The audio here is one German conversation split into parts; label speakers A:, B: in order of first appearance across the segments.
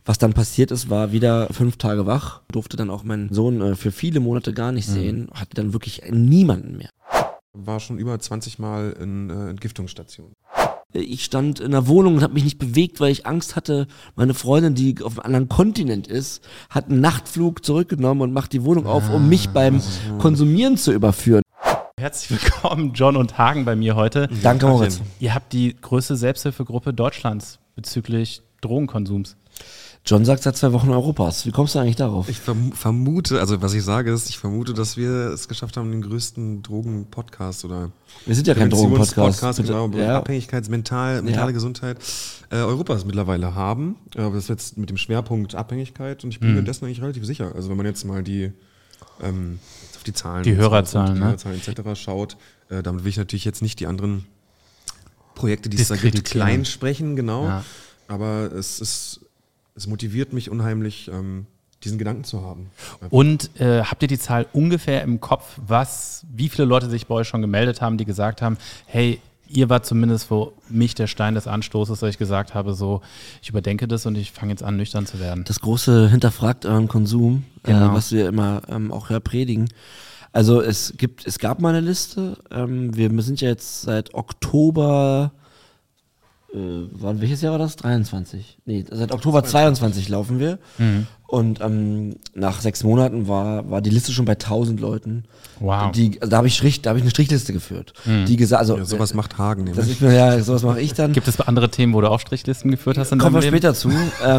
A: Was dann passiert ist, war wieder 5 Tage wach, durfte dann auch meinen Sohn für viele Monate gar nicht sehen, hatte dann wirklich niemanden mehr.
B: War schon über 20 Mal in Entgiftungsstationen.
A: Ich stand in der Wohnung und habe mich nicht bewegt, weil ich Angst hatte. Meine Freundin, die auf einem anderen Kontinent ist, hat einen Nachtflug zurückgenommen und macht die Wohnung auf, um mich beim Konsumieren zu überführen.
C: Herzlich willkommen, John und Hagen, bei mir heute.
A: Danke, Moritz.
C: Ihr habt die größte Selbsthilfegruppe Deutschlands bezüglich Drogenkonsums.
A: John sagt seit 2 Wochen Europas. Wie kommst du eigentlich darauf?
B: Ich vermute, also was ich sage ist, ich vermute, dass wir es geschafft haben, den größten Drogen-Podcast oder
A: Wir sind ja kein Drogen-Podcast.
B: Genau,
A: Ja.
B: mentale Gesundheit Europas mittlerweile haben. Aber das ist jetzt mit dem Schwerpunkt Abhängigkeit und ich bin mir dessen eigentlich relativ sicher. Also wenn man jetzt mal die auf die Zahlen,
C: Die Hörerzahlen,
B: die Hörerzahlen etc. schaut, damit will ich natürlich jetzt nicht die anderen Projekte, die es da gibt, klein sprechen, genau.
C: Ja.
B: Aber es motiviert mich unheimlich, diesen Gedanken zu haben.
C: Und habt ihr die Zahl ungefähr im Kopf, wie viele Leute sich bei euch schon gemeldet haben, die gesagt haben, hey, ihr wart zumindest für mich der Stein des Anstoßes, dass ich gesagt habe, so, ich überdenke das und ich fange jetzt an, nüchtern zu werden.
A: Das große hinterfragt euren Konsum,
C: Genau.
A: was wir immer auch predigen. Also es gab mal eine Liste. Wir sind ja jetzt seit Oktober, welches Jahr war das? 23? Nee, seit Oktober 22 laufen wir. Und nach 6 Monaten war die Liste schon bei 1000 Leuten.
C: Wow.
A: Da habe ich eine Strichliste geführt. Die gesagt, also
B: Sowas macht Hagen nämlich.
A: sowas mache ich dann.
C: Gibt es andere Themen, wo du auch Strichlisten geführt hast in
A: Kommen wir
C: deinem Leben?
A: später zu.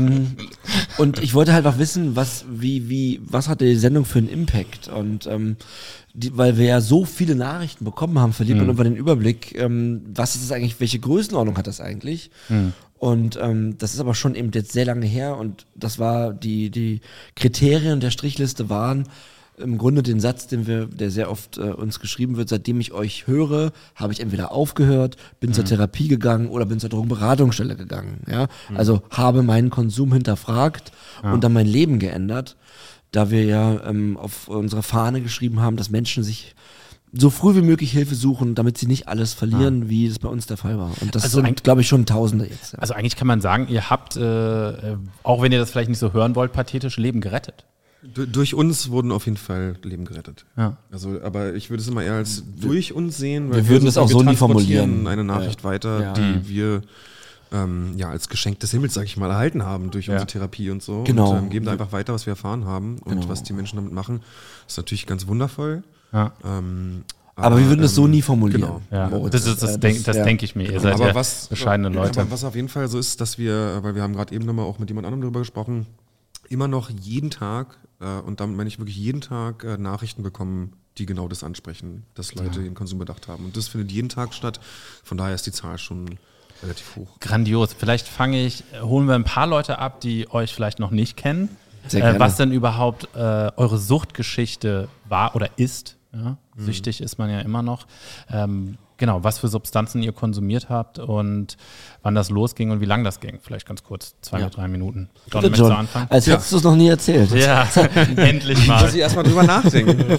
A: Und ich wollte halt auch wissen, was hat die Sendung für einen Impact? Und weil wir ja so viele Nachrichten bekommen haben, verliert man irgendwann den Überblick, was ist das eigentlich, welche Größenordnung hat das eigentlich? Und das ist aber schon eben jetzt sehr lange her und das war die Kriterien der Strichliste waren im Grunde den Satz, der sehr oft uns geschrieben wird, seitdem ich euch höre, habe ich entweder aufgehört, bin zur Therapie gegangen oder bin zur Drogenberatungsstelle gegangen. Ja? Also habe meinen Konsum hinterfragt und dann mein Leben geändert, da wir ja auf unserer Fahne geschrieben haben, dass Menschen sich so früh wie möglich Hilfe suchen, damit sie nicht alles verlieren, wie es bei uns der Fall war. Und das sind, glaube ich, schon Tausende jetzt. Ja.
C: Also eigentlich kann man sagen, ihr habt, auch wenn ihr das vielleicht nicht so hören wollt, pathetisch Leben gerettet.
B: Durch uns wurden auf jeden Fall Leben gerettet.
C: Ja.
B: Also, aber ich würde es immer eher als durch uns sehen, weil
A: wir würden es auch so nie
B: transportieren
A: formulieren.
B: Eine Nachricht weiter, die wir als Geschenk des Himmels, sag ich mal, erhalten haben durch unsere Therapie und so.
A: Genau.
B: Und geben da einfach weiter, was wir erfahren haben und was die Menschen damit machen. Das ist natürlich ganz wundervoll.
C: Ja.
A: Aber wir würden es so nie formulieren.
B: Genau.
C: Ja.
A: Moritz.
C: Das denke ich mir. Ihr seid
B: Aber
C: ja bescheidene Leute.
B: Aber was auf jeden Fall so ist, dass wir, weil wir haben gerade eben nochmal auch mit jemand anderem darüber gesprochen, immer noch jeden Tag, und damit meine ich wirklich jeden Tag, Nachrichten bekommen, die genau das ansprechen, dass Leute den Konsum bedacht haben. Und das findet jeden Tag statt. Von daher ist die Zahl schon relativ hoch.
C: Grandios. Vielleicht holen wir ein paar Leute ab, die euch vielleicht noch nicht kennen.
A: Sehr gerne.
C: Was denn überhaupt eure Suchtgeschichte war oder ist. Ja? Süchtig ist man ja immer noch. Genau, was für Substanzen ihr konsumiert habt und wann das losging und wie lang das ging. Vielleicht ganz kurz, 2 bis 3 Minuten. John, möchtest du anfangen?
A: Als hättest du es noch nie erzählt.
C: Ja, endlich mal.
B: Muss ich erstmal drüber nachdenken.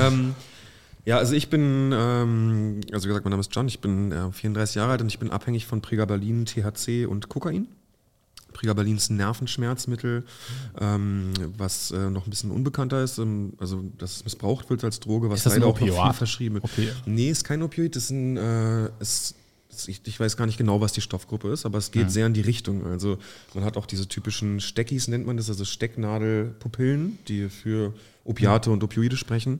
B: Also ich bin, also wie gesagt, mein Name ist John, ich bin 34 Jahre alt und ich bin abhängig von Pregabalin, THC und Kokain. Pregabalin ist ein Nervenschmerzmittel, was noch ein bisschen unbekannter ist, also dass es missbraucht wird als Droge, was
C: ist das
B: leider
C: ein
B: auch noch
C: Opioid?
B: viel verschrieben wird. Nee, ist kein Opioid, das ist ich weiß gar nicht genau, was die Stoffgruppe ist, aber es geht sehr in die Richtung. Also man hat auch diese typischen Steckis, nennt man das, also Stecknadelpupillen, die für Opiate und Opioide sprechen.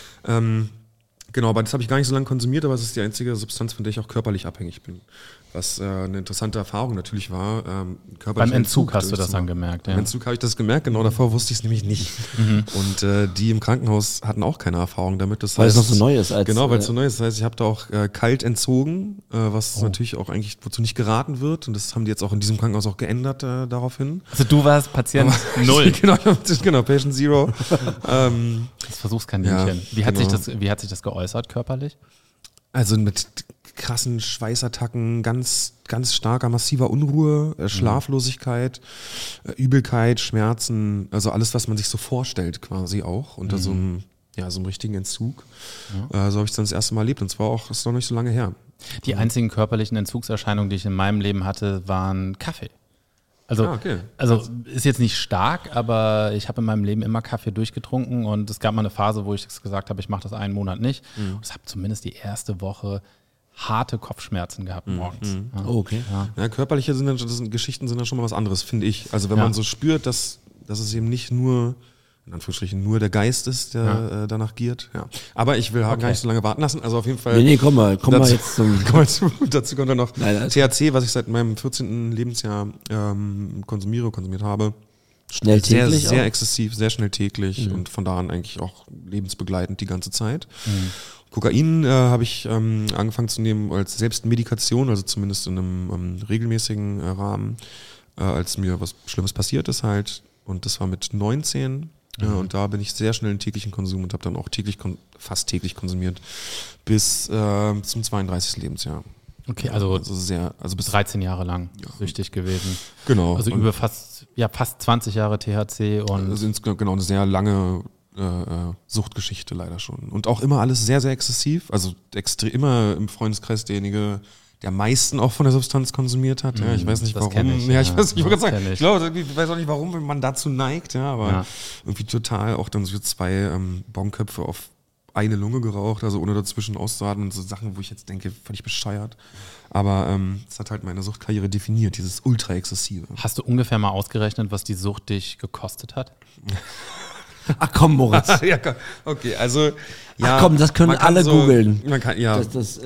B: Genau, aber das habe ich gar nicht so lange konsumiert, aber es ist die einzige Substanz, von der ich auch körperlich abhängig bin. Was eine interessante Erfahrung natürlich war.
C: Beim Entzug hast du das dann gemerkt, ja.
B: Beim Entzug habe ich das gemerkt, genau, davor wusste ich es nämlich nicht. Und die im Krankenhaus hatten auch keine Erfahrung damit. Das
A: Weil
B: heißt,
A: es noch so neu ist.
B: Genau, weil es so neu ist. Das heißt, ich habe da auch kalt entzogen, was natürlich auch eigentlich, wozu nicht geraten wird. Und das haben die jetzt auch in diesem Krankenhaus auch geändert daraufhin.
C: Also du warst Patient 0.
B: genau, Patient Zero.
C: Das Versuchskaninchen.
B: Ja,
C: Wie hat sich das geäußert körperlich?
B: Also mit krassen Schweißattacken, ganz, ganz starker, massiver Unruhe, Schlaflosigkeit, Übelkeit, Schmerzen, also alles, was man sich so vorstellt quasi auch unter so einem richtigen Entzug. So habe ich es dann das erste Mal erlebt und zwar auch, ist noch nicht so lange her.
C: Die einzigen körperlichen Entzugserscheinungen, die ich in meinem Leben hatte, waren Kaffee. Also,
B: okay.
C: also ist jetzt nicht stark, aber ich habe in meinem Leben immer Kaffee durchgetrunken und es gab mal eine Phase, wo ich gesagt habe, ich mache das einen Monat nicht. Und ich habe zumindest die erste Woche harte Kopfschmerzen gehabt morgens. Ja.
A: Oh, okay.
B: Ja, körperliche Geschichten sind dann schon mal was anderes, finde ich. Also wenn man so spürt, dass es eben nicht nur, in Anführungsstrichen, nur der Geist ist, der danach giert. Ja. Aber ich will gar nicht so lange warten lassen. Also auf jeden Fall.
A: Nee, komm mal jetzt zum...
B: Dazu kommt dann noch
A: Nein,
B: THC, was ich seit meinem 14. Lebensjahr konsumiert habe.
A: Schnell täglich
B: Sehr, sehr
A: auch?
B: exzessiv, sehr schnell täglich und von da an eigentlich auch lebensbegleitend die ganze Zeit. Kokain habe ich angefangen zu nehmen als Selbstmedikation, also zumindest in einem regelmäßigen Rahmen, als mir was Schlimmes passiert ist halt. Und das war mit 19. Und da bin ich sehr schnell in täglichen Konsum und habe dann auch fast täglich konsumiert bis zum 32. Lebensjahr.
C: Okay, also
B: bis
C: 13 Jahre lang süchtig gewesen.
B: Genau.
C: Also über fast 20 Jahre THC und...
B: Das ist genau eine sehr lange Suchtgeschichte leider schon. Und auch immer alles sehr, sehr exzessiv. Also immer im Freundeskreis derjenige, der am meisten auch von der Substanz konsumiert hat. Ja, ich weiß nicht
C: das
B: warum.
C: kenn ich,
B: ich weiß nicht,
C: ich
B: ich weiß auch nicht, warum man dazu neigt, ja, aber irgendwie total auch dann so 2 Bonköpfe auf eine Lunge geraucht, also ohne dazwischen auszuatmen, so Sachen, wo ich jetzt denke, völlig bescheuert. Aber das hat halt meine Suchtkarriere definiert, dieses Ultra-Exzessive.
C: Hast du ungefähr mal ausgerechnet, was die Sucht dich gekostet hat?
A: Ach komm, Moritz.
B: Ja, okay, also ja.
A: Ach komm, das können alle googeln.
B: Man kann, ja.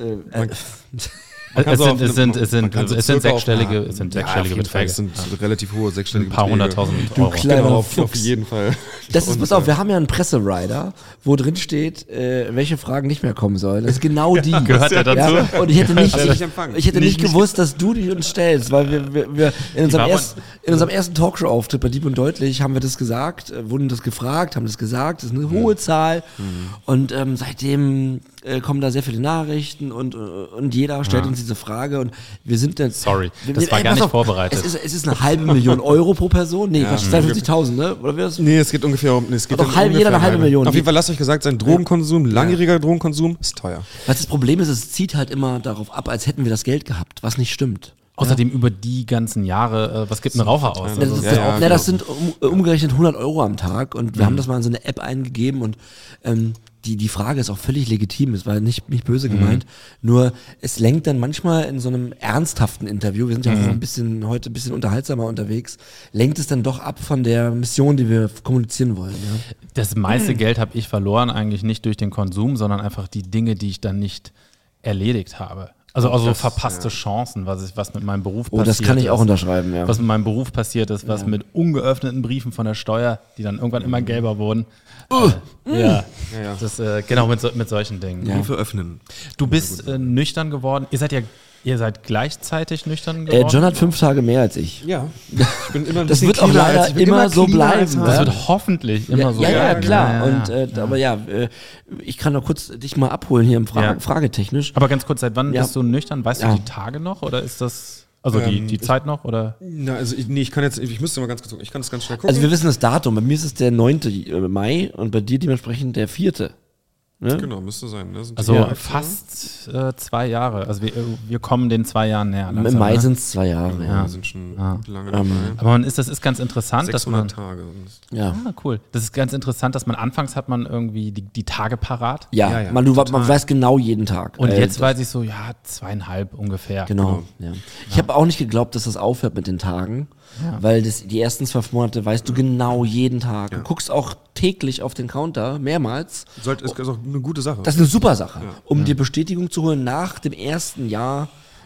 C: Es sind sechsstellige Beträge.
B: Es sind relativ hohe sechsstellige
C: Ein paar
B: Beträge.
C: 100.000 Euro.
A: kleiner
B: Genau,
A: Fuchs.
B: auf jeden Fall.
A: Das ist, pass auf, wir haben ja einen Presserider, wo drin steht, welche Fragen nicht mehr kommen sollen. Das ist genau die.
C: Gehört ja dazu.
A: Ja? Und ich hätte nicht,
B: Hast du nicht empfangen?
A: ich hätte nicht gewusst, dass du die uns stellst, weil wir in unserem ersten Talkshow-Auftritt bei Dieb und Deutlich haben wir das gesagt, wurden das gefragt, haben das gesagt, das ist eine hohe Zahl. Und seitdem kommen da sehr viele Nachrichten und jeder stellt uns diese Frage und wir sind dann...
C: Sorry, das war gar nicht vorbereitet.
A: Es ist 500.000 Euro pro Person? Nee, 52.000, ne? Oder wie das?
B: Nee, es geht ungefähr um... Es geht
A: Doch jeder eine halbe Million.
B: Auf jeden Fall, lasst euch gesagt sein, Drogenkonsum, langjähriger Drogenkonsum ist teuer.
A: Was das Problem ist, es zieht halt immer darauf ab, als hätten wir das Geld gehabt, was nicht stimmt.
C: Außerdem über die ganzen Jahre, was gibt ein Raucher aus?
A: Das sind umgerechnet 100 Euro am Tag und wir haben das mal in so eine App eingegeben und die Frage ist auch völlig legitim, es war nicht böse gemeint, nur es lenkt dann manchmal in so einem ernsthaften Interview, wir sind ja auch heute ein bisschen unterhaltsamer unterwegs, lenkt es dann doch ab von der Mission, die wir kommunizieren wollen. Ja?
C: Das meiste Geld habe ich verloren, eigentlich nicht durch den Konsum, sondern einfach die Dinge, die ich dann nicht erledigt habe. Also verpasste Chancen, was mit meinem Beruf passiert ist.
A: Oh, das kann ich auch unterschreiben, ja.
C: Was mit meinem Beruf passiert ist, was mit ungeöffneten Briefen von der Steuer, die dann irgendwann immer gelber wurden. Das genau mit solchen Dingen.
B: Briefe öffnen.
C: Du bist nüchtern geworden. Ihr seid gleichzeitig nüchtern geworden?
A: John hat 5 Tage mehr als ich.
B: Ja, ich bin immer ein
A: Das
B: bisschen
A: wird auch
B: cleaner
A: leider
B: als- ich bin
A: immer so
B: cleaner
A: bleiben.
B: als
A: ne?
C: Das wird hoffentlich immer so.
A: Ja, klar.
C: Ja.
A: Und aber ich kann noch kurz dich mal abholen hier im Fragetechnisch.
C: Aber ganz kurz, seit wann
A: Ja.
C: bist du nüchtern? Weißt
A: Ja.
C: du die Tage noch oder ist das, also die Zeit noch oder?
B: Na, also ich müsste mal ganz kurz gucken. Ich kann das ganz schnell gucken.
A: Also wir wissen das Datum. Bei mir ist es der 9. Mai und bei dir dementsprechend der 4. Ne?
B: Genau, müsste sein. Ne?
C: Also
B: Ja,
C: fast 2 Jahre. Also wir kommen den 2 Jahren näher.
A: Im Mai sind es 2 Jahre.
B: wir sind schon lange dabei.
C: Aber das ist ganz interessant, dass man.
B: 600 Tage.
A: Ja.
C: Cool. Das ist ganz interessant, dass man anfangs hat man irgendwie die Tage parat.
A: Ja, man weiß genau jeden Tag.
C: Und jetzt weiß ich so, 2,5 ungefähr.
A: Genau. Ja. Ich habe auch nicht geglaubt, dass das aufhört mit den Tagen, weil die ersten 12 Monate weißt du genau jeden Tag. Du guckst auch täglich auf den Counter, mehrmals.
B: Ist auch eine gute Sache.
A: Das ist eine super Sache. Um dir Bestätigung zu holen, nach dem ersten Jahr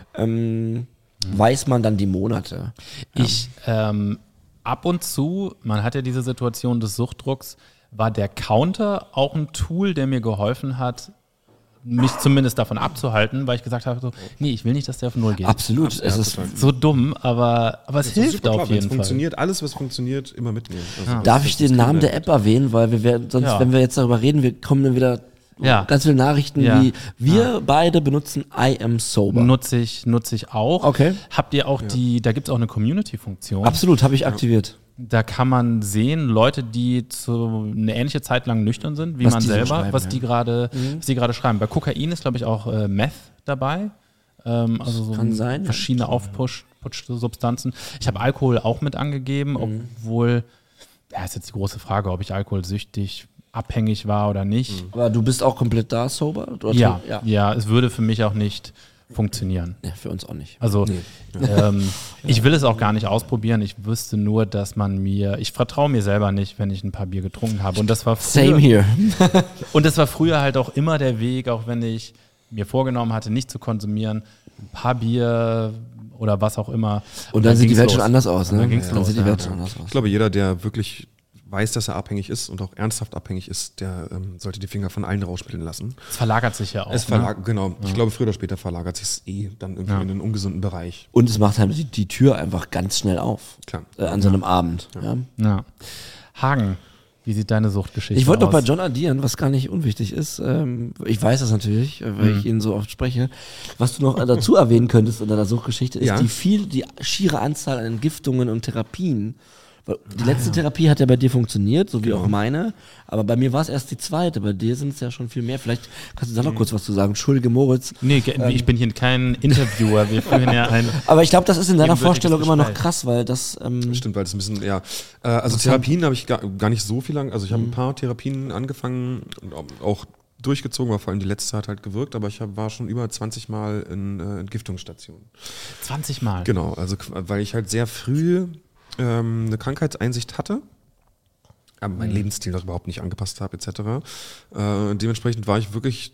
A: weiß man dann die Monate.
C: Ich ab und zu, man hat ja diese Situation des Suchtdrucks, war der Counter auch ein Tool, der mir geholfen hat, mich zumindest davon abzuhalten, weil ich gesagt habe, so, nee, ich will nicht, dass der auf 0 geht.
A: Absolut. Es ist,
C: So dumm, aber es hilft auf jeden Fall.
B: Funktioniert, alles, was funktioniert, immer mitnehmen. Also
A: darf ich den Namen der App erwähnen, weil wir werden, sonst, wenn wir jetzt darüber reden, wir kommen dann wieder ganz viele Nachrichten, wie wir beide benutzen I am sober.
C: Nutze ich auch.
A: Okay.
C: Habt ihr auch da gibt es auch eine Community-Funktion.
A: Absolut, habe ich aktiviert.
C: Da kann man sehen, Leute, die eine ähnliche Zeit lang nüchtern sind, wie
A: Was
C: man
A: die so
C: selber,
A: schreiben,
C: was die gerade schreiben. Bei Kokain ist, glaube ich, auch Meth dabei. Also so
A: kann sein,
C: verschiedene Putschsubstanzen. Ich habe Alkohol auch mit angegeben, obwohl, ja, ist jetzt die große Frage, ob ich alkoholsüchtig abhängig war oder nicht.
A: Aber du bist auch komplett da sober? Oder
C: Ja, es würde für mich auch nicht funktionieren.
A: Ja, für uns auch nicht.
C: Also ich will es auch gar nicht ausprobieren. Ich wüsste nur, dass ich vertraue mir selber nicht, wenn ich ein paar Bier getrunken habe. Und das war früher,
A: Same here.
C: Und das war früher halt auch immer der Weg, auch wenn ich mir vorgenommen hatte, nicht zu konsumieren, ein paar Bier oder was auch immer.
A: Und dann sieht die Welt
C: ging's
A: schon
C: los.
A: anders aus, ne?
C: Dann ging's
A: Dann
C: los,
A: sieht die
C: ja.
A: Welt schon anders aus.
B: Ich glaube, jeder, der wirklich weiß, dass er abhängig ist und auch ernsthaft abhängig ist, der sollte die Finger von allen Rauschmitteln lassen.
C: Es verlagert sich ja auch.
B: Genau. Ich glaube, früher oder später verlagert sich es dann irgendwie in einen ungesunden Bereich.
A: Und es macht halt die Tür einfach ganz schnell auf.
B: Klar.
A: An so einem Abend. Ja.
C: Ja. Hagen, wie sieht deine Suchtgeschichte aus?
A: Ich wollte noch bei John addieren, was gar nicht unwichtig ist. Ich weiß das natürlich, weil ich ihn so oft spreche. Was du noch dazu erwähnen könntest in deiner Suchtgeschichte, ist die schiere Anzahl an Entgiftungen und Therapien. Weil die letzte Therapie hat ja bei dir funktioniert, so wie auch meine. Aber bei mir war es erst die zweite. Bei dir sind es ja schon viel mehr. Vielleicht kannst du da noch kurz was zu sagen. Entschuldige, Moritz.
C: Nee, ich bin hier kein Interviewer. Wir führen ja ein.
A: Aber ich glaube, das ist in deiner
C: ebenbürtiges
A: Vorstellung immer noch
C: Gespräch.
A: krass, weil das.
B: Stimmt, weil es ein bisschen, also Therapien habe ich gar nicht so viel lang. Also ich habe ein paar Therapien angefangen und auch durchgezogen, aber vor allem die letzte hat halt gewirkt, aber ich war schon über 20 Mal in Entgiftungsstationen.
C: 20 Mal?
B: Genau, also weil ich halt sehr früh eine Krankheitseinsicht hatte, aber mein Lebensstil noch überhaupt nicht angepasst habe, etc. Dementsprechend war ich wirklich,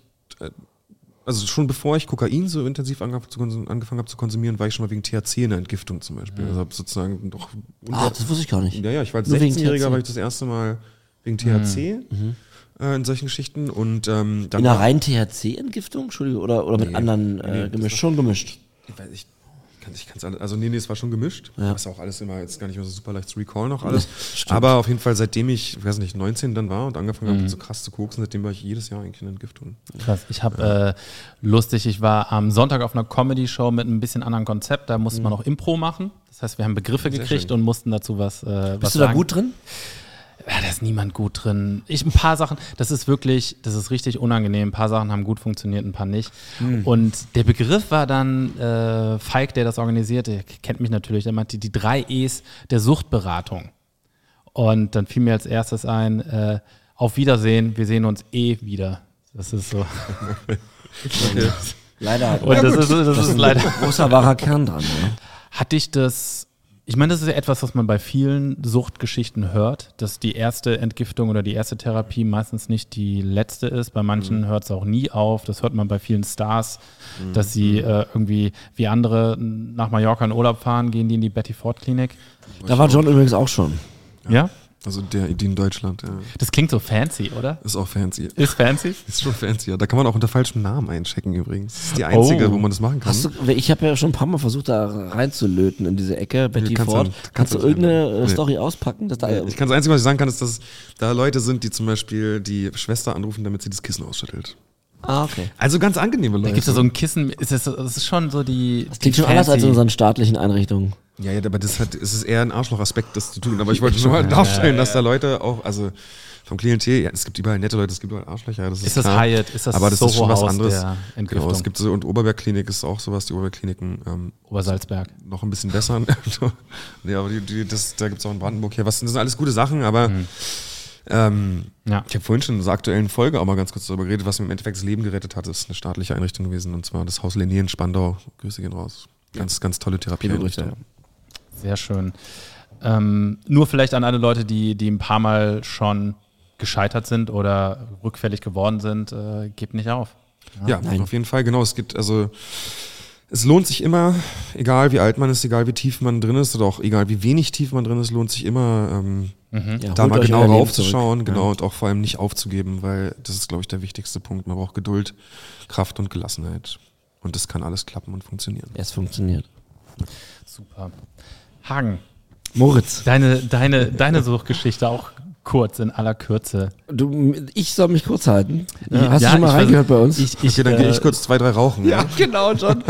B: also schon bevor ich Kokain so intensiv angefangen habe zu konsumieren, war ich schon mal wegen THC in der Entgiftung zum Beispiel. Also habe sozusagen doch...
A: das wusste ich gar nicht.
B: Ja, ich war als
A: Nur wegen
B: 16-Jähriger,
A: THC.
B: war ich das erste Mal wegen THC in solchen Geschichten und dann...
A: In einer reinen THC-Entgiftung? Entschuldigung, oder mit
B: Nee.
A: anderen
B: Nee,
A: gemischt? Schon gemischt.
B: Ich kann's alles, also nee, es war schon gemischt.
A: Ja.
B: Ist auch alles immer jetzt gar nicht mehr so super leicht zu recallen noch alles. Aber auf jeden Fall, seitdem ich, weiß nicht, 19 dann war und angefangen habe, so krass zu koksen, seitdem war ich jedes Jahr eigentlich in Entgiftung.
C: Krass. Ich habe ich war am Sonntag auf einer Comedy-Show mit ein bisschen anderen Konzept. Da musste man auch Impro machen. Das heißt, wir haben Begriffe gekriegt
B: schön.
C: und mussten dazu was sagen.
A: Bist du da gut drin?
C: Ja, da ist niemand gut drin. Ein paar Sachen, das ist richtig unangenehm. Ein paar Sachen haben gut funktioniert, ein paar nicht. Und der Begriff war dann, Falk, der das organisierte, der kennt mich natürlich, der meinte die 3 E's der Suchtberatung. Und dann fiel mir als erstes ein, auf Wiedersehen, wir sehen uns wieder. Das ist so.
B: Okay.
A: Leider.
C: Und das ist leider.
A: Großer wahrer Kern dran. Ja.
C: Hat dich das, ich meine, das ist ja etwas, was man bei vielen Suchtgeschichten hört, dass die erste Entgiftung oder die erste Therapie meistens nicht die letzte ist. Bei manchen hört es auch nie auf. Das hört man bei vielen Stars, dass sie irgendwie wie andere nach Mallorca in Urlaub fahren, gehen die in die Betty Ford Klinik.
A: Da war John übrigens auch schon.
C: Ja?
B: Also die in Deutschland, ja.
C: Das klingt so fancy, oder?
B: Ist auch fancy.
C: Ist fancy?
B: Ist schon fancy, ja. Da kann man auch unter falschem Namen einchecken übrigens. Das ist die einzige, wo man das machen kann.
A: Ich habe ja schon ein paar Mal versucht, da reinzulöten in diese Ecke. Betty Ford. Kannst du irgendeine Story auspacken? Dass da
B: Das Einzige, was ich sagen kann, ist, dass da Leute sind, die zum Beispiel die Schwester anrufen, damit sie das Kissen ausschüttelt.
A: Ah, okay.
B: Also ganz angenehme Leute.
C: Da gibt es so ein Kissen, das ist schon so die.
A: Das klingt schon anders als in unseren staatlichen Einrichtungen.
B: Ja, aber es ist eher ein Arschloch-Aspekt, das zu tun. Aber ich wollte schon mal darstellen, dass da Leute auch, also vom Klientel, ja, es gibt überall nette Leute, es gibt überall Arschlöcher. Das ist
C: das
B: klar.
C: Hyatt? Ist das
B: aber das ist schon was anderes.
C: der Entgiftung?
B: Genau, es gibt so, und Oberbergklinik ist auch sowas, die Oberbergkliniken.
C: Obersalzberg.
B: Noch ein bisschen besser. Nee, aber da gibt es auch in Brandenburg hier. Das sind alles gute Sachen, aber ich habe vorhin schon in dieser aktuellen Folge auch mal ganz kurz darüber geredet, was mir im Endeffekt das Leben gerettet hat. Das ist eine staatliche Einrichtung gewesen, und zwar das Haus Lenier in Spandau. Grüße gehen raus. Ganz, ganz tolle Therapieeinrichtung.
C: Sehr schön. Nur vielleicht an alle Leute, die ein paar Mal schon gescheitert sind oder rückfällig geworden sind, gebt nicht auf.
B: Ja, auf jeden Fall, genau. Es lohnt sich immer, egal wie alt man ist, egal wie tief man drin ist oder auch egal wie wenig tief man drin ist, lohnt sich immer, da mal genau raufzuschauen, genau, und auch vor allem nicht aufzugeben, weil das ist, glaube ich, der wichtigste Punkt. Man braucht Geduld, Kraft und Gelassenheit. Und das kann alles klappen und funktionieren.
A: Es funktioniert.
C: Super. Hagen.
A: Moritz.
C: Deine Suchtgeschichte auch kurz, in aller Kürze.
A: Ich soll mich kurz halten.
C: Ja.
A: Hast du schon mal reingehört bei uns?
B: Okay, dann gehe ich kurz 2, 3 rauchen.
A: ja, genau, John.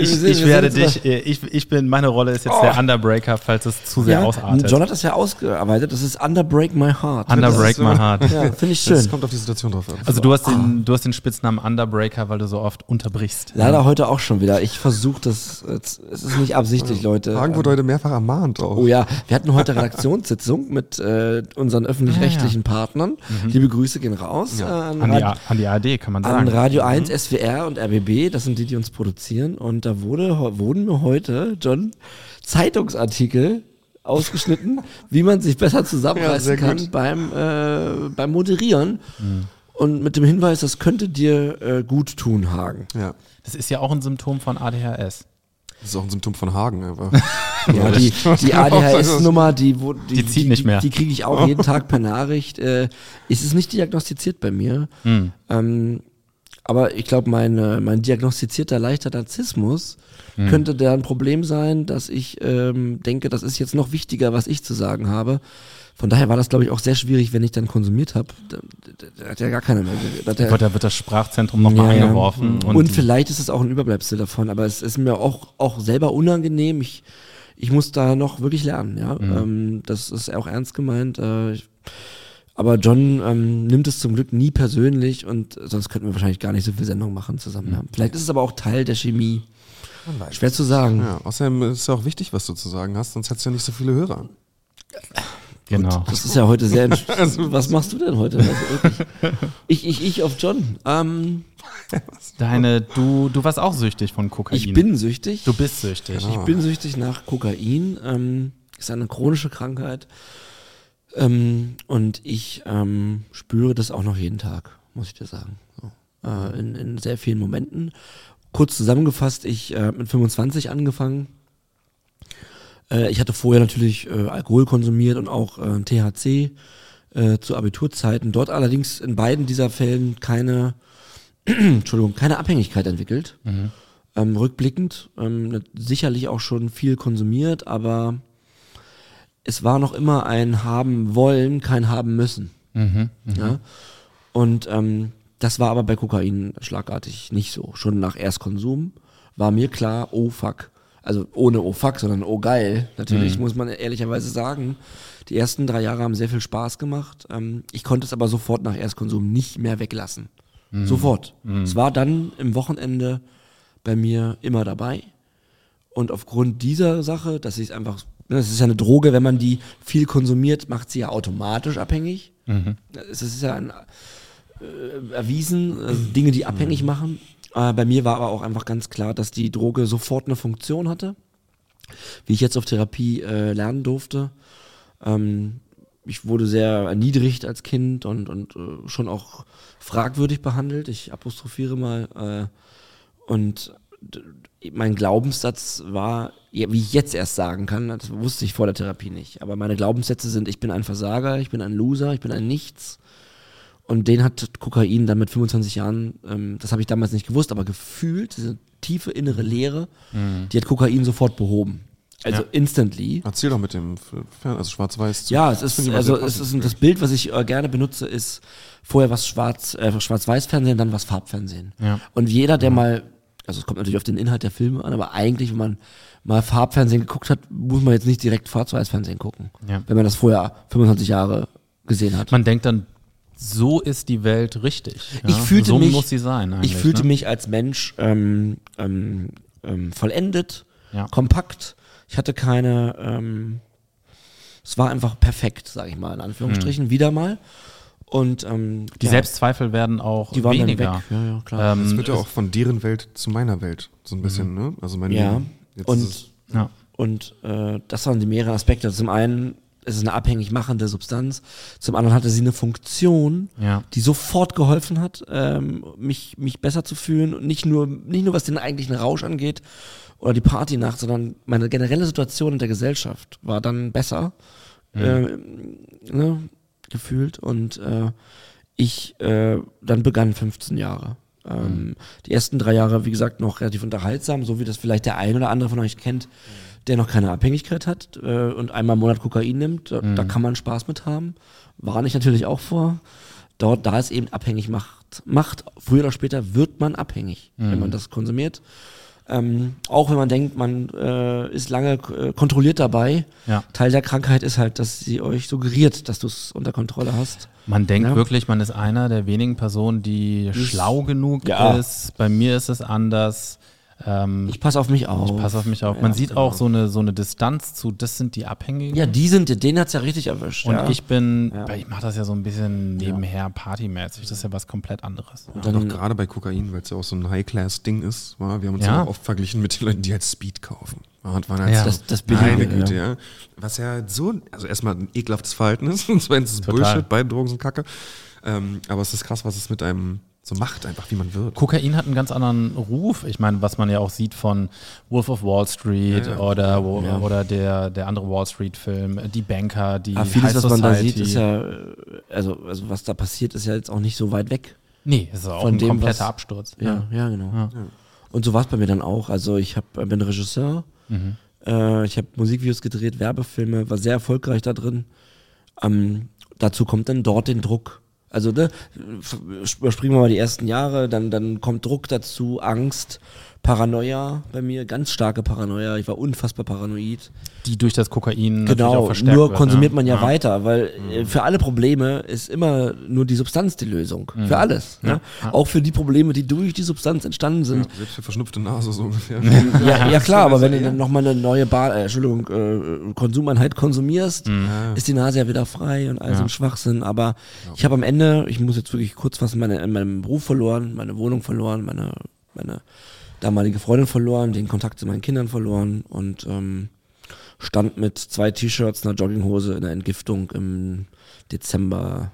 C: Meine Rolle ist jetzt der Underbreaker, falls es zu sehr ausartet.
A: John hat das ja ausgearbeitet. Das ist Underbreak My Heart.
C: Underbreak My Heart.
A: Ja, finde ich schön.
B: Das kommt auf die Situation drauf an.
C: Also du hast den Spitznamen Underbreaker, weil du so oft unterbrichst.
A: Leider heute auch schon wieder. Ich versuche das, es ist nicht absichtlich, Leute.
B: Hagen wurde heute mehrfach ermahnt auch.
A: Oh ja, wir hatten heute Redaktionssitzung mit unseren öffentlich-rechtlichen Partnern. Liebe Grüße gehen raus.
C: An die ARD, kann man sagen.
A: An Radio 1, SWR und RBB, das sind die uns produzieren. Und da wurden mir heute, John, Zeitungsartikel ausgeschnitten, wie man sich besser zusammenreißen kann beim Moderieren. Und mit dem Hinweis, das könnte dir gut tun, Hagen.
B: Ja.
C: Das ist ja auch ein Symptom von ADHS.
B: Das ist auch ein Symptom von Hagen einfach.
A: Ja, die ADHS-Nummer, die
C: zieht nicht mehr.
A: Die kriege ich auch jeden Tag per Nachricht. Es ist nicht diagnostiziert bei mir. Aber ich glaube, mein diagnostizierter leichter Narzissmus könnte da ein Problem sein, dass ich denke, das ist jetzt noch wichtiger, was ich zu sagen habe. Von daher war das, glaube ich, auch sehr schwierig, wenn ich dann konsumiert habe. Da hat ja gar keiner mehr.
C: Da wird das Sprachzentrum nochmal eingeworfen.
A: Und vielleicht ist es auch ein Überbleibsel davon, aber es ist mir auch selber unangenehm. Ich muss da noch wirklich lernen. Ja? Das ist auch ernst gemeint. Aber John nimmt es zum Glück nie persönlich und sonst könnten wir wahrscheinlich gar nicht so viel Sendung machen zusammen. Ja. Vielleicht ist es aber auch Teil der Chemie. Schwer zu sagen.
B: Ja, außerdem ist es ja auch wichtig, was du zu sagen hast, sonst hättest du ja nicht so viele Hörer.
C: Genau.
A: Gut, das ist ja heute sehr. Was machst du denn heute? Also ich auf John.
C: Du warst auch süchtig von Kokain.
A: Ich bin süchtig.
C: Du bist süchtig.
A: Ich bin süchtig nach Kokain. Ist eine chronische Krankheit. Und ich spüre das auch noch jeden Tag, muss ich dir sagen. So. In sehr vielen Momenten. Kurz zusammengefasst, ich mit 25 angefangen. Ich hatte vorher natürlich Alkohol konsumiert und auch THC zu Abiturzeiten. Dort allerdings in beiden dieser Fällen keine Abhängigkeit entwickelt. Rückblickend sicherlich auch schon viel konsumiert, aber es war noch immer ein haben wollen, kein haben müssen. Ja? Und das war aber bei Kokain schlagartig nicht so. Schon nach Erstkonsum war mir klar, oh fuck. Also ohne oh fuck, sondern oh geil. Natürlich muss man ehrlicherweise sagen, die ersten 3 Jahre haben sehr viel Spaß gemacht. Ich konnte es aber sofort nach Erstkonsum nicht mehr weglassen. Sofort. Es war dann im Wochenende bei mir immer dabei. Und aufgrund dieser Sache, dass ich es einfach, das ist ja eine Droge, wenn man die viel konsumiert, macht sie ja automatisch abhängig. Es ist ja erwiesen, Dinge, die abhängig machen. Bei mir war aber auch einfach ganz klar, dass die Droge sofort eine Funktion hatte, wie ich jetzt auf Therapie lernen durfte. Ich wurde sehr erniedrigt als Kind und schon auch fragwürdig behandelt. Ich apostrophiere mal. Und mein Glaubenssatz war, wie ich jetzt erst sagen kann, das wusste ich vor der Therapie nicht, aber meine Glaubenssätze sind, ich bin ein Versager, ich bin ein Loser, ich bin ein Nichts. Und den hat Kokain dann mit 25 Jahren, das habe ich damals nicht gewusst, aber gefühlt, diese tiefe innere Leere, die hat Kokain sofort behoben. Also instantly.
B: Erzähl doch mit dem also Schwarz-Weiß.
A: Ja, es ist das Bild, was ich gerne benutze, ist vorher was Schwarz-Weiß-Fernsehen, dann was Farbfernsehen.
C: Ja.
A: Und jeder, der mal, also es kommt natürlich auf den Inhalt der Filme an, aber eigentlich, wenn man mal Farbfernsehen geguckt hat, muss man jetzt nicht direkt Schwarz-Weiß-Fernsehen gucken. Ja. Wenn man das vorher 25 Jahre gesehen hat.
C: Man denkt dann, so ist die Welt richtig. Ja?
A: So
C: muss sie sein.
A: Ich fühlte mich als Mensch vollendet, kompakt. Ich hatte keine, es war einfach perfekt, sage ich mal, in Anführungsstrichen, wieder mal. Und
C: die Selbstzweifel werden auch
A: die waren
C: weniger.
A: Dann weg. Ja, klar.
B: Das wird ja auch von deren Welt zu meiner Welt, so ein bisschen, ne? Also
A: das waren die mehreren Aspekte. Zum einen, es ist eine abhängig machende Substanz. Zum anderen hatte sie eine Funktion, die sofort geholfen hat, mich besser zu fühlen. Und nicht nur was den eigentlichen Rausch angeht oder die Partynacht, sondern meine generelle Situation in der Gesellschaft war dann besser gefühlt. Und dann begannen 15 Jahre. Die ersten 3 Jahre, wie gesagt, noch relativ unterhaltsam, so wie das vielleicht der ein oder andere von euch kennt, der noch keine Abhängigkeit hat und einmal im Monat Kokain nimmt. Da kann man Spaß mit haben. Warne ich natürlich auch vor. Da es eben abhängig macht, früher oder später wird man abhängig, wenn man das konsumiert. Auch wenn man denkt, man ist lange kontrolliert dabei.
C: Ja.
A: Teil der Krankheit ist halt, dass sie euch suggeriert, dass du es unter Kontrolle hast.
C: Man denkt wirklich, man ist einer der wenigen Personen, die schlau genug ist. Bei mir ist es anders.
A: Ich passe auf mich auf.
C: Ich passe auf mich auf. Man sieht auch so eine Distanz zu, das sind die Abhängigen.
A: Ja, denen hat's ja richtig erwischt.
C: Und ich mache das ja so ein bisschen nebenher partymäßig. Das ist ja was komplett anderes.
B: Und dann auch gerade bei Kokain, weil es ja auch so ein High-Class-Ding ist. Wir haben uns ja auch oft verglichen mit den Leuten, die halt Speed kaufen. Und waren halt
A: das billige,
B: meine Güte, ja. Was ja so, also erstmal ein ekelhaftes Verhalten ist und zweitens ist Bullshit, beide Drogen sind Kacke. Aber es ist krass, was es mit einem so macht, einfach wie man wird.
C: Kokain hat einen ganz anderen Ruf. Ich meine, was man ja auch sieht von Wolf of Wall Street oder der andere Wall Street-Film, die Banker, die
A: vieles, was man da sieht, ist ja, also was da passiert, ist ja jetzt auch nicht so weit weg.
C: Nee, es ist auch ein kompletter Absturz.
A: Ja, genau. Ja. Und so war es bei mir dann auch. Also ich bin Regisseur, ich habe Musikvideos gedreht, Werbefilme, war sehr erfolgreich da drin. Dazu kommt dann dort den Druck. Also überspringen wir mal die ersten Jahre, dann kommt Druck dazu, Angst, Paranoia bei mir, ganz starke Paranoia. Ich war unfassbar paranoid.
C: Die durch das Kokain natürlich auch verstärkt
A: nur
C: wird,
A: konsumiert man ja weiter, weil für alle Probleme ist immer nur die Substanz die Lösung. Für alles. Ne? Auch für die Probleme, die durch die Substanz entstanden sind.
B: Ja, selbst für verschnupfte Nase so ungefähr.
A: ja klar, aber wenn du dann nochmal eine neue Konsumeinheit konsumierst, ist die Nase ja wieder frei und all so ein Schwachsinn. Aber ich habe am Ende, ich muss jetzt wirklich kurz fassen, meinen Beruf verloren, meine Wohnung verloren, meine damalige Freundin verloren, den Kontakt zu meinen Kindern verloren und stand mit 2 T-Shirts, einer Jogginghose in der Entgiftung im Dezember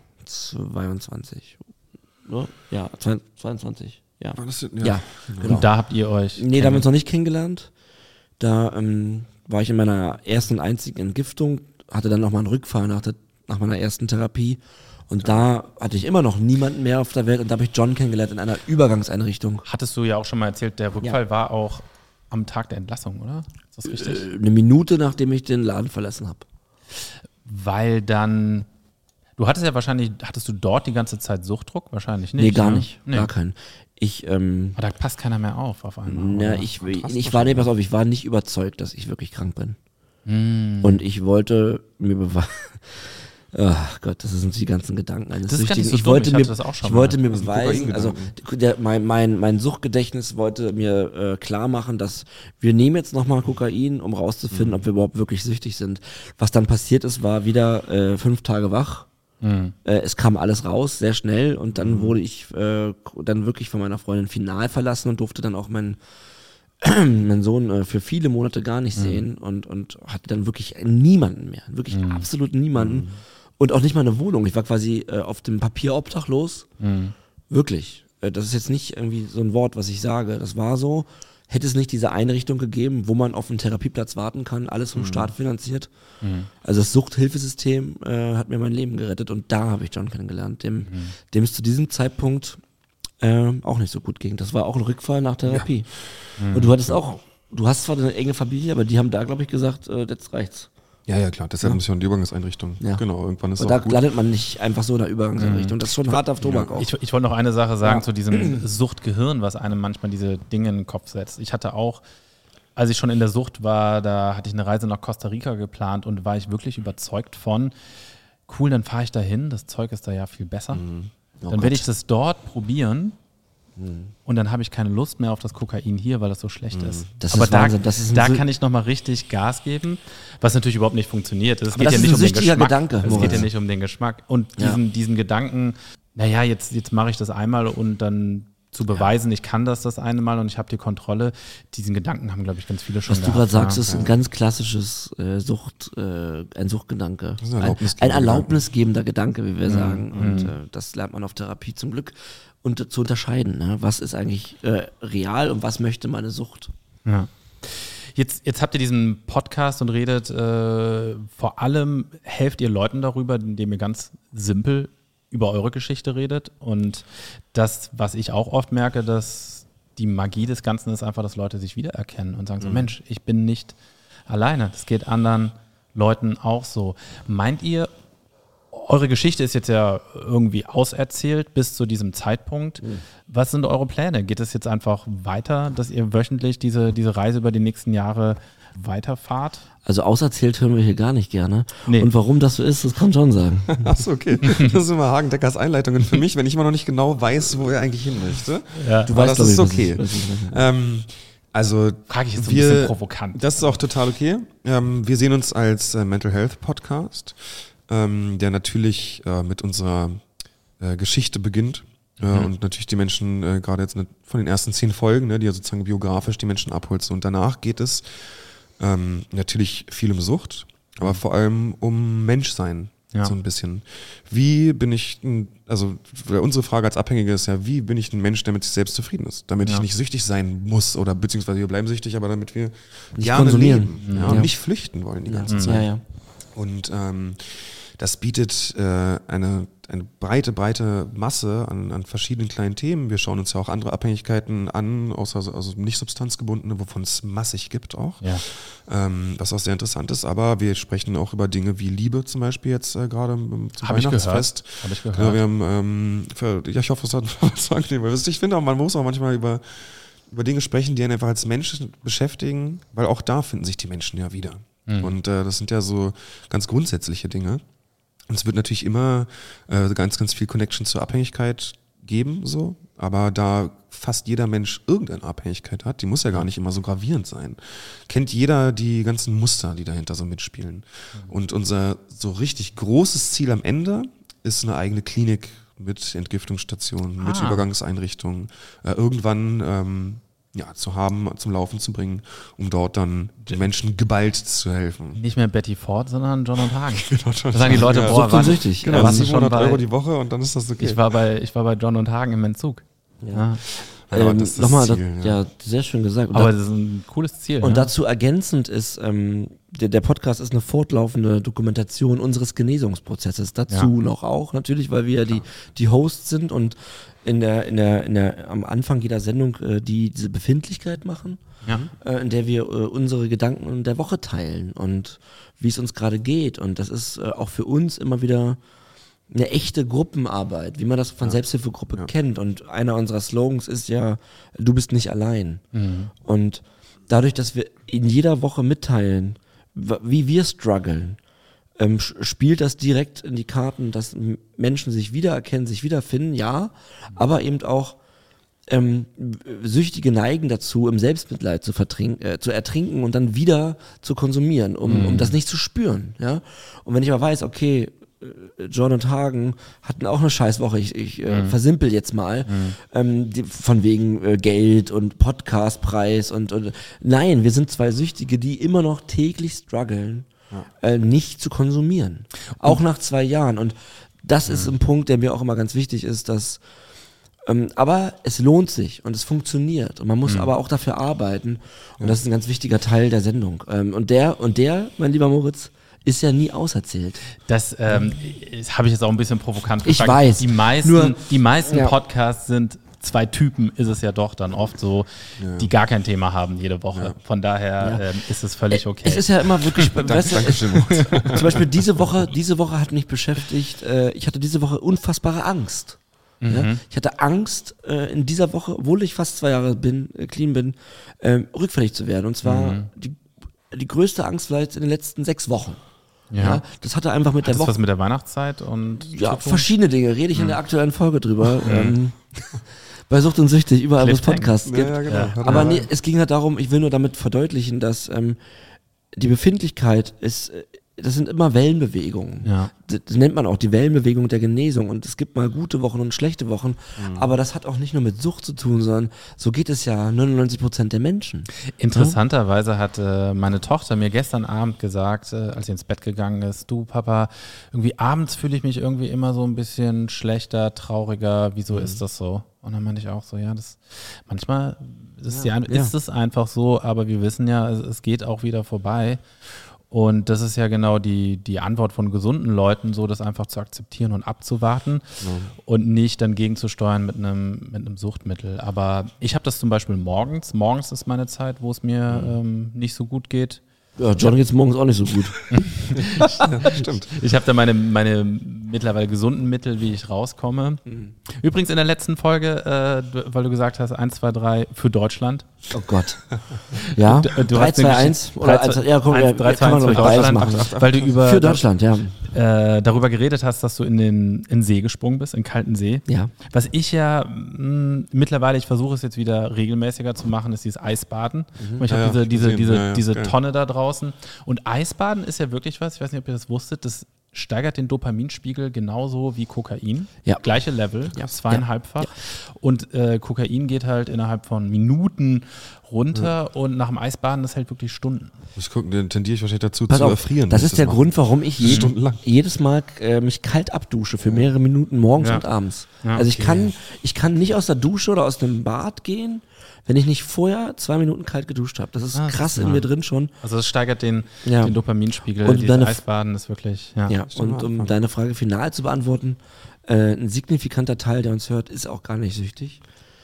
A: 22. Ja, 22. Ja.
B: War das,
A: Ja, genau.
C: Und da habt ihr euch...
A: Nee, da haben wir uns noch nicht kennengelernt. Da war ich in meiner ersten und einzigen Entgiftung, hatte dann nochmal einen Rückfall nach meiner ersten Therapie. Und da hatte ich immer noch niemanden mehr auf der Welt und da habe ich John kennengelernt in einer Übergangseinrichtung.
C: Hattest du ja auch schon mal erzählt, der Rückfall war auch am Tag der Entlassung, oder? Ist das richtig?
A: Eine Minute, nachdem ich den Laden verlassen habe.
C: Weil dann, hattest du dort die ganze Zeit Suchtdruck? Wahrscheinlich nicht.
A: Nee, gar
C: ne?
A: nicht. Gar keinen.
C: Aber da passt keiner mehr auf einmal.
A: Ich war nicht überzeugt, dass ich wirklich krank bin. Und ich wollte mir beweisen. Ach Gott, das sind die ganzen Gedanken eines
C: Das ist gar nicht
A: Süchtigen.
C: so dumm, ich wollte mir
A: beweisen, also mein Suchtgedächtnis wollte mir klar machen, dass wir nehmen jetzt nochmal Kokain, um rauszufinden, ob wir überhaupt wirklich süchtig sind. Was dann passiert ist, war wieder 5 Tage wach. Es kam alles raus, sehr schnell und dann wurde ich dann wirklich von meiner Freundin final verlassen und durfte dann auch meinen Sohn für viele Monate gar nicht sehen und hatte dann wirklich niemanden mehr, wirklich absolut niemanden. Und auch nicht mal eine Wohnung. Ich war quasi auf dem Papier obdachlos. Wirklich. Das ist jetzt nicht irgendwie so ein Wort, was ich sage. Das war so. Hätte es nicht diese Einrichtung gegeben, wo man auf einen Therapieplatz warten kann, alles vom Staat finanziert. Also das Suchthilfesystem hat mir mein Leben gerettet und da habe ich John kennengelernt, dem es zu diesem Zeitpunkt auch nicht so gut ging. Das war auch ein Rückfall nach Therapie. Und du hast zwar eine enge Familie, aber die haben da, glaube ich, gesagt, jetzt reicht's.
B: Ja, klar, deshalb ist ja eine Übergangseinrichtung.
A: Ja.
B: Genau, irgendwann ist es
A: auch da gut. Landet man nicht einfach so in der Übergangseinrichtung. Das ist schon hart auf Tobak auch.
C: Ich wollte noch eine Sache sagen zu diesem Suchtgehirn, was einem manchmal diese Dinge in den Kopf setzt. Ich hatte auch, als ich schon in der Sucht war, da hatte ich eine Reise nach Costa Rica geplant und war ich wirklich überzeugt von, cool, dann fahre ich da hin, das Zeug ist da ja viel besser. Dann werde ich das dort probieren. Und dann habe ich keine Lust mehr auf das Kokain hier, weil das so schlecht ist. Aber da kann ich nochmal richtig Gas geben, was natürlich überhaupt nicht funktioniert. Es geht ja nicht um den Geschmack. Es geht ja nicht um den Geschmack. Und diesen Gedanken, naja, jetzt mache ich das einmal und dann zu beweisen, ich kann das eine Mal und ich habe die Kontrolle, diesen Gedanken haben, glaube ich, ganz viele schon
A: gehabt. Was du gerade sagst, ist ein ganz klassisches ein Suchtgedanke. Ein erlaubnisgebender Gedanke, wie wir sagen. Und das lernt man auf Therapie zum Glück. Und zu unterscheiden, ne? Was ist eigentlich real und was möchte meine Sucht.
C: Ja. Jetzt habt ihr diesen Podcast und redet, vor allem helft ihr Leuten darüber, indem ihr ganz simpel über eure Geschichte redet. Und das, was ich auch oft merke, dass die Magie des Ganzen ist einfach, dass Leute sich wiedererkennen und sagen so, Mensch, ich bin nicht alleine. Das geht anderen Leuten auch so. Meint ihr, eure Geschichte ist jetzt ja irgendwie auserzählt bis zu diesem Zeitpunkt. Was sind eure Pläne? Geht es jetzt einfach weiter, dass ihr wöchentlich diese Reise über die nächsten Jahre weiterfahrt?
A: Also auserzählt hören wir hier gar nicht gerne.
C: Nee.
A: Und warum das so ist, das kann man schon sagen.
B: Achso, okay. Das sind immer Hagendeckers Einleitungen für mich, wenn ich immer noch nicht genau weiß, wo er eigentlich hin möchte.
C: Ja.
A: Du
B: Aber
A: weißt,
B: das ist
A: glaub ich,
B: okay.
A: was ich
B: Also
C: Frage ich jetzt so ein bisschen provokant.
B: Das ist auch total okay. Wir sehen uns als Mental Health Podcast, der natürlich mit unserer Geschichte beginnt. Und natürlich die Menschen, gerade jetzt von den ersten 10 Folgen, die ja sozusagen biografisch die Menschen abholt. So. Und danach geht es natürlich viel um Sucht, aber vor allem um Menschsein.
C: Ja.
B: So ein bisschen. Wie bin ich, unsere Frage als Abhängige ist ja, wie bin ich ein Mensch, der mit sich selbst zufrieden ist? Damit ich nicht süchtig sein muss oder beziehungsweise wir bleiben süchtig, aber damit wir gerne
A: konsumieren.
B: leben und nicht flüchten wollen die ganze Zeit.
A: Ja.
B: Und das bietet eine breite Masse an verschiedenen kleinen Themen. Wir schauen uns ja auch andere Abhängigkeiten an, also nicht substanzgebundene, wovon es massig gibt auch.
C: Ja.
B: Was auch sehr interessant ist. Aber wir sprechen auch über Dinge wie Liebe zum Beispiel jetzt gerade zum
C: Hab ich
B: Weihnachtsfest.
C: Habe ich gehört.
B: Ja, wir haben, ich hoffe, es hat was angenehm. Ich finde auch, man muss auch manchmal über Dinge sprechen, die einen einfach als Mensch beschäftigen, weil auch da finden sich die Menschen ja wieder. Und das sind ja so ganz grundsätzliche Dinge. Und es wird natürlich immer ganz, ganz viel Connection zur Abhängigkeit geben, so. Aber da fast jeder Mensch irgendeine Abhängigkeit hat, die muss ja gar nicht immer so gravierend sein. Kennt jeder die ganzen Muster, die dahinter so mitspielen. Und unser so richtig großes Ziel am Ende ist eine eigene Klinik mit Entgiftungsstation, mit Übergangseinrichtungen, irgendwann zu haben, zum Laufen zu bringen, um dort dann den Menschen geballt zu helfen.
C: Nicht mehr Betty Ford, sondern John und Hagen.
B: Genau,
C: Da sagen die Leute, boah,
A: Sucht und süchtig.
B: Genau,
C: warst du
B: 700
C: schon bei,
B: Euro die Woche und dann ist das okay.
C: ich war bei John und Hagen im Entzug. Ja.
B: Aber das ist das
A: Nochmal,
B: Ziel,
A: ja, sehr schön gesagt. Und
C: Aber das ist ein cooles Ziel.
A: Und dazu ergänzend ist, der Podcast ist eine fortlaufende Dokumentation unseres Genesungsprozesses. Dazu noch auch natürlich, weil wir ja die Hosts sind und am Anfang jeder Sendung diese Befindlichkeit machen, in der wir unsere Gedanken der Woche teilen und wie es uns gerade geht. Und das ist auch für uns immer wieder eine echte Gruppenarbeit, wie man das von Selbsthilfegruppe kennt. Und einer unserer Slogans ist ja, du bist nicht allein. Und dadurch, dass wir in jeder Woche mitteilen, wie wir strugglen, spielt das direkt in die Karten, dass Menschen sich wiedererkennen, sich wiederfinden, ja, aber eben auch Süchtige neigen dazu, im Selbstmitleid zu ertrinken und dann wieder zu konsumieren, um das nicht zu spüren. Ja? Und wenn ich aber weiß, okay, John und Hagen hatten auch eine Scheißwoche, ich versimpel jetzt mal, von wegen Geld und Podcastpreis und nein, wir sind 2 Süchtige, die immer noch täglich strugglen, nicht zu konsumieren. Auch nach 2 Jahren. Und das ist ein Punkt, der mir auch immer ganz wichtig ist, dass aber es lohnt sich und es funktioniert und man muss aber auch dafür arbeiten und das ist ein ganz wichtiger Teil der Sendung. Und der, mein lieber Moritz, ist ja nie auserzählt.
C: Das habe ich jetzt auch ein bisschen provokant
A: Ich
C: gefragt.
A: weiß.
C: Die meisten
A: Ja.
C: Podcasts sind 2 Typen, ist es ja doch dann oft so, die gar kein Thema haben jede Woche.
B: Ja.
C: Von daher ist es völlig okay.
A: Es ist ja immer wirklich, weißt du,
B: Dankeschön.
A: zum Beispiel diese Woche hat mich beschäftigt, ich hatte diese Woche unfassbare Angst. Ja? Ich hatte Angst, in dieser Woche, obwohl ich fast 2 Jahre clean bin, rückfällig zu werden. Und zwar die größte Angst vielleicht in den letzten 6 Wochen. Ja, das hatte einfach mit
C: Hat
A: der
C: das
A: Woche.
C: was mit der Weihnachtszeit und
A: Ja, verschiedene Dinge. Rede ich in der aktuellen Folge drüber. Bei Sucht und Süchtig, überall wo es
C: Cliffhanger.
A: Podcasts gibt.
B: Ja, genau.
A: Aber nee, es ging halt darum, ich will nur damit verdeutlichen, dass die Befindlichkeit ist, das sind immer Wellenbewegungen.
C: Ja.
A: Das nennt man auch die Wellenbewegung der Genesung. Und es gibt mal gute Wochen und schlechte Wochen. Aber das hat auch nicht nur mit Sucht zu tun, sondern so geht es ja 99% der Menschen.
C: Interessanterweise hat meine Tochter mir gestern Abend gesagt, als sie ins Bett gegangen ist, du Papa, irgendwie abends fühle ich mich irgendwie immer so ein bisschen schlechter, trauriger, wieso ist das so? Und dann meinte ich auch so, ja, manchmal ist es einfach so, aber wir wissen ja, es geht auch wieder vorbei. Und das ist ja genau die Antwort von gesunden Leuten, so das einfach zu akzeptieren und abzuwarten und nicht dann gegenzusteuern mit einem Suchtmittel. Aber ich habe das zum Beispiel morgens. Morgens ist meine Zeit, wo es mir nicht so gut geht.
A: Ja, John geht's morgens auch nicht so gut.
B: Ja, stimmt.
C: Ich habe da meine mittlerweile gesunden Mittel, wie ich rauskomme. Übrigens in der letzten Folge, weil du gesagt hast, 1, 2, 3 für Deutschland.
A: Oh Gott. Ja,
C: Du
A: 3,
C: hast
A: 2,
C: eine
A: 1
C: Geschichte-
A: oder
C: 3,
A: 1, ja, komm,
C: 1, 3, 2,
A: kann man
C: 1 für
A: doch beides
C: Deutschland,
A: machen.
C: weil du über
A: Für Deutschland, ja.
C: darüber geredet hast, dass du in den See gesprungen bist, in kalten See.
A: Ja.
C: Was ich ja mittlerweile, ich versuche es jetzt wieder regelmäßiger zu machen, ist dieses Eisbaden. Ich habe
B: Ja,
C: diese
B: geil.
C: Tonne da draußen. Und Eisbaden ist ja wirklich was, ich weiß nicht, ob ihr das wusstet, das steigert den Dopaminspiegel genauso wie Kokain.
A: Ja.
C: Gleiche Level,
A: Ja.
C: 2,5-fach.
A: Ja.
C: Und Kokain geht halt innerhalb von Minuten runter und nach dem Eisbaden, das hält wirklich Stunden.
B: Muss ich gucken, dann tendiere ich wahrscheinlich dazu
A: Pass
B: zu
A: auf,
B: erfrieren.
A: das
B: wenn ich
A: ist der
B: mache.
A: Grund, warum ich
B: Stundenlang.
A: jedes Mal mich kalt abdusche für mehrere Minuten morgens
C: Ja.
A: und abends.
C: Ja,
A: also ich kann nicht aus der Dusche oder aus dem Bad gehen, wenn ich nicht vorher 2 Minuten kalt geduscht habe. Das ist
C: Ah,
A: krass
C: das ist
A: in mir drin schon.
C: Also das steigert den
A: Ja.
C: Dopaminspiegel.
A: Und
C: Dieses
A: deine-
C: Eisbaden ist wirklich,
A: Ja, und um deine Frage final zu beantworten, ein signifikanter Teil, der uns hört, ist auch gar nicht süchtig.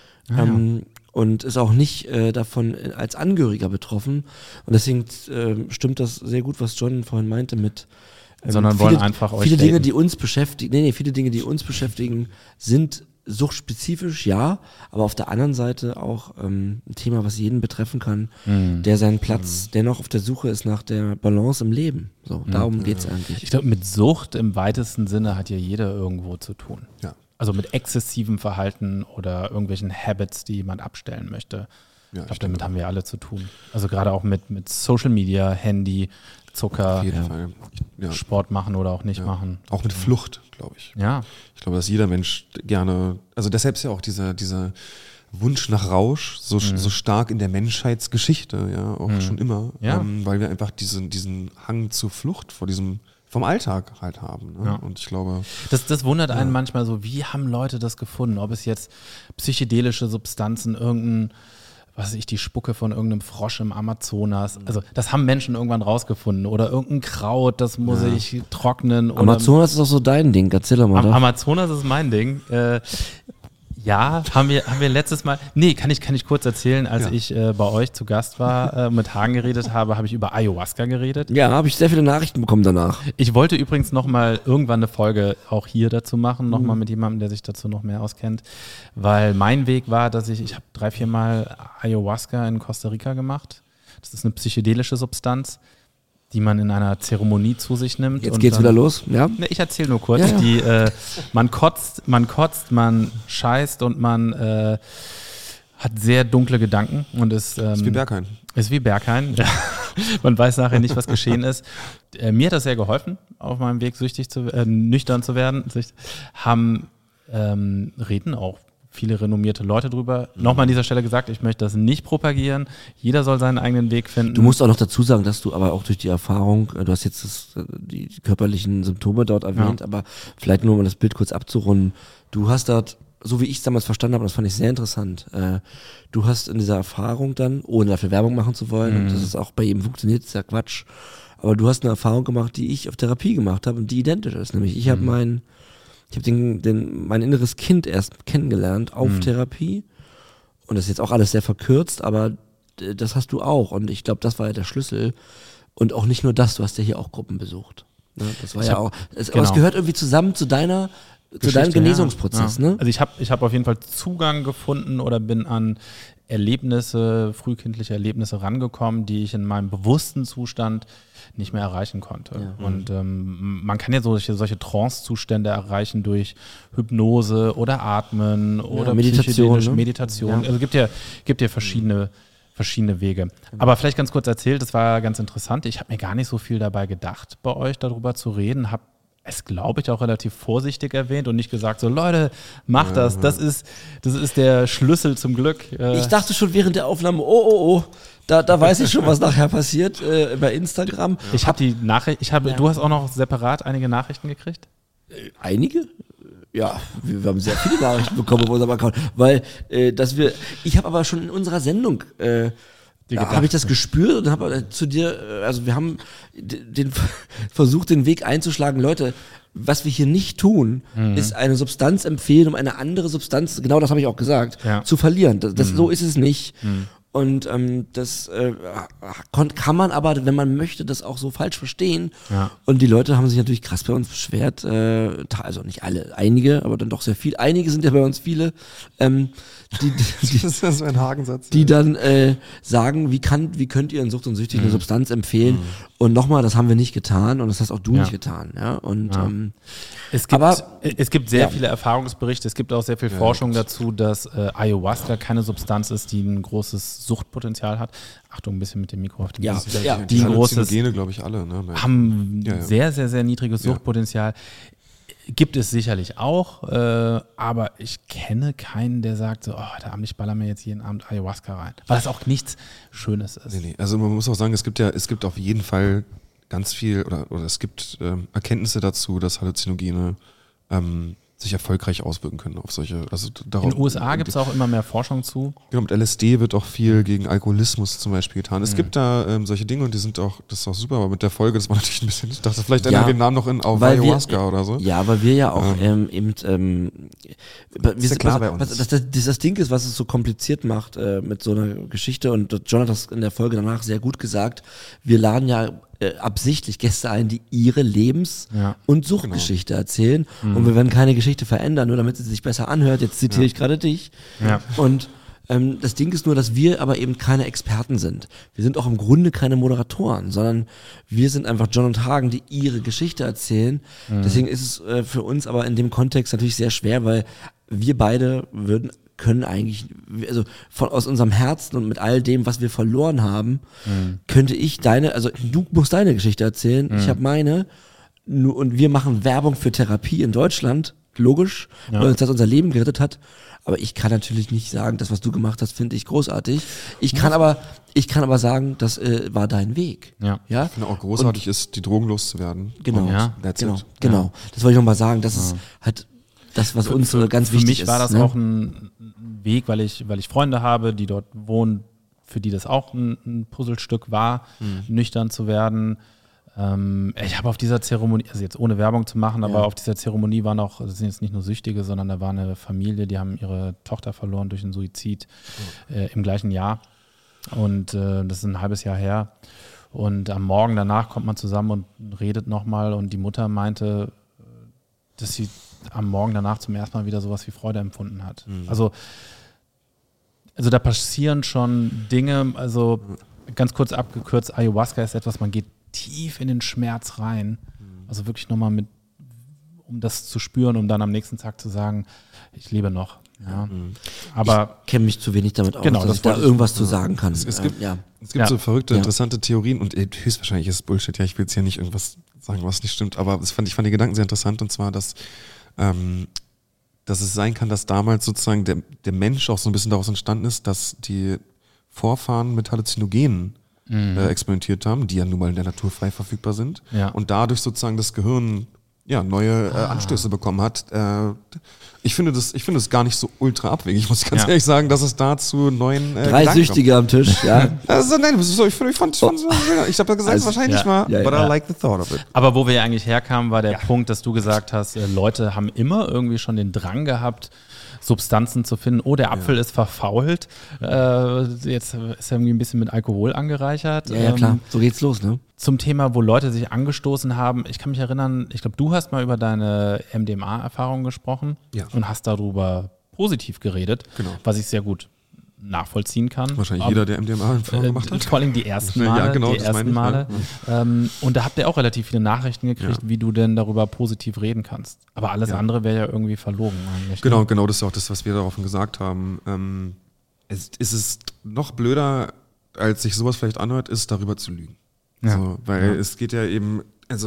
A: Und ist auch nicht davon als Angehöriger betroffen. Und deswegen stimmt das sehr gut, was John vorhin meinte mit
C: Sondern wollen einfach euch
A: viele Dinge,
C: daten.
A: die uns beschäftigen, viele Dinge, die uns beschäftigen, sind suchtspezifisch, ja, aber auf der anderen Seite auch ein Thema, was jeden betreffen kann, der seinen Platz, der noch auf der Suche ist nach der Balance im Leben. So, darum geht's eigentlich.
C: Ich glaube, mit Sucht im weitesten Sinne hat ja jeder irgendwo zu tun.
B: Ja.
C: Also mit exzessivem Verhalten oder irgendwelchen Habits, die jemand abstellen möchte.
B: Ja,
C: Ich glaube, damit haben wir alle zu tun. Also gerade auch mit Social Media, Handy, Zucker,
B: Auf jeden Fall. Ja.
C: Sport machen oder auch nicht machen.
B: Auch mit Flucht, glaube ich.
C: Ja.
B: Ich glaube, dass jeder Mensch gerne, also deshalb ist ja auch dieser Wunsch nach Rausch so stark in der Menschheitsgeschichte, ja, auch schon immer,
C: Ja.
B: weil wir einfach diesen Hang zur Flucht vom Alltag halt haben. Ne?
C: Ja.
B: Und ich glaube,
C: Das wundert einen manchmal so, wie haben Leute das gefunden? Ob es jetzt psychedelische Substanzen, die Spucke von irgendeinem Frosch im Amazonas. Also das haben Menschen irgendwann rausgefunden. Oder irgendein Kraut, das muss ich trocknen. Oder
A: Amazonas ist auch so dein Ding, erzähl doch mal. doch.
C: Amazonas ist mein Ding. Ja, haben wir letztes Mal, kann ich kurz erzählen, als ich bei euch zu Gast war, mit Hagen geredet habe ich über Ayahuasca geredet.
A: Ja, habe ich sehr viele Nachrichten bekommen danach.
C: Ich wollte übrigens nochmal irgendwann eine Folge auch hier dazu machen, nochmal mit jemandem, der sich dazu noch mehr auskennt, weil mein Weg war, dass ich habe 3-4 Mal Ayahuasca in Costa Rica gemacht. Das ist eine psychedelische Substanz, die man in einer Zeremonie zu sich nimmt.
A: Jetzt
C: und
A: geht's
C: dann,
A: wieder los, ja?
C: Ne, ich erzähle nur kurz.
A: Ja.
C: Man kotzt, man scheißt und man hat sehr dunkle Gedanken und ist
B: ist wie Berghain.
C: ist wie Berghain. Man weiß nachher nicht, was geschehen ist. Mir hat das sehr geholfen, auf meinem Weg nüchtern zu werden. Reden auch viele renommierte Leute drüber. Nochmal an dieser Stelle gesagt, ich möchte das nicht propagieren. Jeder soll seinen eigenen Weg finden.
A: Du musst auch noch dazu sagen, dass du aber auch durch die Erfahrung, du hast jetzt die körperlichen Symptome dort erwähnt, aber vielleicht nur um das Bild kurz abzurunden. Du hast dort, so wie ich es damals verstanden habe, und das fand ich sehr interessant, du hast in dieser Erfahrung dann, ohne dafür Werbung machen zu wollen, und das ist auch bei jedem funktioniert, ist ja Quatsch, aber du hast eine Erfahrung gemacht, die ich auf Therapie gemacht habe und die identisch ist. Nämlich ich habe mein inneres Kind erst kennengelernt auf Therapie. Und das ist jetzt auch alles sehr verkürzt, aber das hast du auch. Und ich glaube, das war ja der Schlüssel. Und auch nicht nur das, du hast ja hier auch Gruppen besucht. Ne? Das war aber es gehört irgendwie zusammen zu deinem Genesungsprozess.
C: Ja.
A: Ne?
C: Also ich hab auf jeden Fall Zugang gefunden oder bin an frühkindliche Erlebnisse rangekommen, die ich in meinem bewussten Zustand nicht mehr erreichen konnte. Ja. Und man kann ja solche Trance-Zustände erreichen durch Hypnose oder Atmen oder
A: Meditation. Ne?
C: Meditation. Also gibt ja verschiedene Wege. Aber vielleicht ganz kurz erzählt, das war ganz interessant. Ich habe mir gar nicht so viel dabei gedacht, bei euch darüber zu reden, habe es, glaube ich, auch relativ vorsichtig erwähnt und nicht gesagt, so Leute, macht das, das ist der Schlüssel zum Glück.
A: Ich dachte schon während der Aufnahme, da weiß ich schon, was nachher passiert bei Instagram.
C: Ich habe die Nachricht, du hast auch noch separat einige Nachrichten gekriegt?
A: Einige? Ja, wir haben sehr viele Nachrichten bekommen auf unserem Account, weil ich habe aber schon in unserer Sendung
C: gedacht.
A: habe ich das gespürt und habe zu dir, also wir haben versucht, den Weg einzuschlagen, Leute, was wir hier nicht tun, ist eine Substanz empfehlen, um eine andere Substanz, genau das habe ich auch gesagt, zu verlieren. So ist es nicht. Und das kann man aber, wenn man möchte, das auch so falsch verstehen.
C: Ja.
A: Und die Leute haben sich natürlich krass bei uns beschwert, also nicht alle, einige, aber dann doch sehr viel. Einige sind ja bei uns viele,
B: Das ist ja so ein Hagensatz.
A: die dann sagen, wie könnt ihr in Sucht und Süchtig eine Substanz empfehlen? Und nochmal, das haben wir nicht getan und das hast auch du nicht getan. Ja? Und
C: Es gibt sehr viele Erfahrungsberichte, es gibt auch sehr viel Forschung dazu, dass Ayahuasca keine Substanz ist, die ein großes Suchtpotenzial hat. Achtung, ein bisschen mit dem Mikro auf dem
A: Ja,
C: Gesicht.
A: ja.
C: Die großes,
B: glaube ich, alle. Ne?
C: haben sehr, sehr, sehr niedriges Suchtpotenzial. Gibt es sicherlich auch, aber ich kenne keinen, der sagt so, der Abend, ich baller mir jetzt jeden Abend Ayahuasca rein. Weil das auch nichts Schönes ist.
B: Nee. Also man muss auch sagen, es gibt auf jeden Fall ganz viel, oder es gibt Erkenntnisse dazu, dass Halluzinogene sich erfolgreich auswirken können auf solche, also darauf.
C: In den USA gibt es auch immer mehr Forschung zu.
B: Genau, mit LSD wird auch viel gegen Alkoholismus zum Beispiel getan. Es gibt da solche Dinge und das ist auch super, aber mit der Folge, das war natürlich ein bisschen, ich dachte, vielleicht ändern wir den Namen noch auf Ayahuasca oder so.
A: Ja, weil wir ja auch das Ding ist, was es so kompliziert macht mit so einer Geschichte, und John hat das in der Folge danach sehr gut gesagt, wir laden ja absichtlich Gäste ein, die ihre Lebens- und Suchtgeschichte erzählen, und wir werden keine Geschichte verändern, nur damit sie sich besser anhört. Jetzt zitiere ich gerade dich.
C: Ja.
A: Und das Ding ist nur, dass wir aber eben keine Experten sind. Wir sind auch im Grunde keine Moderatoren, sondern wir sind einfach John und Hagen, die ihre Geschichte erzählen. Deswegen ist es für uns aber in dem Kontext natürlich sehr schwer, weil wir beide können eigentlich, also aus unserem Herzen und mit all dem, was wir verloren haben, könnte ich du musst deine Geschichte erzählen, ich habe meine, und wir machen Werbung für Therapie in Deutschland, logisch, weil uns das unser Leben gerettet hat, aber ich kann natürlich nicht sagen, das, was du gemacht hast, finde ich großartig. Ich kann aber sagen, das war dein Weg.
C: Ja.
A: Ja?
B: Ich finde auch großartig ist, die Drogen loszuwerden.
A: Genau,
B: That's
A: genau,
B: it.
A: genau. Das wollte ich nochmal sagen, das ist halt das, was uns ganz wichtig ist.
C: Für mich war das
A: ne?
C: auch ein Weg, weil ich Freunde habe, die dort wohnen, für die das auch ein Puzzlestück war, nüchtern zu werden. Ich habe auf dieser Zeremonie, also jetzt ohne Werbung zu machen, aber auf dieser Zeremonie waren auch, das sind jetzt nicht nur Süchtige, sondern da war eine Familie, die haben ihre Tochter verloren durch einen Suizid im gleichen Jahr. Und das ist ein halbes Jahr her. Und am Morgen danach kommt man zusammen und redet nochmal, und die Mutter meinte, dass sie am Morgen danach zum ersten Mal wieder sowas wie Freude empfunden hat. Also da passieren schon Dinge, also ganz kurz abgekürzt, Ayahuasca ist etwas, man geht tief in den Schmerz rein, also wirklich nochmal um das zu spüren, um dann am nächsten Tag zu sagen, ich lebe noch. Ja. Aber
A: ich kenne mich zu wenig damit aus,
C: Genau,
A: dass ich da irgendwas zu sagen kann.
B: Es gibt so verrückte, interessante Theorien, und höchstwahrscheinlich ist es Bullshit, ich will jetzt hier nicht irgendwas sagen, was nicht stimmt, aber ich fand die Gedanken sehr interessant, und zwar, dass es sein kann, dass damals sozusagen der Mensch auch so ein bisschen daraus entstanden ist, dass die Vorfahren mit Halluzinogenen experimentiert haben, die ja nun mal in der Natur frei verfügbar sind, und dadurch sozusagen das Gehirn neue Anstöße bekommen hat. Ich finde das gar nicht so ultra abwegig. Ich muss ganz ehrlich sagen, dass es dazu neuen
A: Drei Süchtige am Tisch, ja.
B: Ich fand so, ich habe ja gesagt, wahrscheinlich mal, but I like the thought of it.
C: Aber wo wir ja eigentlich herkamen, war der Punkt, dass du gesagt hast, Leute haben immer irgendwie schon den Drang gehabt, Substanzen zu finden. Oh, der Apfel ist verfault. Jetzt ist er irgendwie ein bisschen mit Alkohol angereichert.
A: Ja, klar. So geht's los, ne?
C: Zum Thema, wo Leute sich angestoßen haben. Ich kann mich erinnern, ich glaube, du hast mal über deine MDMA-Erfahrung gesprochen und hast darüber positiv geredet, was ich sehr gut nachvollziehen kann.
B: Wahrscheinlich jeder, der MDMA-Erfahrung gemacht hat.
C: Vor allem die ersten Male.
B: Ja, genau,
C: die ersten Male. Und da habt ihr auch relativ viele Nachrichten gekriegt, wie du denn darüber positiv reden kannst. Aber alles andere wäre ja irgendwie verlogen eigentlich.
B: Genau, das ist auch das, was wir darauf gesagt haben. Es ist noch blöder, als sich sowas vielleicht anhört, ist, darüber zu lügen.
C: Ja.
B: So, weil es geht ja eben, also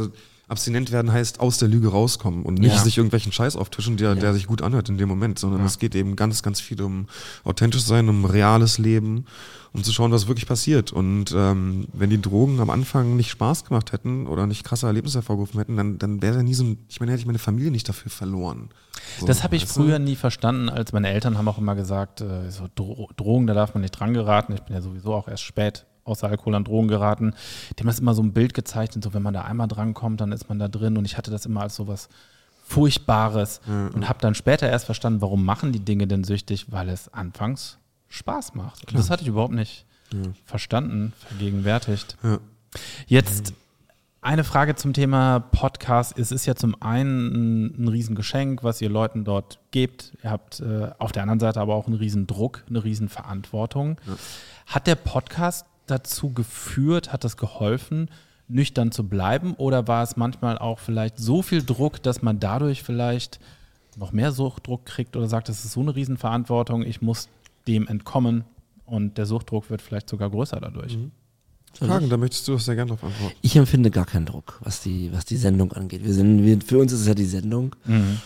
B: abstinent werden heißt aus der Lüge rauskommen und nicht sich irgendwelchen Scheiß auftischen, der sich gut anhört in dem Moment, sondern es geht eben ganz, ganz viel um authentisch sein, um reales Leben, um zu schauen, was wirklich passiert. Und wenn die Drogen am Anfang nicht Spaß gemacht hätten oder nicht krasse Erlebnisse hervorgerufen hätten, dann wäre ja nie so hätte ich meine Familie nicht dafür verloren. So,
C: das habe ich früher nie verstanden, als meine Eltern haben auch immer gesagt, so Drogen, da darf man nicht dran geraten. Ich bin ja sowieso auch erst spät außer Alkohol an Drogen geraten. Die haben das immer so ein Bild gezeichnet, so wenn man da einmal drankommt, dann ist man da drin. Und ich hatte das immer als so was Furchtbares und habe dann später erst verstanden, warum machen die Dinge denn süchtig, weil es anfangs Spaß macht. Und das hatte ich überhaupt nicht verstanden, vergegenwärtigt. Ja. Jetzt eine Frage zum Thema Podcast. Es ist ja zum einen ein Riesengeschenk, was ihr Leuten dort gebt. Ihr habt auf der anderen Seite aber auch einen Riesendruck, eine Riesenverantwortung. Ja. Hat der Podcast dazu geführt, hat das geholfen, nüchtern zu bleiben? Oder war es manchmal auch vielleicht so viel Druck, dass man dadurch vielleicht noch mehr Suchtdruck kriegt oder sagt, das ist so eine Riesenverantwortung, ich muss dem entkommen und der Suchtdruck wird vielleicht sogar größer dadurch?
B: Fragen, da möchtest du doch sehr gerne drauf antworten.
A: Ich empfinde gar keinen Druck, was die Sendung angeht. Für uns ist es ja die Sendung.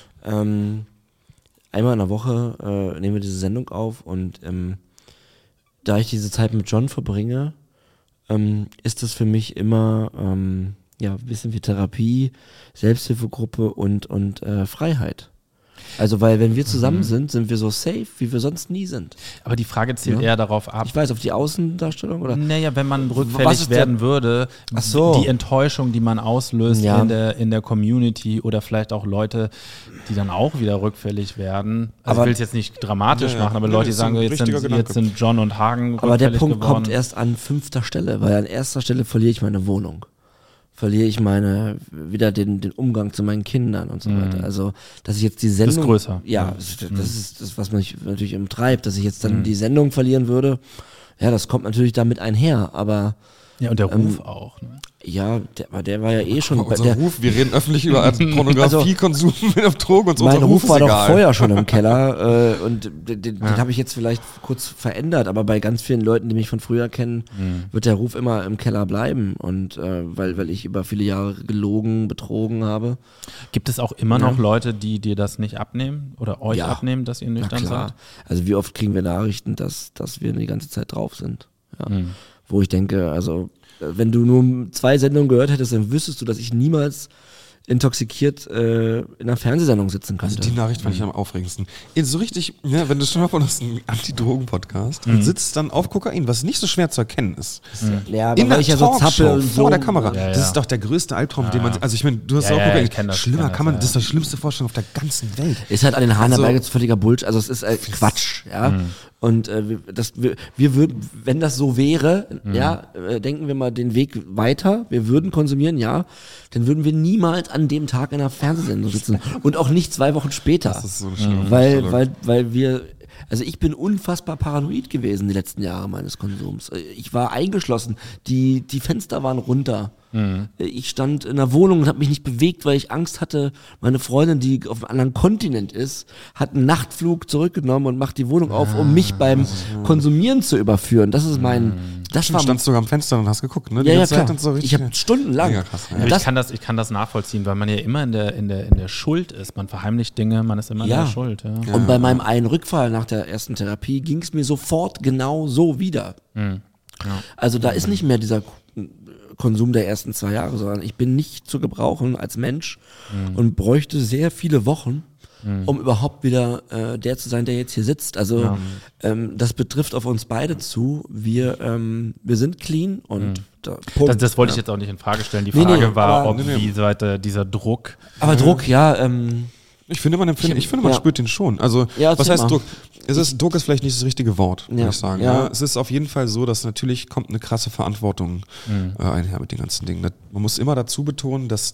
A: Einmal in der Woche nehmen wir diese Sendung auf und da ich diese Zeit mit John verbringe, ist das für mich immer ein bisschen wie Therapie, Selbsthilfegruppe und Freiheit. Also weil wenn wir zusammen sind wir so safe, wie wir sonst nie sind.
C: Aber die Frage zielt eher darauf ab.
A: Ich weiß, auf die Außendarstellung oder?
C: Naja, wenn man rückfällig werden würde, die Enttäuschung, die man auslöst in der Community oder vielleicht auch Leute, die dann auch wieder rückfällig werden. Also ich will es jetzt nicht dramatisch machen, aber Leute, die sagen, jetzt sind John und Hagen rückfällig geworden.
A: Aber der Punkt kommt erst an 5. Stelle, weil an 1. Stelle verliere ich meine Wohnung. Verliere ich wieder den Umgang zu meinen Kindern und so weiter. Also, dass ich jetzt die Sendung...
C: Das ist größer.
A: Ja, das ist das, was mich natürlich umtreibt, dass ich jetzt dann die Sendung verlieren würde. Ja, das kommt natürlich damit einher, aber...
C: Ja, und der Ruf auch, ne?
A: Ja, der war ja eh schon...
B: Unser Ruf, wir reden öffentlich über Pornografiekonsum auf Drogen und so.
A: Mein Ruf war doch vorher schon im Keller und den habe ich jetzt vielleicht kurz verändert, aber bei ganz vielen Leuten, die mich von früher kennen, wird der Ruf immer im Keller bleiben und weil ich über viele Jahre gelogen, betrogen habe.
C: Gibt es auch immer noch Leute, die dir das nicht abnehmen oder euch abnehmen, dass ihr nüchtern seid?
A: Also wie oft kriegen wir Nachrichten, dass wir die ganze Zeit drauf sind. Ja. Wo ich denke, also wenn du nur 2 Sendungen gehört hättest, dann wüsstest du, dass ich niemals intoxikiert in einer Fernsehsendung sitzen könnte.
B: Also die Nachricht fand ich am aufregendsten. So richtig, wenn du schon mal von einem Anti-Drogen-Podcast und sitzt dann auf Kokain, was nicht so schwer zu erkennen ist.
A: Ja, aber weil ich ja so zappel und so
B: vor der Kamera. Ja. Das ist doch der größte Albtraum, den man, also ich meine, du hast auch Kokain. Das ist die schlimmste Vorstellung auf der ganzen Welt.
A: Ist halt an den Haaren herbei jetzt völliger Bullshit, also es ist Quatsch, ja. Und wir würden, wenn das so wäre, denken wir mal den Weg weiter, wir würden konsumieren, dann würden wir niemals an dem Tag in einer Fernsehsendung sitzen und auch nicht 2 Wochen später. Das ist so schlimm. Weil wir, also ich bin unfassbar paranoid gewesen die letzten Jahre meines Konsums. Ich war eingeschlossen, die Fenster waren runter. Ich stand in der Wohnung und habe mich nicht bewegt, weil ich Angst hatte, meine Freundin, die auf einem anderen Kontinent ist, hat einen Nachtflug zurückgenommen und macht die Wohnung auf, um mich beim Konsumieren zu überführen. Das ist
B: Du standst sogar am Fenster und hast geguckt, ne?
A: Ja, klar. So ich habe stundenlang.
B: Ja, krass,
C: ich kann das nachvollziehen, weil man ja immer in der Schuld ist. Man verheimlicht Dinge, man ist immer in der Schuld. Ja.
A: Und bei meinem einen Rückfall nach der ersten Therapie ging es mir sofort genau so wieder. Also da ist nicht mehr dieser Konsum der ersten 2 Jahre, sondern ich bin nicht zu gebrauchen als Mensch und bräuchte sehr viele Wochen, um überhaupt wieder der zu sein, der jetzt hier sitzt. Also das betrifft auf uns beide zu. Wir sind clean und
C: das wollte ich jetzt auch nicht in Frage stellen. Die Frage war, ob dieser Druck...
A: Aber Druck,
B: ich finde, man spürt den schon. Also, was heißt Druck? Druck ist vielleicht nicht das richtige Wort, würde ich sagen. Ja. Es ist auf jeden Fall so, dass natürlich kommt eine krasse Verantwortung einher mit den ganzen Dingen. Man muss immer dazu betonen, dass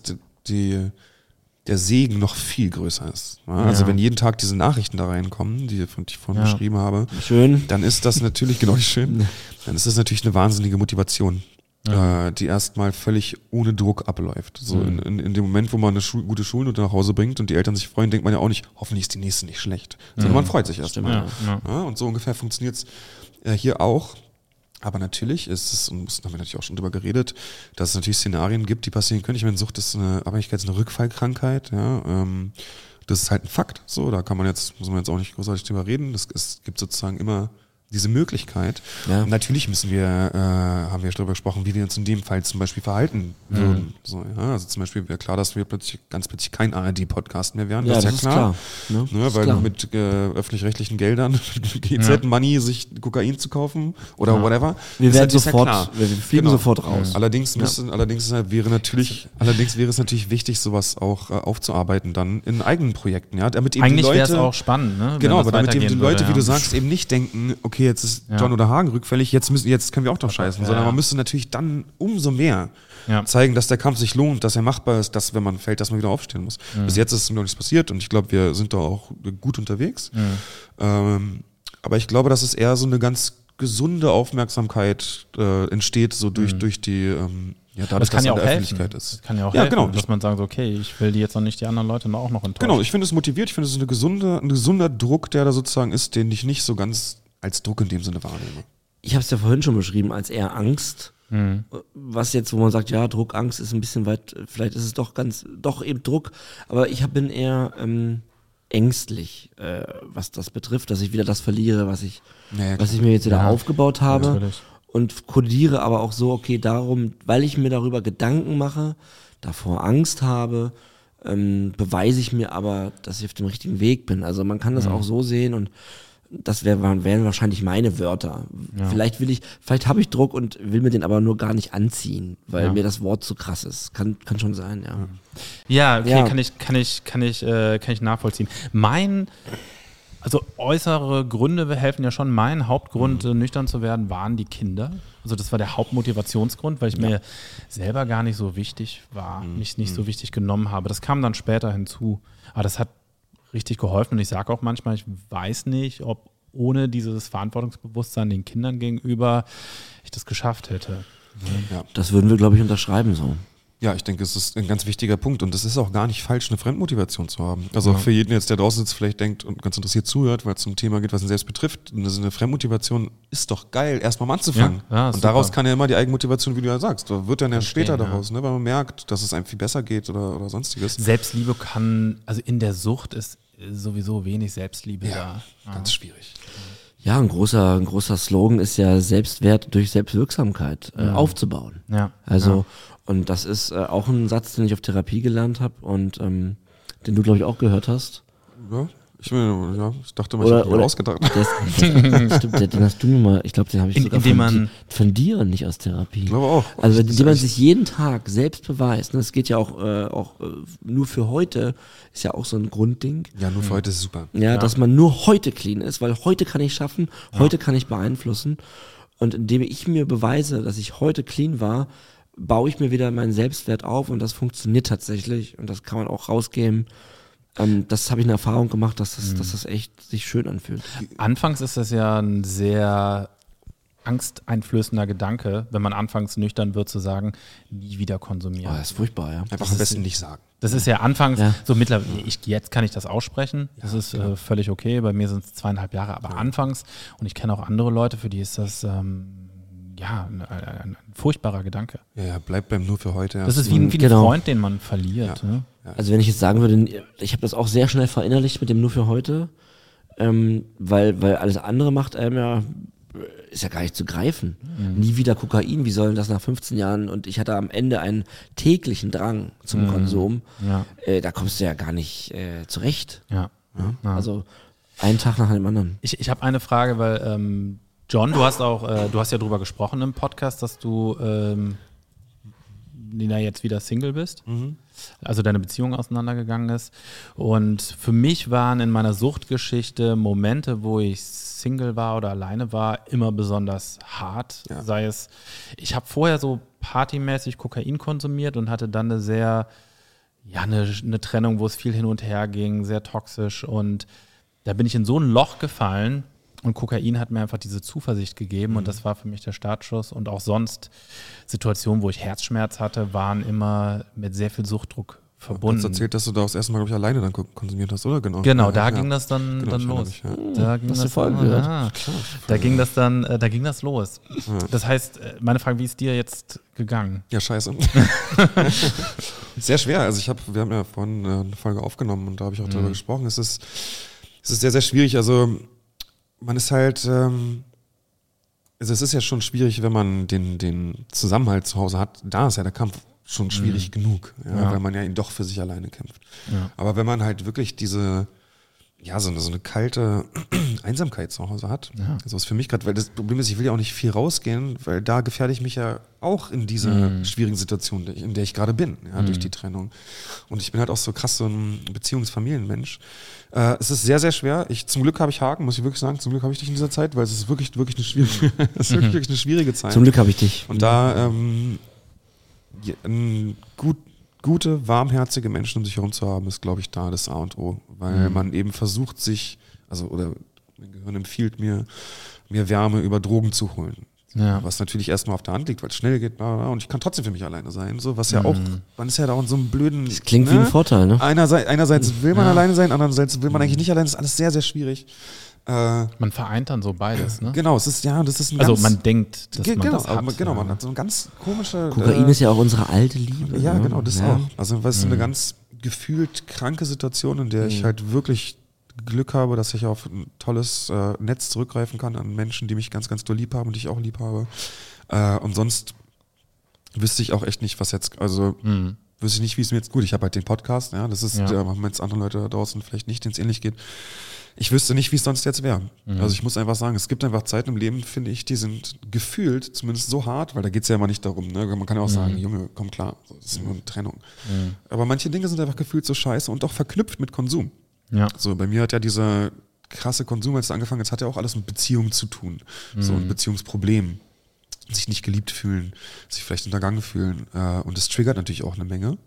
B: der Segen noch viel größer ist. Ja? Also wenn jeden Tag diese Nachrichten da reinkommen, die ich vorhin beschrieben habe, dann ist das natürlich, dann ist das natürlich eine wahnsinnige Motivation. Die erstmal völlig ohne Druck abläuft. So in dem Moment, wo man eine gute Schulnote nach Hause bringt und die Eltern sich freuen, denkt man ja auch nicht, hoffentlich ist die nächste nicht schlecht. Sondern man freut sich erstmal. Ja, und so ungefähr funktioniert es hier auch. Aber natürlich ist es, und da haben wir natürlich auch schon drüber geredet, dass es natürlich Szenarien gibt, die passieren können. Ich meine, Sucht ist eine Abhängigkeit, ist eine Rückfallkrankheit, ja. Das ist halt ein Fakt. So, da muss man jetzt auch nicht großartig drüber reden. Es gibt sozusagen immer diese Möglichkeit.
A: Ja.
B: Und natürlich haben wir darüber gesprochen, wie wir uns in dem Fall zum Beispiel verhalten würden. So, ja, also zum Beispiel wäre klar, dass wir ganz plötzlich kein ARD-Podcast mehr wären.
A: Ja,
B: das ist ja klar.
A: Ne?
B: Ne, weil
A: klar.
B: mit öffentlich-rechtlichen Geldern, GZ-Money, sich Kokain zu kaufen oder whatever.
A: Wir
B: ist
A: werden
B: natürlich
A: sofort,
B: klar.
A: wir fliegen sofort raus.
B: Allerdings wäre es natürlich wichtig, sowas auch aufzuarbeiten dann in eigenen Projekten, ja, damit eben
C: Eigentlich
B: die
C: wäre es
B: Leute
C: auch spannend, ne?
B: Genau,
C: wenn
B: aber
C: das
B: damit eben die
C: weitergehen
B: Leute,
C: würde,
B: wie du sagst, eben nicht denken, okay, jetzt ist John oder Hagen rückfällig, jetzt können wir auch doch scheißen, sondern man müsste natürlich dann umso mehr zeigen, dass der Kampf sich lohnt, dass er machbar ist, dass, wenn man fällt, dass man wieder aufstehen muss. Bis jetzt ist noch nichts passiert und ich glaube, wir sind da auch gut unterwegs. Aber ich glaube, dass es eher so eine ganz gesunde Aufmerksamkeit entsteht, so durch die dadurch,
C: kann
B: dass
C: ja
B: es in
C: auch
B: der
C: helfen.
B: Öffentlichkeit ist.
C: Das kann ja auch
B: Ja,
C: helfen,
B: genau.
C: dass man sagt, okay, ich will die jetzt noch nicht die anderen Leute auch noch enttäuschen.
B: Genau, ich finde es motiviert, ich finde es ein gesunder Druck, der da sozusagen ist, den ich nicht so ganz als Druck in dem Sinne wahrnehme.
A: Ich habe es ja vorhin schon beschrieben als eher Angst. Was jetzt, wo man sagt, ja, Druck, Angst ist ein bisschen weit, vielleicht ist es doch eben Druck, aber ich bin eher ängstlich, was das betrifft, dass ich wieder das verliere, was ich mir jetzt wieder aufgebaut habe.
C: Natürlich.
A: Und kodiere aber auch so, okay, darum, weil ich mir darüber Gedanken mache, davor Angst habe, beweise ich mir aber, dass ich auf dem richtigen Weg bin. Also man kann das auch so sehen und das wären wahrscheinlich meine Wörter.
C: Ja.
A: Vielleicht habe ich Druck und will mir den aber nur gar nicht anziehen, weil mir das Wort zu krass ist. Kann schon sein, ja.
C: Ja, okay,
A: Ja.
C: kann ich nachvollziehen. Also äußere Gründe helfen ja schon. Mein Hauptgrund, nüchtern zu werden, waren die Kinder. Also das war der Hauptmotivationsgrund, weil ich mir selber gar nicht so wichtig war, mich nicht so wichtig genommen habe. Das kam dann später hinzu. Aber das hat richtig geholfen und ich sage auch manchmal, ich weiß nicht, ob ohne dieses Verantwortungsbewusstsein den Kindern gegenüber ich das geschafft hätte.
B: Ja.
A: Das würden wir, glaube ich, unterschreiben so.
B: Ja, ich denke, es ist ein ganz wichtiger Punkt und es ist auch gar nicht falsch, eine Fremdmotivation zu haben. Also für jeden jetzt, der draußen sitzt, vielleicht denkt und ganz interessiert zuhört, weil es zum Thema geht, was ihn selbst betrifft, eine Fremdmotivation ist doch geil, erstmal mal anzufangen.
C: Ja,
B: und
C: super.
B: daraus kann ja immer die Eigenmotivation, wie du ja sagst, da wird dann ja später
C: Entstehen,
B: daraus, ne, weil man merkt, dass es einem viel besser geht oder sonstiges.
C: Selbstliebe also in der Sucht ist sowieso wenig Selbstliebe da.
B: Ganz schwierig.
A: Ja, ein großer Slogan ist ja Selbstwert durch Selbstwirksamkeit aufzubauen.
C: Ja.
A: Also, und das ist auch ein Satz, den ich auf Therapie gelernt habe und den du, glaube ich, auch gehört hast.
B: Ja, ich dachte mal, ich habe mir ausgedacht.
A: Stimmt, den hast du mir mal, ich glaube, den habe ich sogar von dir und nicht aus Therapie.
B: Ich glaube auch.
A: Also indem man sich jeden Tag selbst beweist, ne, das geht ja auch nur für heute, ist ja auch so ein Grundding.
B: Ja, nur für heute ist es super.
A: Ja, dass man nur heute clean ist, weil heute kann ich schaffen, heute kann ich beeinflussen. Und indem ich mir beweise, dass ich heute clean war, baue ich mir wieder meinen Selbstwert auf und das funktioniert tatsächlich und das kann man auch rausgeben. Das habe ich eine Erfahrung gemacht, dass das echt sich schön anfühlt.
C: Anfangs ist das ja ein sehr angsteinflößender Gedanke, wenn man anfangs nüchtern wird, zu sagen, nie wieder konsumieren.
A: Oh, das ist furchtbar, ja.
B: Einfach am besten nicht sagen.
C: Das ist ja anfangs so mittlerweile, jetzt kann ich das aussprechen, das ist völlig okay, bei mir sind es 2,5 Jahre, aber anfangs, und ich kenne auch andere Leute, für die ist das ein furchtbarer Gedanke.
B: Ja, bleibt beim nur für heute.
C: Das ist wie ein Freund, den man verliert.
B: Ja.
C: Ne?
A: Also wenn ich jetzt sagen würde, ich habe das auch sehr schnell verinnerlicht mit dem nur für heute, weil alles andere macht ist ja gar nicht zu greifen. Nie wieder Kokain, wie soll denn das nach 15 Jahren? Und ich hatte am Ende einen täglichen Drang zum Konsum. Ja. Da kommst du ja gar nicht zurecht.
C: Ja.
A: Also einen Tag nach dem anderen.
C: Ich habe eine Frage, weil John, du hast ja drüber gesprochen im Podcast, dass du jetzt wieder Single bist, also deine Beziehung auseinandergegangen ist. Und für mich waren in meiner Suchtgeschichte Momente, wo ich Single war oder alleine war, immer besonders hart. Ja. Sei es, ich habe vorher so partymäßig Kokain konsumiert und hatte dann eine Trennung, wo es viel hin und her ging, sehr toxisch. Und da bin ich in so ein Loch gefallen. Und Kokain hat mir einfach diese Zuversicht gegeben und das war für mich der Startschuss. Und auch sonst Situationen, wo ich Herzschmerz hatte, waren immer mit sehr viel Suchtdruck verbunden.
B: Du hast erzählt, dass du da das erste Mal, glaube ich, alleine dann konsumiert hast, oder?
C: Genau, da ging das dann los. Da ging das los. Das heißt, meine Frage, wie ist dir jetzt gegangen?
B: Ja, scheiße. Sehr schwer. Also wir haben ja vorhin eine Folge aufgenommen und da habe ich auch darüber gesprochen. Es ist sehr, sehr schwierig. Also man ist halt, also es ist ja schon schwierig, wenn man den Zusammenhalt zu Hause hat. Da ist ja der Kampf schon schwierig genug, weil man ja ihn doch für sich alleine kämpft. Ja. Aber wenn man halt wirklich so eine kalte Einsamkeit zu Hause hat, also ist für mich gerade, weil das Problem ist, ich will ja auch nicht viel rausgehen, weil da gefährde ich mich ja auch in dieser schwierigen Situation, in der ich gerade bin, durch die Trennung. Und ich bin halt auch so krass so ein Beziehungsfamilienmensch. Es ist sehr, sehr schwer. Zum Glück habe ich Haken, muss ich wirklich sagen. Zum Glück habe ich dich in dieser Zeit, weil es ist wirklich eine schwierige Zeit.
A: Zum Glück habe ich dich.
B: Und da gute, warmherzige Menschen um sich herum zu haben, ist, glaube ich, da das A und O. Weil man eben versucht oder mein Gehirn empfiehlt mir Wärme über Drogen zu holen. Ja. Was natürlich erstmal auf der Hand liegt, weil es schnell geht, und ich kann trotzdem für mich alleine sein. So, was ja auch, man ist ja da auch in so einem blöden.
A: Das klingt wie ein Vorteil, ne?
B: Einerseits will man alleine sein, andererseits will man eigentlich nicht alleine. Das ist alles sehr, sehr schwierig.
C: Man vereint dann so beides, ne?
B: Genau, das ist ein
C: also man denkt, dass man das hat.
B: Genau, man hat so eine ganz komische...
A: Kokain ist ja auch unsere alte Liebe.
B: Ja, genau, das auch. Also weil es so eine ganz gefühlt kranke Situation, in der ich halt wirklich Glück habe, dass ich auf ein tolles Netz zurückgreifen kann an Menschen, die mich ganz, ganz doll lieb haben und die ich auch lieb habe. Und sonst wüsste ich auch echt nicht, was jetzt, wüsste ich nicht, wie es mir jetzt gut. Ich habe halt den Podcast, das ist, da haben jetzt andere Leute da draußen vielleicht nicht, denen es ähnlich geht. Ich wüsste nicht, wie es sonst jetzt wäre. Also ich muss einfach sagen, es gibt einfach Zeiten im Leben, finde ich, die sind gefühlt zumindest so hart, weil da geht es ja immer nicht darum, ne? Man kann ja auch sagen, Junge, komm klar, das ist nur eine Trennung. Aber manche Dinge sind einfach gefühlt so scheiße und auch verknüpft mit Konsum. Ja. So, bei mir hat ja dieser krasse Konsum, als es angefangen hat, hat ja auch alles mit Beziehungen zu tun. So ein Beziehungsproblem. Sich nicht geliebt fühlen, sich vielleicht hintergangen fühlen. Und das triggert natürlich auch eine Menge.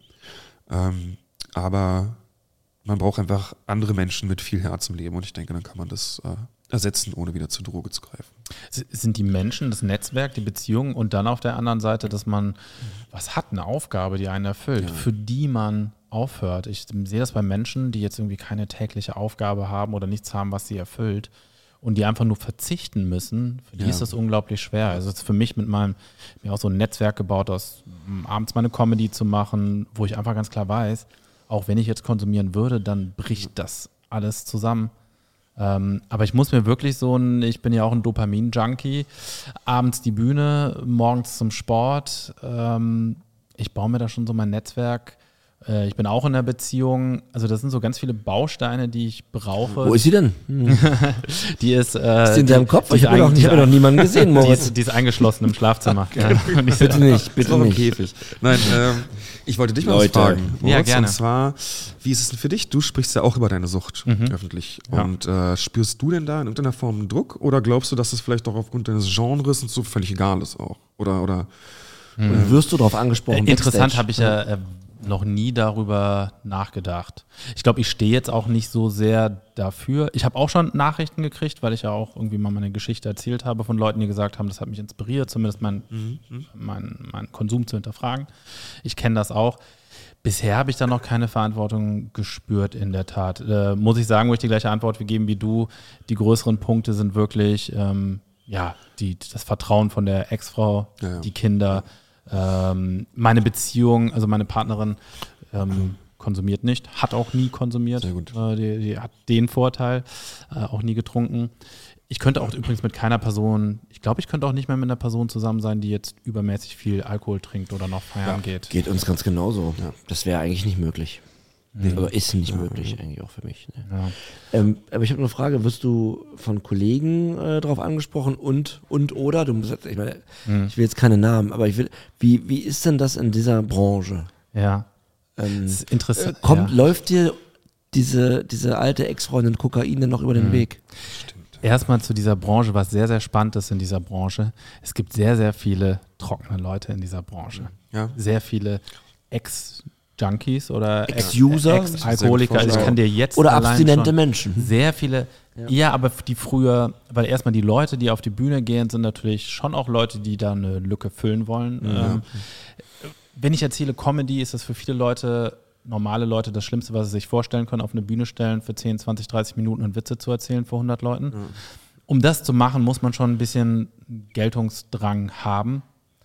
B: Aber man braucht einfach andere Menschen mit viel Herz im Leben und ich denke, dann kann man das ersetzen, ohne wieder zur Droge zu greifen.
C: Sind die Menschen, das Netzwerk, die Beziehungen und dann auf der anderen Seite, dass man was hat, eine Aufgabe, die einen erfüllt, für die man aufhört. Ich sehe das bei Menschen, die jetzt irgendwie keine tägliche Aufgabe haben oder nichts haben, was sie erfüllt und die einfach nur verzichten müssen. Für die ist das unglaublich schwer. Also für mich mir auch so ein Netzwerk gebaut, aus abends meine Comedy zu machen, wo ich einfach ganz klar weiß, auch wenn ich jetzt konsumieren würde, dann bricht das alles zusammen. Aber ich muss mir wirklich ich bin ja auch ein Dopamin-Junkie, abends die Bühne, morgens zum Sport. Ich baue mir da schon so mein Netzwerk. Ich bin auch in einer Beziehung. Also das sind so ganz viele Bausteine, die ich brauche.
A: Wo ist sie denn?
C: Die ist
A: in deinem Kopf? Ich habe noch niemanden gesehen, Moritz.
C: Die ist eingeschlossen im Schlafzimmer.
A: Bitte nicht.
B: Käfig. Nein, ich wollte dich mal was fragen, Moritz,
C: ja, gerne.
B: Und zwar, wie ist es denn für dich? Du sprichst ja auch über deine Sucht öffentlich. Ja. Und spürst du denn da in irgendeiner Form einen Druck? Oder glaubst du, dass es vielleicht auch aufgrund deines Genres und so völlig egal ist auch? Oder
A: wirst du darauf angesprochen?
C: Interessant, habe ich ja noch nie darüber nachgedacht. Ich glaube, ich stehe jetzt auch nicht so sehr dafür. Ich habe auch schon Nachrichten gekriegt, weil ich ja auch irgendwie mal meine Geschichte erzählt habe von Leuten, die gesagt haben, das hat mich inspiriert, zumindest meinen Konsum zu hinterfragen. Ich kenne das auch. Bisher habe ich da noch keine Verantwortung gespürt, in der Tat. Muss ich sagen, wo ich die gleiche Antwort gegeben wie du. Die größeren Punkte sind wirklich das Vertrauen von der Ex-Frau, die Kinder, meine Beziehung, also meine Partnerin konsumiert nicht, hat auch nie konsumiert.
B: Sehr gut.
C: Die hat den Vorteil, auch nie getrunken. Ich könnte auch übrigens mit keiner Person, ich glaube, ich könnte auch nicht mehr mit einer Person zusammen sein, die jetzt übermäßig viel Alkohol trinkt oder noch feiern geht.
A: Geht uns ganz genauso. Ja. Das wäre eigentlich nicht möglich. Oder ist nicht möglich eigentlich auch für mich. Ne? Ja. Aber ich habe eine Frage, wirst du von Kollegen darauf angesprochen oder, du musst, ich meine, ich will jetzt keine Namen, aber wie ist denn das in dieser Branche?
C: Ja, das ist interessant.
A: Läuft dir diese alte Ex-Freundin Kokain denn noch über den Weg?
B: Stimmt.
C: Erstmal zu dieser Branche, was sehr, sehr spannend ist in dieser Branche. Es gibt sehr, sehr viele trockene Leute in dieser Branche. Ja. Sehr viele Ex-Junkies oder
A: Ex-User,
C: Ex-Alkoholiker. Also ich kann dir jetzt
A: oder abstinente Menschen.
C: Sehr viele, aber die früher, weil erstmal die Leute, die auf die Bühne gehen, sind natürlich schon auch Leute, die da eine Lücke füllen wollen. Wenn ich erzähle Comedy, ist das für viele Leute normale Leute das Schlimmste, was sie sich vorstellen können, auf eine Bühne stellen, für 10, 20, 30 Minuten und Witze zu erzählen vor 100 Leuten. Ja. Um das zu machen, muss man schon ein bisschen Geltungsdrang haben.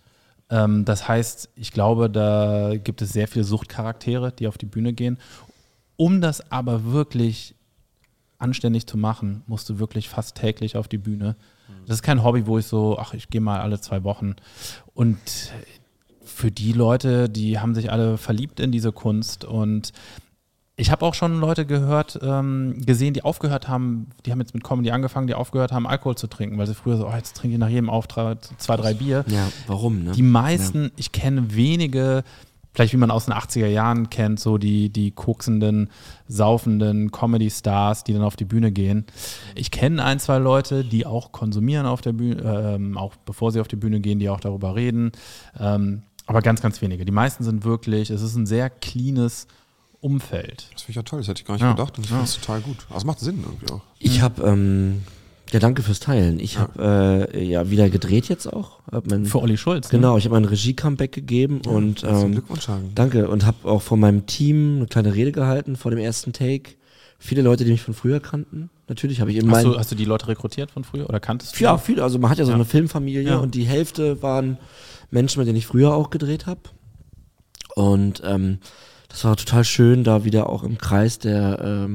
C: Das heißt, ich glaube, da gibt es sehr viele Suchtcharaktere, die auf die Bühne gehen. Um das aber wirklich anständig zu machen, musst du wirklich fast täglich auf die Bühne. Das ist kein Hobby, wo ich so, ich gehe mal alle 2 Wochen. Und für die Leute, die haben sich alle verliebt in diese Kunst. Und ich habe auch schon Leute gesehen, die aufgehört haben, die haben jetzt mit Comedy angefangen, die aufgehört haben, Alkohol zu trinken, weil sie früher so, jetzt trinke ich nach jedem Auftritt 2, 3 Bier.
A: Ja, warum? Ne?
C: Die meisten, ich kenne wenige, vielleicht wie man aus den 80er Jahren kennt, so die koksenden, saufenden Comedy-Stars, die dann auf die Bühne gehen. Ich kenne 1, 2 Leute, die auch konsumieren auf der Bühne, auch bevor sie auf die Bühne gehen, die auch darüber reden. Aber ganz, ganz wenige. Die meisten sind wirklich, es ist ein sehr cleanes Umfeld.
B: Das finde ich ja toll, das hätte ich gar nicht gedacht und ich finde es total gut. Aber es macht Sinn irgendwie auch.
A: Ich habe, danke fürs Teilen. Ich habe wieder gedreht jetzt auch.
C: Für Olli Schulz.
A: Genau, ich habe mein Regie-Comeback gegeben und
B: Glückwunsch sagen.
A: Danke und habe auch vor meinem Team eine kleine Rede gehalten vor dem ersten Take. Viele Leute, die mich von früher kannten. Natürlich habe ich in meinem...
C: Hast du die Leute rekrutiert von früher oder kanntest du?
A: Ja, viele. Also man hat ja so eine Filmfamilie und die Hälfte waren Menschen, mit denen ich früher auch gedreht habe. Und das war total schön, da wieder auch im Kreis der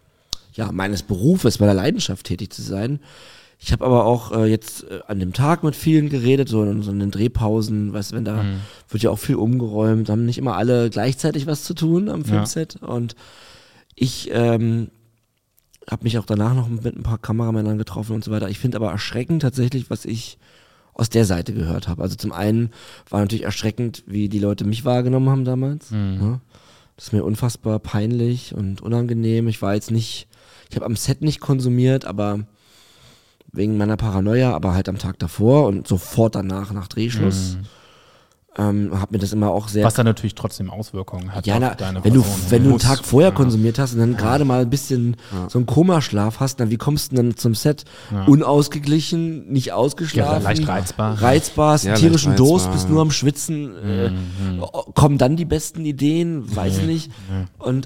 A: meines Berufes, meiner Leidenschaft tätig zu sein. Ich habe aber auch jetzt an dem Tag mit vielen geredet, so in den Drehpausen, weißt du, wenn da wird ja auch viel umgeräumt, haben nicht immer alle gleichzeitig was zu tun am Filmset und ich habe mich auch danach noch mit ein paar Kameramännern getroffen und so weiter. Ich finde aber erschreckend tatsächlich, was ich aus der Seite gehört habe. Also zum einen war natürlich erschreckend, wie die Leute mich wahrgenommen haben damals. Ja. Das ist mir unfassbar peinlich und unangenehm. Ich habe am Set nicht konsumiert, aber wegen meiner Paranoia, aber halt am Tag davor und sofort danach, nach Drehschluss. Hab mir das immer auch sehr...
C: Was dann natürlich trotzdem Auswirkungen hat auf deine
A: wenn
C: Person.
A: Wenn du einen Tag vorher konsumiert hast und dann gerade mal ein bisschen so einen Komaschlaf hast, dann wie kommst du denn dann zum Set? Unausgeglichen, nicht ausgeschlafen.
C: Leicht reizbar.
A: Hast einen tierischen Durst, bist nur am Schwitzen. Kommen dann die besten Ideen? Weiß ich nicht. Und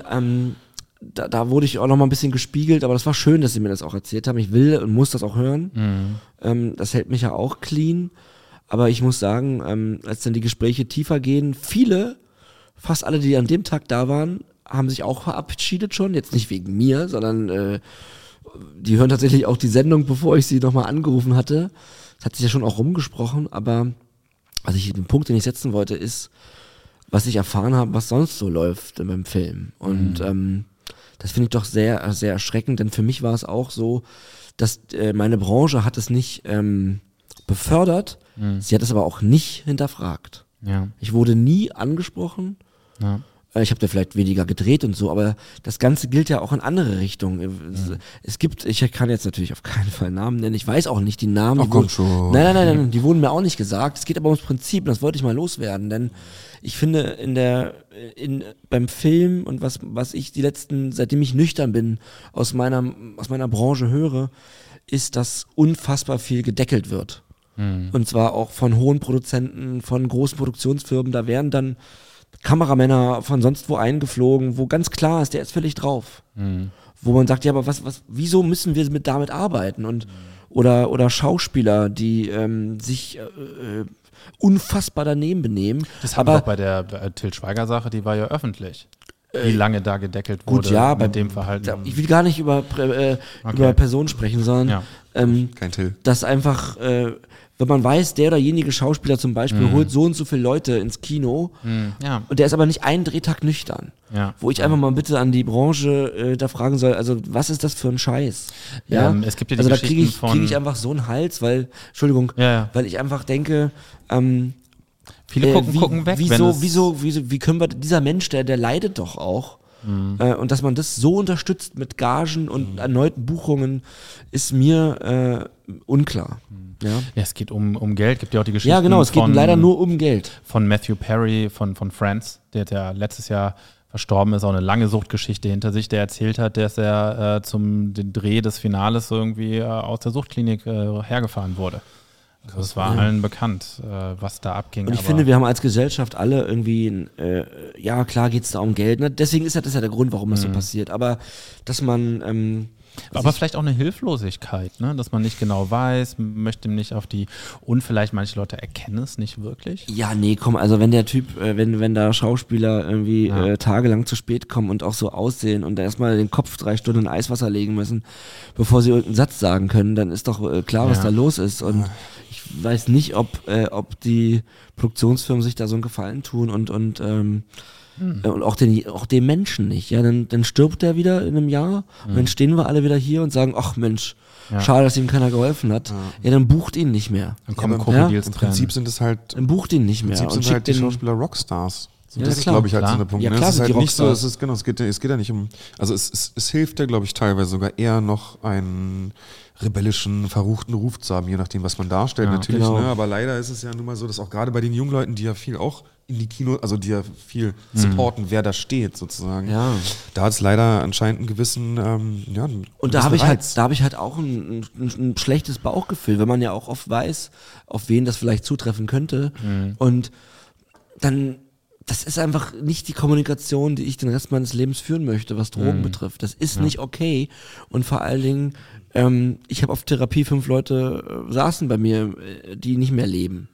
A: da wurde ich auch noch mal ein bisschen gespiegelt, aber das war schön, dass sie mir das auch erzählt haben. Ich will und muss das auch hören. Das hält mich ja auch clean. Aber ich muss sagen, als dann die Gespräche tiefer gehen, fast alle, die an dem Tag da waren, haben sich auch verabschiedet schon. Jetzt nicht wegen mir, sondern die hören tatsächlich auch die Sendung, bevor ich sie nochmal angerufen hatte. Das hat sich ja schon auch rumgesprochen, aber den Punkt, den ich setzen wollte, ist, was ich erfahren habe, was sonst so läuft in meinem Film. Und das finde ich doch sehr, sehr erschreckend, denn für mich war es auch so, dass meine Branche hat es nicht befördert, sie hat es aber auch nicht hinterfragt.
C: Ja.
A: Ich wurde nie angesprochen.
C: Ja.
A: Ich habe da vielleicht weniger gedreht und so, aber das Ganze gilt ja auch in andere Richtungen. Es gibt, ich kann jetzt natürlich auf keinen Fall Namen nennen, ich weiß auch nicht die Namen. Nein, die wurden mir auch nicht gesagt. Es geht aber ums Prinzip, und das wollte ich mal loswerden, denn ich finde beim Film und was ich seitdem ich nüchtern bin, aus meiner Branche höre, ist, dass unfassbar viel gedeckelt wird. Und zwar auch von hohen Produzenten, von großen Produktionsfirmen. Da werden dann Kameramänner von sonst wo eingeflogen, wo ganz klar ist, der ist völlig drauf. Wo man sagt, ja, aber wieso müssen wir damit arbeiten? Und oder Schauspieler, die sich unfassbar daneben benehmen.
C: Das haben wir doch bei der Til Schweiger-Sache, die war ja öffentlich. Wie lange da gedeckelt wurde mit dem Verhalten.
A: Ich will gar nicht über Personen sprechen, sondern
B: kein Till.
A: Dass einfach, wenn man weiß, der oder jenige Schauspieler zum Beispiel holt so und so viele Leute ins Kino und der ist aber nicht einen Drehtag nüchtern. Wo ich einfach mal bitte an die Branche da fragen soll, also was ist das für ein Scheiß?
C: Es gibt ja
A: also da kriege ich einfach so einen Hals, weil ich einfach denke,
C: viele gucken weg.
A: Wie können wir, dieser Mensch, der leidet doch auch. Und dass man das so unterstützt mit Gagen und erneuten Buchungen, ist mir unklar. Ja,
C: es geht um Geld, gibt ja auch die Geschichte.
A: Ja, genau, es geht leider nur um Geld.
C: Von Matthew Perry von Friends, der letztes Jahr verstorben ist, auch eine lange Suchtgeschichte hinter sich, der erzählt hat, dass er zum den Dreh des Finales irgendwie aus der Suchtklinik hergefahren wurde. Also es war allen bekannt, was da abging.
A: Und ich finde, wir haben als Gesellschaft alle irgendwie, ja klar geht es da um Geld, ne? Deswegen ist das ja der Grund, warum das so passiert, aber dass man...
C: aber vielleicht auch eine Hilflosigkeit, ne? Dass man nicht genau weiß, möchte nicht und vielleicht manche Leute erkennen es nicht wirklich.
A: Ja, nee, komm, also wenn der Typ, wenn da Schauspieler irgendwie tagelang zu spät kommen und auch so aussehen und erstmal den Kopf 3 Stunden in Eiswasser legen müssen, bevor sie irgendeinen Satz sagen können, dann ist doch klar, was da los ist. Und ich weiß nicht, ob die Produktionsfirmen sich da so einen Gefallen tun und auch den Menschen nicht. Ja, dann stirbt der wieder in einem Jahr und dann stehen wir alle wieder hier und sagen, ach Mensch, schade, dass ihm keiner geholfen hat. Ja, dann bucht ihn nicht mehr.
C: Dann kommen Krokodils
B: Im Prinzip sind es halt,
A: Dann bucht ihn nicht mehr.
B: im Prinzip sind halt die Schauspieler Rockstars. So,
A: Ja,
B: das ist,
A: klar,
B: glaube ich, halt
C: klar.
B: so der Punkt.
A: Ja,
B: ne?
A: klar
B: Es ist
A: sind
B: halt
A: die
B: nicht so,
A: Rockstars.
B: es geht ja nicht um, also es hilft ja, glaube ich, teilweise sogar eher noch einen rebellischen, verruchten Ruf zu haben, je nachdem, was man darstellt, natürlich.
A: genau.
B: Ne? Aber leider ist es ja nun mal so, dass auch gerade bei den jungen Leuten, die ja viel auch in die Kino, also die ja viel supporten, wer da steht, sozusagen.
A: Ja.
B: Da hat es leider anscheinend einen gewissen,
A: Und da habe ich halt auch ein schlechtes Bauchgefühl, wenn man ja auch oft weiß, auf wen das vielleicht zutreffen könnte. Und dann, das ist einfach nicht die Kommunikation, die ich den Rest meines Lebens führen möchte, was Drogen betrifft. Das ist nicht okay. Und vor allen Dingen, ich habe auf Therapie 5 Leute saßen bei mir, die nicht mehr leben.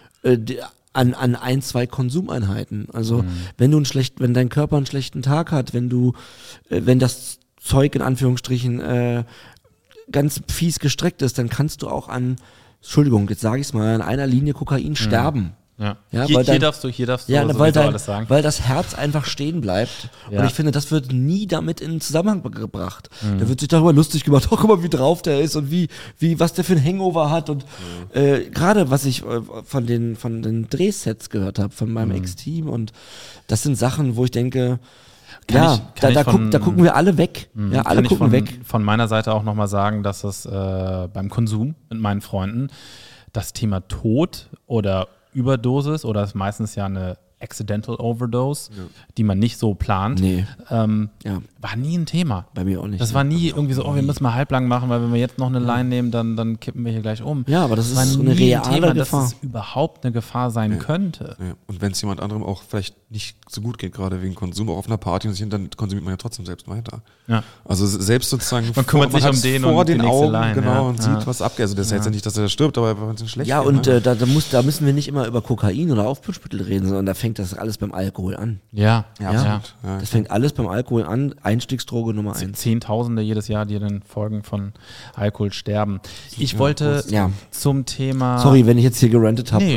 A: An 1, 2 Konsumeinheiten. Also wenn dein Körper einen schlechten Tag hat, wenn das Zeug in Anführungsstrichen ganz fies gestreckt ist, dann kannst du auch Entschuldigung, jetzt sage ich es mal, an einer Linie Kokain sterben.
C: Ja.
A: Ja,
C: Hier
A: weil
C: darfst du
A: weil
C: alles sagen.
A: Weil das Herz einfach stehen bleibt.
C: Ja.
A: Und ich finde, das wird nie damit in Zusammenhang gebracht. Da wird sich darüber lustig gemacht, oh, guck mal, wie drauf der ist und was der für ein Hangover hat. Und gerade was ich von den Drehsets gehört habe, von meinem Ex-Team, und das sind Sachen, wo ich denke, da gucken wir alle weg. Ja, alle gucken weg.
C: Von meiner Seite auch nochmal sagen, dass es beim Konsum mit meinen Freunden das Thema Tod oder Überdosis, oder ist meistens ja eine Accidental Overdose, die man nicht so plant,
A: Nee.
C: war nie ein Thema.
A: Bei mir auch nicht.
C: Das war nie irgendwie so, wir müssen mal halblang machen, weil wenn wir jetzt noch eine Line nehmen, dann kippen wir hier gleich um.
A: Ja, aber das
C: war
A: ist so
C: nie
A: eine
C: ein
A: reale
C: Thema,
A: Gefahr.
C: dass es überhaupt eine Gefahr sein könnte.
B: Ja. Und wenn es jemand anderem auch vielleicht nicht so gut geht, gerade wegen Konsum, auch auf einer Party, dann konsumiert man ja trotzdem selbst weiter.
C: Ja.
B: Also selbst sozusagen
C: Man kümmert sich um den
B: vor
C: und die
B: den
C: nächste
B: Augen,
C: Line,
B: genau,
C: ja.
B: und sieht, was abgeht. Also das heißt ja nicht, dass er stirbt, aber wenn es schlecht
A: Ja,
B: geht,
A: und
B: ne?
A: da müssen wir nicht immer über Kokain oder Aufputschmittel reden, sondern da fängt das alles beim Alkohol an.
C: Ja,
B: absolut. Ja.
A: Das fängt alles beim Alkohol an, Einstiegsdroge Nummer 1.
C: Zehntausende jedes Jahr, die an den Folgen von Alkohol sterben. Ich wollte zum Thema...
A: Sorry, wenn ich jetzt hier gerantet habe.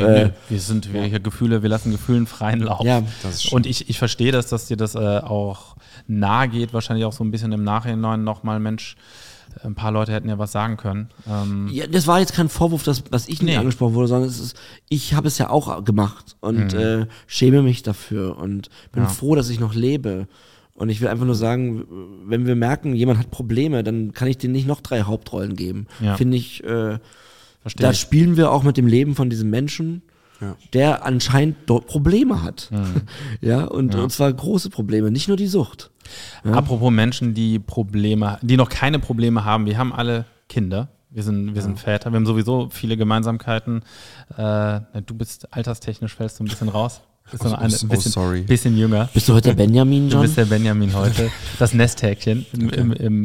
C: wir lassen Gefühlen freien Lauf.
A: Ja,
B: das ist schön.
C: Und ich verstehe das, dass dir das auch nahe geht, wahrscheinlich auch so ein bisschen im Nachhinein nochmal, Mensch, ein paar Leute hätten ja was sagen können.
A: Ja, das war jetzt kein Vorwurf, was ich nicht angesprochen wurde, sondern ich habe es ja auch gemacht und schäme mich dafür und bin froh, dass ich noch lebe. Und ich will einfach nur sagen, wenn wir merken, jemand hat Probleme, dann kann ich denen nicht noch 3 Hauptrollen geben.
C: Ja.
A: Finde ich,
C: Verstehe
A: da
C: ich.
A: spielen wir auch mit dem Leben von diesem Menschen, der anscheinend dort Probleme hat. Ja, und zwar große Probleme, nicht nur die Sucht. Ja.
C: Apropos Menschen, die noch keine Probleme haben, wir haben alle Kinder. Wir sind Väter, wir haben sowieso viele Gemeinsamkeiten. Du bist alterstechnisch, fällst du ein bisschen raus. Bist
B: sorry.
C: Bisschen jünger.
A: Bist du heute der Benjamin, John?
C: Du bist der Benjamin heute. Das Nesthäkchen im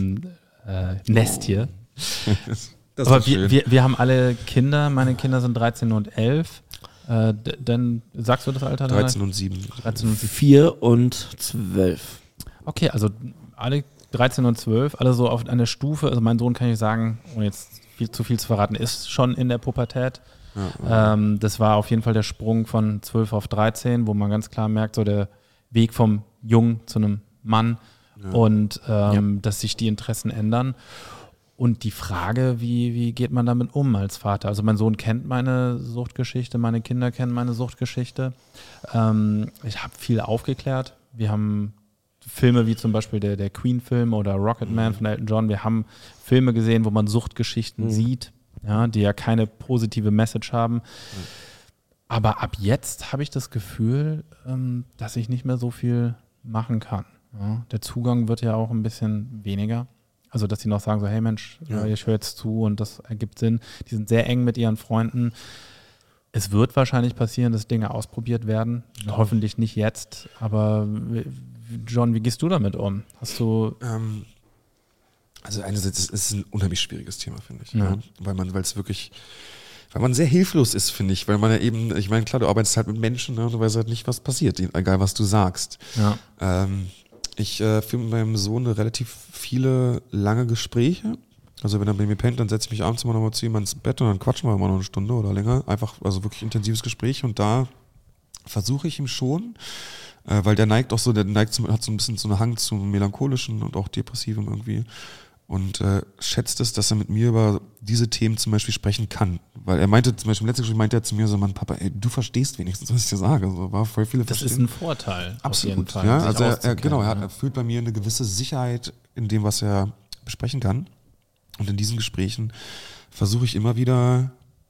C: Nest hier.
B: Das
C: Aber
B: ist schön.
C: wir haben alle Kinder. Meine Kinder sind 13 und 11. Dann sagst du das Alter?
B: 13 und 7.
C: 13 und 7.
A: 4 und 12.
C: Okay, also alle 13 und 12, alle so auf einer Stufe. Also mein Sohn, kann ich sagen, ohne jetzt zu viel zu verraten, ist schon in der Pubertät. Das war auf jeden Fall der Sprung von 12 auf 13, wo man ganz klar merkt, so der Weg vom Jungen zu einem Mann und dass sich die Interessen ändern. Und die Frage, wie geht man damit um als Vater? Also mein Sohn kennt meine Suchtgeschichte, meine Kinder kennen meine Suchtgeschichte. Ich habe viel aufgeklärt. Wir haben Filme wie zum Beispiel der Queen-Film oder Rocketman von Elton John. Wir haben Filme gesehen, wo man Suchtgeschichten sieht, die ja keine positive Message haben. Aber ab jetzt habe ich das Gefühl, dass ich nicht mehr so viel machen kann. Ja, der Zugang wird ja auch ein bisschen weniger. Also, dass sie noch sagen so, hey Mensch, ich höre jetzt zu und das ergibt Sinn. Die sind sehr eng mit ihren Freunden. Es wird wahrscheinlich passieren, dass Dinge ausprobiert werden. Hoffentlich nicht jetzt. Aber John, wie gehst du damit um? Hast du...
B: Also einerseits ist es ein unheimlich schwieriges Thema, finde ich. Ja. Weil man sehr hilflos ist, finde ich. Weil man ja eben, ich meine, klar, du arbeitest halt mit Menschen, ne, du weißt halt nicht, was passiert, egal was du sagst.
C: Ja.
B: Ich führe mit meinem Sohn relativ viele lange Gespräche. Also wenn er bei mir pennt, dann setze ich mich abends immer noch mal zu ihm ins Bett und dann quatschen wir immer noch eine Stunde oder länger. Einfach, also wirklich intensives Gespräch und da versuche ich ihm schon, weil der hat so ein bisschen so einen Hang zum Melancholischen und auch Depressivem irgendwie und schätzt es, dass er mit mir über diese Themen zum Beispiel sprechen kann. Weil er meinte, zum Beispiel im letzten Gespräch meinte er zu mir so, Mann, Papa, ey, du verstehst wenigstens, was ich dir sage. So, war voll viele
C: Das ist ein Vorteil.
B: Absolut.
C: Auf jeden Fall,
B: ja, also er fühlt bei mir eine gewisse Sicherheit in dem, was er besprechen kann. Und in diesen Gesprächen versuche ich immer wieder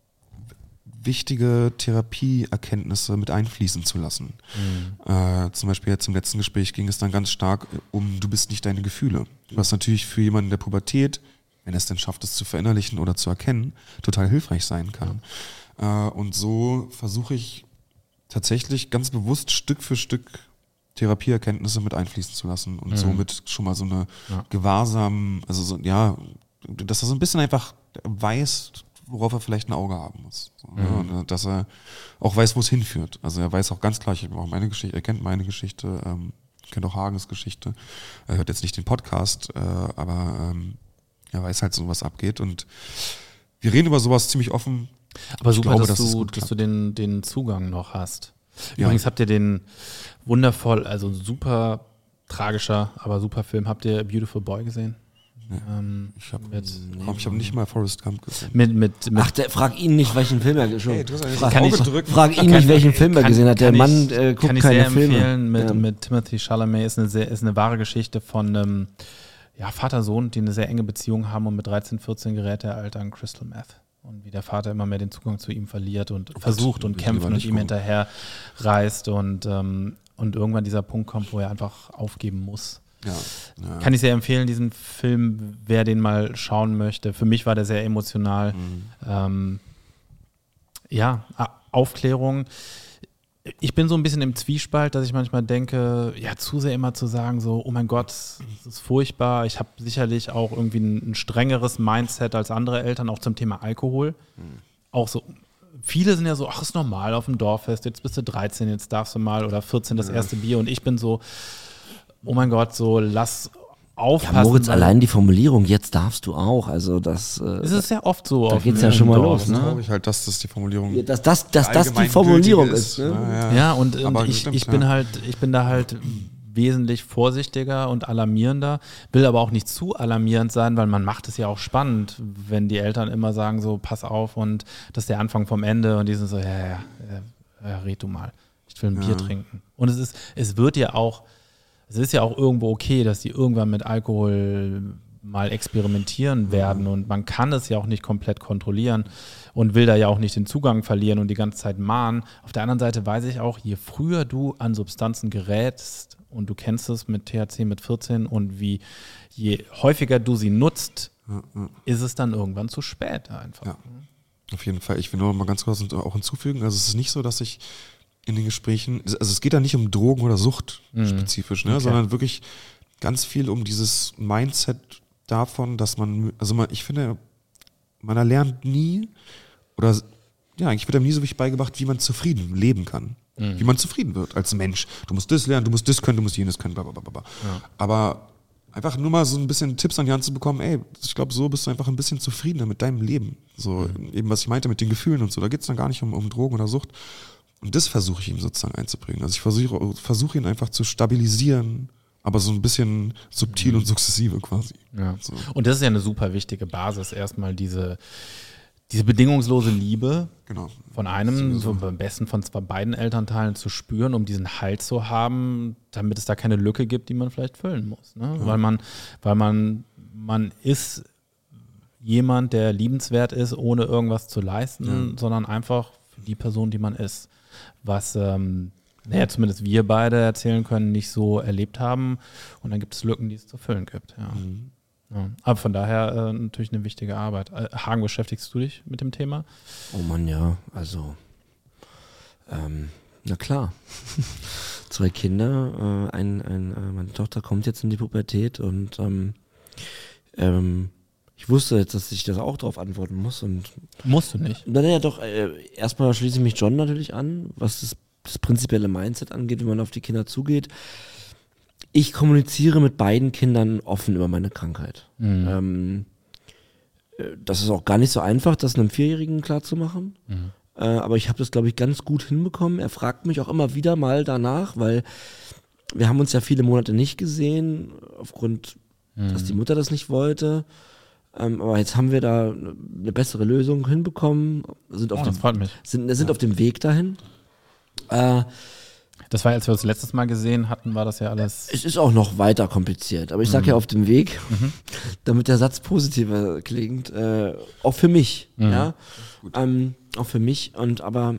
B: wichtige Therapieerkenntnisse mit einfließen zu lassen. Zum Beispiel jetzt im letzten Gespräch ging es dann ganz stark um, du bist nicht deine Gefühle. Was natürlich für jemanden in der Pubertät, wenn er es denn schafft, es zu verinnerlichen oder zu erkennen, total hilfreich sein kann. Und so versuche ich tatsächlich ganz bewusst Stück für Stück Therapieerkenntnisse mit einfließen zu lassen und somit schon mal so eine Gewahrsam, also so, ja, dass er so ein bisschen einfach weiß, worauf er vielleicht ein Auge haben muss. So, und dass er auch weiß, wo es hinführt. Also er weiß auch ganz klar, ich habe auch meine Geschichte, er kennt meine Geschichte, kennt auch Hagens Geschichte. Er hört jetzt nicht den Podcast, aber er weiß halt so, was abgeht. Und wir reden über sowas ziemlich offen.
C: Aber super, dass du den Zugang noch hast. Übrigens habt ihr den wundervoll, also super tragischer, aber super Film. Habt ihr Beautiful Boy gesehen?
B: Ich habe nicht mal Forrest Gump gesehen.
A: Frag ihn nicht, welchen Film er gesehen hat.
C: Frag ihn nicht, welchen Film er gesehen hat. Der Mann guckt keine Filme. Kann ich sehr empfehlen mit Timothée Chalamet. Ist eine wahre Geschichte von einem Vater-Sohn, die eine sehr enge Beziehung haben und mit 13, 14 gerät er halt an Crystal Meth. Und wie der Vater immer mehr den Zugang zu ihm verliert und versucht und kämpft und ihm hinterher reist und irgendwann dieser Punkt kommt, wo er einfach aufgeben muss. Ja. Kann ich sehr empfehlen, diesen Film, wer den mal schauen möchte. Für mich war der sehr emotional. Aufklärung. Ich bin so ein bisschen im Zwiespalt, dass ich manchmal denke, zu sehr immer zu sagen so, oh mein Gott, das ist furchtbar. Ich habe sicherlich auch irgendwie ein strengeres Mindset als andere Eltern, auch zum Thema Alkohol. Auch so, viele sind ja so, ach, ist normal auf dem Dorffest, jetzt bist du 13, jetzt darfst du mal, oder 14 das erste Bier. Und ich bin so, oh mein Gott, so lass aufpassen. Ja,
A: Moritz, allein die Formulierung, jetzt darfst du auch, also das
C: es ist ja oft so.
A: Da geht es ja schon mal los.
B: Ne? Glaube ich halt, dass das die Formulierung
A: dass das die Formulierung ist.
C: Ne? Und ich bin da halt wesentlich vorsichtiger und alarmierender, will aber auch nicht zu alarmierend sein, weil man macht es ja auch spannend, wenn die Eltern immer sagen so, pass auf und das ist der Anfang vom Ende und die sind so, red du mal, ich will ein Bier trinken. Und es ist ja auch irgendwo okay, dass die irgendwann mit Alkohol mal experimentieren werden und man kann es ja auch nicht komplett kontrollieren und will da ja auch nicht den Zugang verlieren und die ganze Zeit mahnen. Auf der anderen Seite weiß ich auch, je früher du an Substanzen gerätst und du kennst es mit THC mit 14 und je häufiger du sie nutzt, ist es dann irgendwann zu spät einfach.
B: Ja, auf jeden Fall. Ich will nur noch mal ganz kurz auch hinzufügen, also es ist nicht so, dass ich in den Gesprächen, also es geht da nicht um Drogen oder Sucht spezifisch, ne, sondern wirklich ganz viel um dieses Mindset davon, dass ich finde, man erlernt nie eigentlich wird einem nie so richtig beigebracht, wie man zufrieden leben kann. Wie man zufrieden wird als Mensch. Du musst das lernen, du musst das können, du musst jenes können, blablabla. Ja. Aber einfach nur mal so ein bisschen Tipps an die Hand zu bekommen, ich glaube, so bist du einfach ein bisschen zufriedener mit deinem Leben. So eben, was ich meinte mit den Gefühlen und so, da geht es dann gar nicht um Drogen oder Sucht. Und das versuche ich ihm sozusagen einzubringen. Also ich versuche ihn einfach zu stabilisieren, aber so ein bisschen subtil und sukzessive quasi.
C: Ja. So. Und das ist ja eine super wichtige Basis, erstmal diese bedingungslose Liebe von einem, so am besten von beiden Elternteilen zu spüren, um diesen Halt zu haben, damit es da keine Lücke gibt, die man vielleicht füllen muss. Ne? Ja. Weil man ist jemand, der liebenswert ist, ohne irgendwas zu leisten, sondern einfach die Person, die man ist. Was zumindest wir beide erzählen können, nicht so erlebt haben. Und dann gibt es Lücken, die es zu füllen gibt. Ja. Ja. Aber von daher natürlich eine wichtige Arbeit. Hagen, beschäftigst du dich mit dem Thema?
A: Oh Mann, ja, also na klar. 2 Kinder, meine Tochter kommt jetzt in die Pubertät und ich wusste jetzt, dass ich das auch darauf antworten muss. Und
C: Musst du nicht.
A: naja, doch, erstmal schließe ich mich John natürlich an, was das prinzipielle Mindset angeht, wie man auf die Kinder zugeht. Ich kommuniziere mit beiden Kindern offen über meine Krankheit. Das ist auch gar nicht so einfach, das einem 4-Jährigen klarzumachen. Aber ich habe das, glaube ich, ganz gut hinbekommen. Er fragt mich auch immer wieder mal danach, weil wir haben uns ja viele Monate nicht gesehen, aufgrund, dass die Mutter das nicht wollte. Aber jetzt haben wir da eine bessere Lösung hinbekommen.
C: Das freut mich.
A: Sind auf dem Weg dahin.
C: Das war, als wir uns letztes Mal gesehen hatten, war das ja alles.
A: Es ist auch noch weiter kompliziert, aber ich sage ja auf dem Weg, damit der Satz positiver klingt, auch für mich, ja, auch für mich aber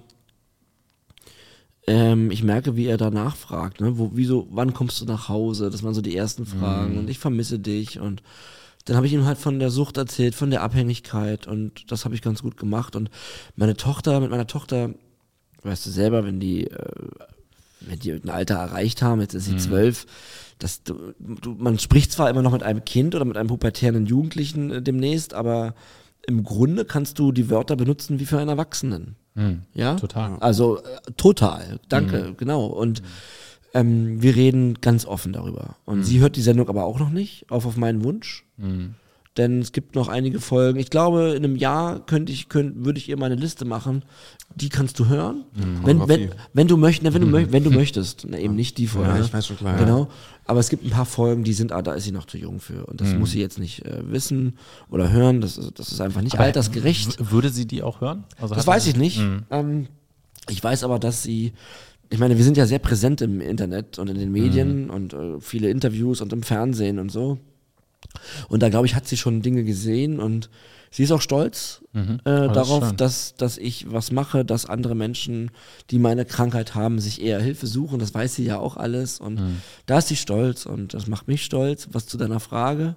A: ich merke, wie er danach fragt, ne, wann kommst du nach Hause, das waren so die ersten Fragen und ich vermisse dich und dann habe ich ihm halt von der Sucht erzählt, von der Abhängigkeit und das habe ich ganz gut gemacht und mit meiner Tochter, weißt du selber, wenn die ein Alter erreicht haben, jetzt ist sie 12, man spricht zwar immer noch mit einem Kind oder mit einem pubertären Jugendlichen demnächst, aber im Grunde kannst du die Wörter benutzen wie für einen Erwachsenen. Ja?
C: Total.
A: Also total, danke, genau. Und wir reden ganz offen darüber. Und sie hört die Sendung aber auch noch nicht, auf meinen Wunsch. Denn es gibt noch einige Folgen. Ich glaube, in einem Jahr würde ich ihr mal eine Liste machen. Die kannst du hören. Wenn du möchtest. Na, eben nicht die Folge.
B: Ja, ich weiß schon, klar.
A: Genau. Aber es gibt ein paar Folgen, da ist sie noch zu jung für. Und das muss sie jetzt nicht wissen oder hören. Das ist einfach nicht altersgerecht.
C: Würde sie die auch hören? Also
A: Das weiß ich nicht. Ich weiß aber, dass ich meine, wir sind ja sehr präsent im Internet und in den Medien und viele Interviews und im Fernsehen und so. Und da, glaube ich, hat sie schon Dinge gesehen und sie ist auch stolz darauf, dass ich was mache, dass andere Menschen, die meine Krankheit haben, sich eher Hilfe suchen. Das weiß sie ja auch alles und da ist sie stolz und das macht mich stolz. Was zu deiner Frage,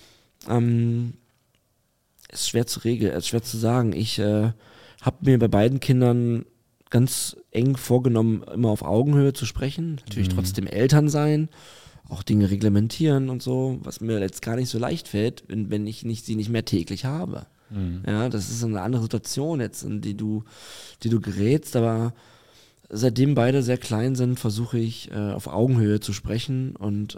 A: ist schwer zu sagen. Ich habe mir bei beiden Kindern ganz eng vorgenommen, immer auf Augenhöhe zu sprechen. Natürlich trotzdem Eltern sein, auch Dinge reglementieren und so, was mir jetzt gar nicht so leicht fällt, wenn ich sie nicht mehr täglich habe. Ja, das ist eine andere Situation jetzt, in die du gerätst, aber seitdem beide sehr klein sind, versuche ich auf Augenhöhe zu sprechen und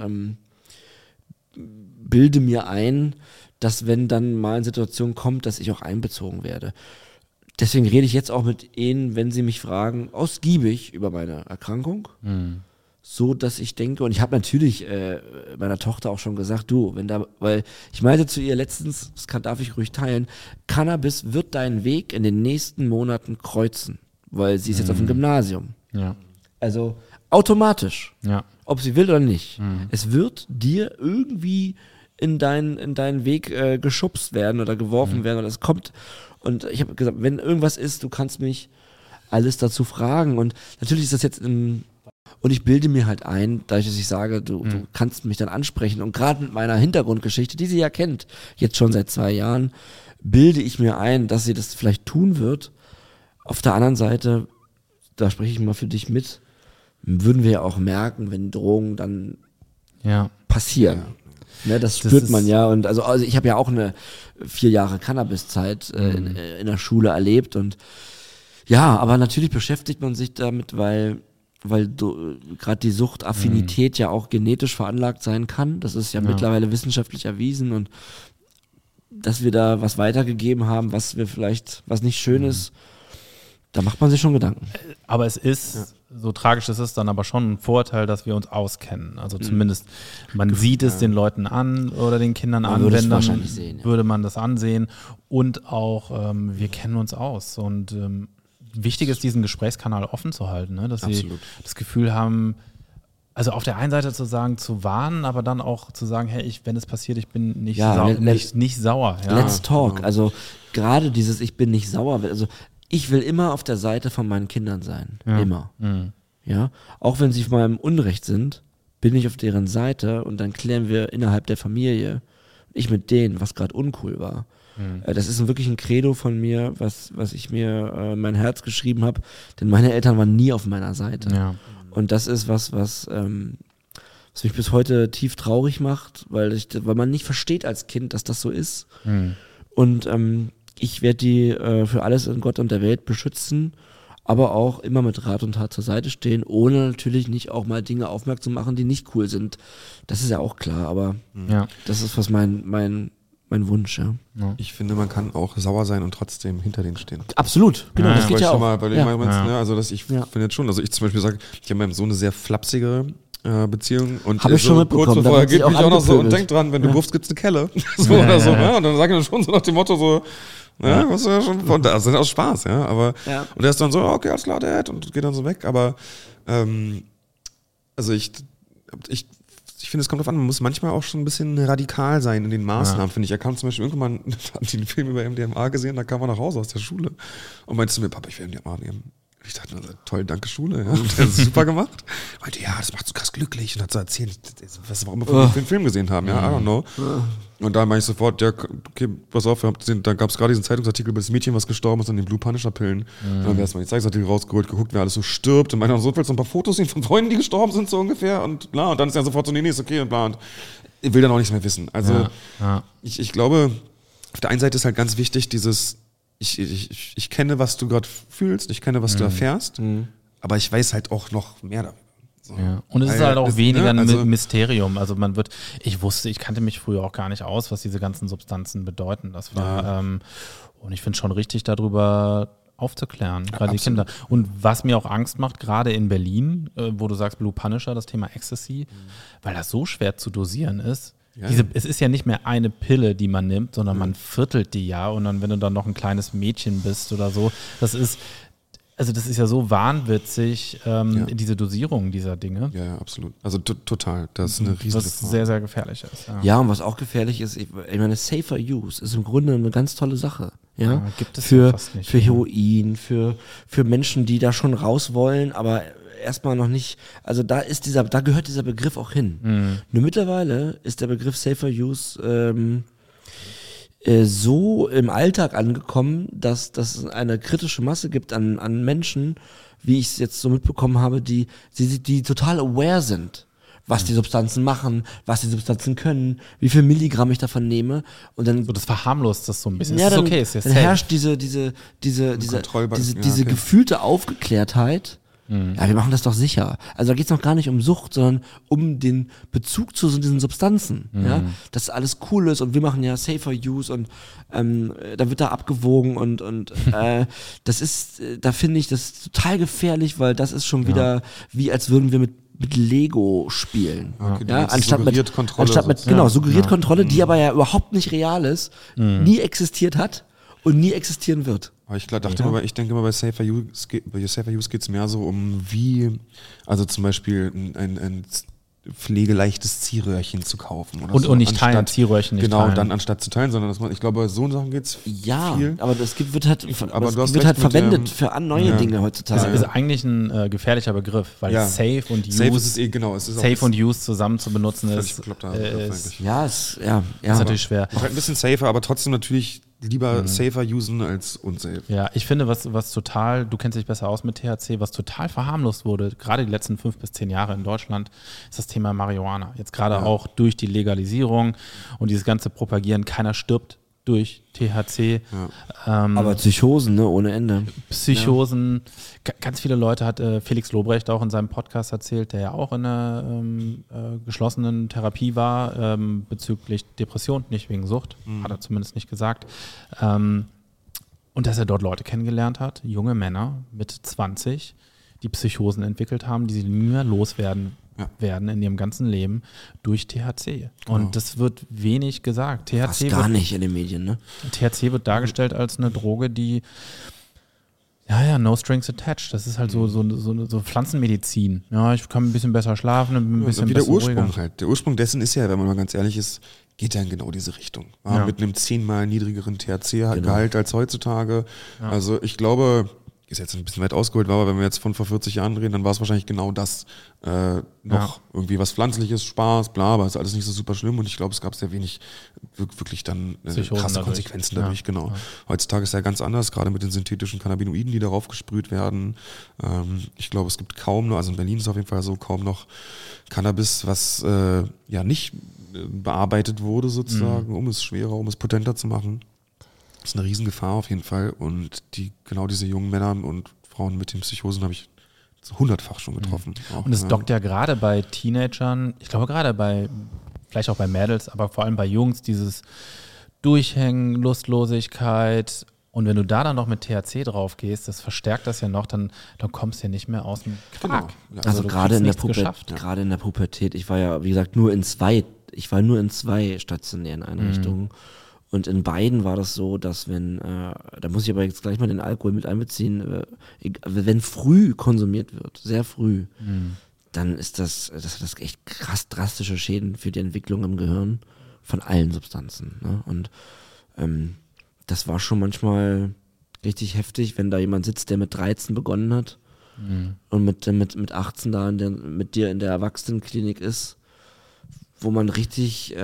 A: bilde mir ein, dass wenn dann mal eine Situation kommt, dass ich auch einbezogen werde. Deswegen rede ich jetzt auch mit ihnen, wenn sie mich fragen, ausgiebig über meine Erkrankung. So, dass ich denke, und ich habe natürlich meiner Tochter auch schon gesagt, weil ich meinte zu ihr letztens, darf ich ruhig teilen, Cannabis wird deinen Weg in den nächsten Monaten kreuzen, weil sie ist jetzt auf dem Gymnasium.
C: Ja.
A: Also automatisch,
C: Ja.
A: ob sie will oder nicht. Es wird dir irgendwie in deinen Weg geschubst werden oder geworfen werden oder es kommt. Und ich habe gesagt, wenn irgendwas ist, du kannst mich alles dazu fragen. Und natürlich ist das jetzt und ich bilde mir halt ein, dadurch, dass ich sage, du kannst mich dann ansprechen. Und gerade mit meiner Hintergrundgeschichte, die sie ja kennt, jetzt schon seit 2 Jahren, bilde ich mir ein, dass sie das vielleicht tun wird. Auf der anderen Seite, da spreche ich mal für dich mit, würden wir ja auch merken, wenn Drogen dann passieren. Ne, das spürt man ja. Und also ich habe ja auch eine 4 Jahre Cannabis-Zeit in der Schule erlebt. Und ja, aber natürlich beschäftigt man sich damit, weil gerade die Suchtaffinität ja auch genetisch veranlagt sein kann. Das ist ja mittlerweile wissenschaftlich erwiesen und dass wir da was weitergegeben haben, was nicht schön ist, da macht man sich schon Gedanken.
C: Aber es ist, so tragisch es ist, dann aber schon ein Vorteil, dass wir uns auskennen. Also zumindest, man sieht es den Leuten an oder den Kindern an, wenn dann würde man das ansehen. Und auch, wir kennen uns aus. Und wichtig ist, diesen Gesprächskanal offen zu halten, ne? Dass sie das Gefühl haben, also auf der einen Seite zu sagen, zu warnen, aber dann auch zu sagen, hey, wenn es passiert, ich bin nicht sauer. Ja.
A: Let's talk. Genau. Also gerade dieses ich bin nicht sauer, also ich will immer auf der Seite von meinen Kindern sein. Ja. Immer. Ja. Auch wenn sie auf meinem Unrecht sind, bin ich auf deren Seite und dann klären wir innerhalb der Familie nicht mit denen, was gerade uncool war. Das ist wirklich ein Credo von mir, was ich mir in mein Herz geschrieben habe, denn meine Eltern waren nie auf meiner Seite.
C: Ja.
A: Und das ist was mich bis heute tief traurig macht, weil man nicht versteht als Kind, dass das so ist. Und ich werde die für alles in Gott und der Welt beschützen, aber auch immer mit Rat und Tat zur Seite stehen, ohne natürlich nicht auch mal Dinge aufmerksam machen, die nicht cool sind. Das ist ja auch klar, aber das ist was mein Wunsch, ja.
B: Ich finde, man kann auch sauer sein und trotzdem hinter denen stehen.
A: Absolut, genau, das geht ja auch.
B: Also ich finde jetzt schon, also ich zum Beispiel sage, ich habe mit meinem Sohn eine sehr flapsige Beziehung und
A: habe ich schon mitbekommen,
B: kurz bevor er geht mich auch noch so und
A: angepöbelt.
B: denk dran, wenn du wirfst, gibt's eine Kelle. So oder so, ja. Und dann sage ich dann schon so nach dem Motto so, was ja schon von da, das ist auch Spaß, ja. Aber und er ist dann so, okay, alles klar, Dad, und geht dann so weg. Aber also ich finde, es kommt drauf an, man muss manchmal auch schon ein bisschen radikal sein in den Maßnahmen, finde ich. Er kam zum Beispiel irgendwann, hat den Film über MDMA gesehen, da kam er nach Hause aus der Schule und meinte zu mir, Papa, ich will MDMA nehmen. Ich dachte, toll, danke Schule, ja. Und der hat es super gemacht. Er meinte, ja, das macht so krass glücklich. Und hat so erzählt, was wir auch immer für den Film gesehen haben, ja, I don't know. Und da meine ich sofort, ja, okay, pass auf, da gab es gerade diesen Zeitungsartikel über das Mädchen, was gestorben ist an den Blue Punisher-Pillen. Dann haben wir erstmal die Zeitungsartikel rausgeholt, geguckt, wer alles so stirbt. Und meinte, so willst du ein paar Fotos sehen von Freunden, die gestorben sind, so ungefähr. Und bla, und dann ist er sofort so, nee, ist okay und bla. Und ich will dann auch nichts mehr wissen. Also, ich glaube, auf der einen Seite ist halt ganz wichtig, dieses, ich kenne, was du gerade fühlst, ich kenne, was du erfährst, aber ich weiß halt auch noch mehr darüber. So.
C: Ja. Und es ist halt auch weniger ein Mysterium. Also ich kannte mich früher auch gar nicht aus, was diese ganzen Substanzen bedeuten. Das war, und ich finde es schon richtig, darüber aufzuklären, gerade die Kinder. Und was mir auch Angst macht, gerade in Berlin, wo du sagst Blue Punisher, das Thema Ecstasy, weil das so schwer zu dosieren ist. Ja. Es ist ja nicht mehr eine Pille, die man nimmt, sondern man viertelt die und dann, wenn du dann noch ein kleines Mädchen bist oder so, das ist ja so wahnwitzig, diese Dosierung dieser Dinge.
B: Ja, absolut. Also total. Das ist eine riesige
C: Was sehr, sehr gefährlich ist.
A: Ja, und was auch gefährlich ist, ich meine, Safer Use ist im Grunde eine ganz tolle Sache. Ja,
C: gibt es
A: für
C: fast nicht.
A: Für Heroin, für Menschen, die da schon raus wollen, aber erstmal noch nicht, also da gehört dieser Begriff auch hin. Nur mittlerweile ist der Begriff Safer Use so im Alltag angekommen, dass es eine kritische Masse gibt an Menschen, wie ich es jetzt so mitbekommen habe, die total aware sind, was die Substanzen machen, was die Substanzen können, wie viel Milligramm ich davon nehme. Und dann
C: so, das verharmlost das so ein bisschen.
A: Ja,
C: das
A: dann,
C: ist okay, ist ja
A: dann herrscht diese gefühlte Aufgeklärtheit. Ja, wir machen das doch sicher. Also da geht es noch gar nicht um Sucht, sondern um den Bezug zu diesen Substanzen. Ja? Dass alles cool ist und wir machen ja Safer Use und da wird da abgewogen und das ist, da finde ich das total gefährlich, weil das ist schon wieder wie als würden wir mit Lego spielen.
B: Okay,
A: ja? Anstatt mit
B: Kontrolle.
A: suggeriert Kontrolle, die aber ja überhaupt nicht real ist, nie existiert hat und nie existieren wird.
B: Aber ich denke immer bei Safer Use geht es mehr so um also zum Beispiel ein pflegeleichtes Ziehröhrchen zu kaufen. Oder
C: und
B: so,
C: nicht teilen, Ziehröhrchen nicht teilen.
B: Genau, dann anstatt zu teilen, sondern ich glaube, bei so Sachen geht es viel.
A: Aber das wird halt verwendet für neue Dinge heutzutage.
C: Das ist eigentlich ein gefährlicher Begriff, weil Safe und Use, Safe und Use zusammen zu benutzen ist natürlich schwer.
B: Ist halt ein bisschen safer, aber trotzdem natürlich lieber safer usen als unsafe.
C: Ja, ich finde, was total, du kennst dich besser aus mit THC, was total verharmlost wurde, gerade die letzten 5 bis 10 Jahre in Deutschland, ist das Thema Marihuana. Jetzt gerade auch durch die Legalisierung und dieses ganze Propagieren, keiner stirbt durch THC.
B: Ja.
A: Aber Psychosen, ne, ohne Ende.
C: Psychosen. Ganz viele Leute hat Felix Lobrecht auch in seinem Podcast erzählt, der ja auch in einer geschlossenen Therapie war, bezüglich Depression, nicht wegen Sucht, hat er zumindest nicht gesagt. Und dass er dort Leute kennengelernt hat, junge Männer mit 20, die Psychosen entwickelt haben, die sie nie mehr loswerden werden in ihrem ganzen Leben durch THC. Und das wird wenig gesagt.
A: Fast gar nicht in den Medien, ne?
C: THC wird dargestellt als eine Droge, die no strings attached. Das ist halt so Pflanzenmedizin. Ja, ich kann ein bisschen besser schlafen, ein bisschen
B: wie
C: besser
B: der Ursprung
C: ruhiger.
B: halt. Der Ursprung dessen ist ja, wenn man mal ganz ehrlich ist, geht ja in genau diese Richtung. Ja, mit einem 10-mal niedrigeren THC-Gehalt als heutzutage. Ja. Also ich glaube, ist jetzt ein bisschen weit ausgeholt, aber wenn wir jetzt von vor 40 Jahren reden, dann war es wahrscheinlich genau das. Noch irgendwie was Pflanzliches, Spaß, bla, aber ist alles nicht so super schlimm und ich glaube, es gab sehr wenig wirklich dann krasse Konsequenzen dadurch, genau. Ja. Heutzutage ist es ja ganz anders, gerade mit den synthetischen Cannabinoiden, die darauf gesprüht werden. Ich glaube, es gibt kaum noch, also in Berlin ist es auf jeden Fall so, kaum noch Cannabis, was nicht bearbeitet wurde sozusagen, um es schwerer, um es potenter zu machen. Das ist eine Riesengefahr auf jeden Fall und diese jungen Männer und Frauen mit den Psychosen habe ich 100-fach schon getroffen.
C: Und es dockt ja gerade bei Teenagern, ich glaube gerade vielleicht auch bei Mädels, aber vor allem bei Jungs, dieses Durchhängen, Lustlosigkeit und wenn du da dann noch mit THC drauf gehst, das verstärkt das ja noch, dann kommst du ja nicht mehr aus dem Quark.
B: Genau. Ja.
A: Also gerade in der Pubertät, ich war ja, wie gesagt, nur in zwei stationären Einrichtungen. Und in beiden war das so, dass da muss ich aber jetzt gleich mal den Alkohol mit einbeziehen, wenn früh konsumiert wird, sehr früh, dann ist das echt krass drastische Schäden für die Entwicklung im Gehirn von allen Substanzen. Ne? Und das war schon manchmal richtig heftig, wenn da jemand sitzt, der mit 13 begonnen hat und mit 18 da mit dir in der Erwachsenenklinik ist, wo man richtig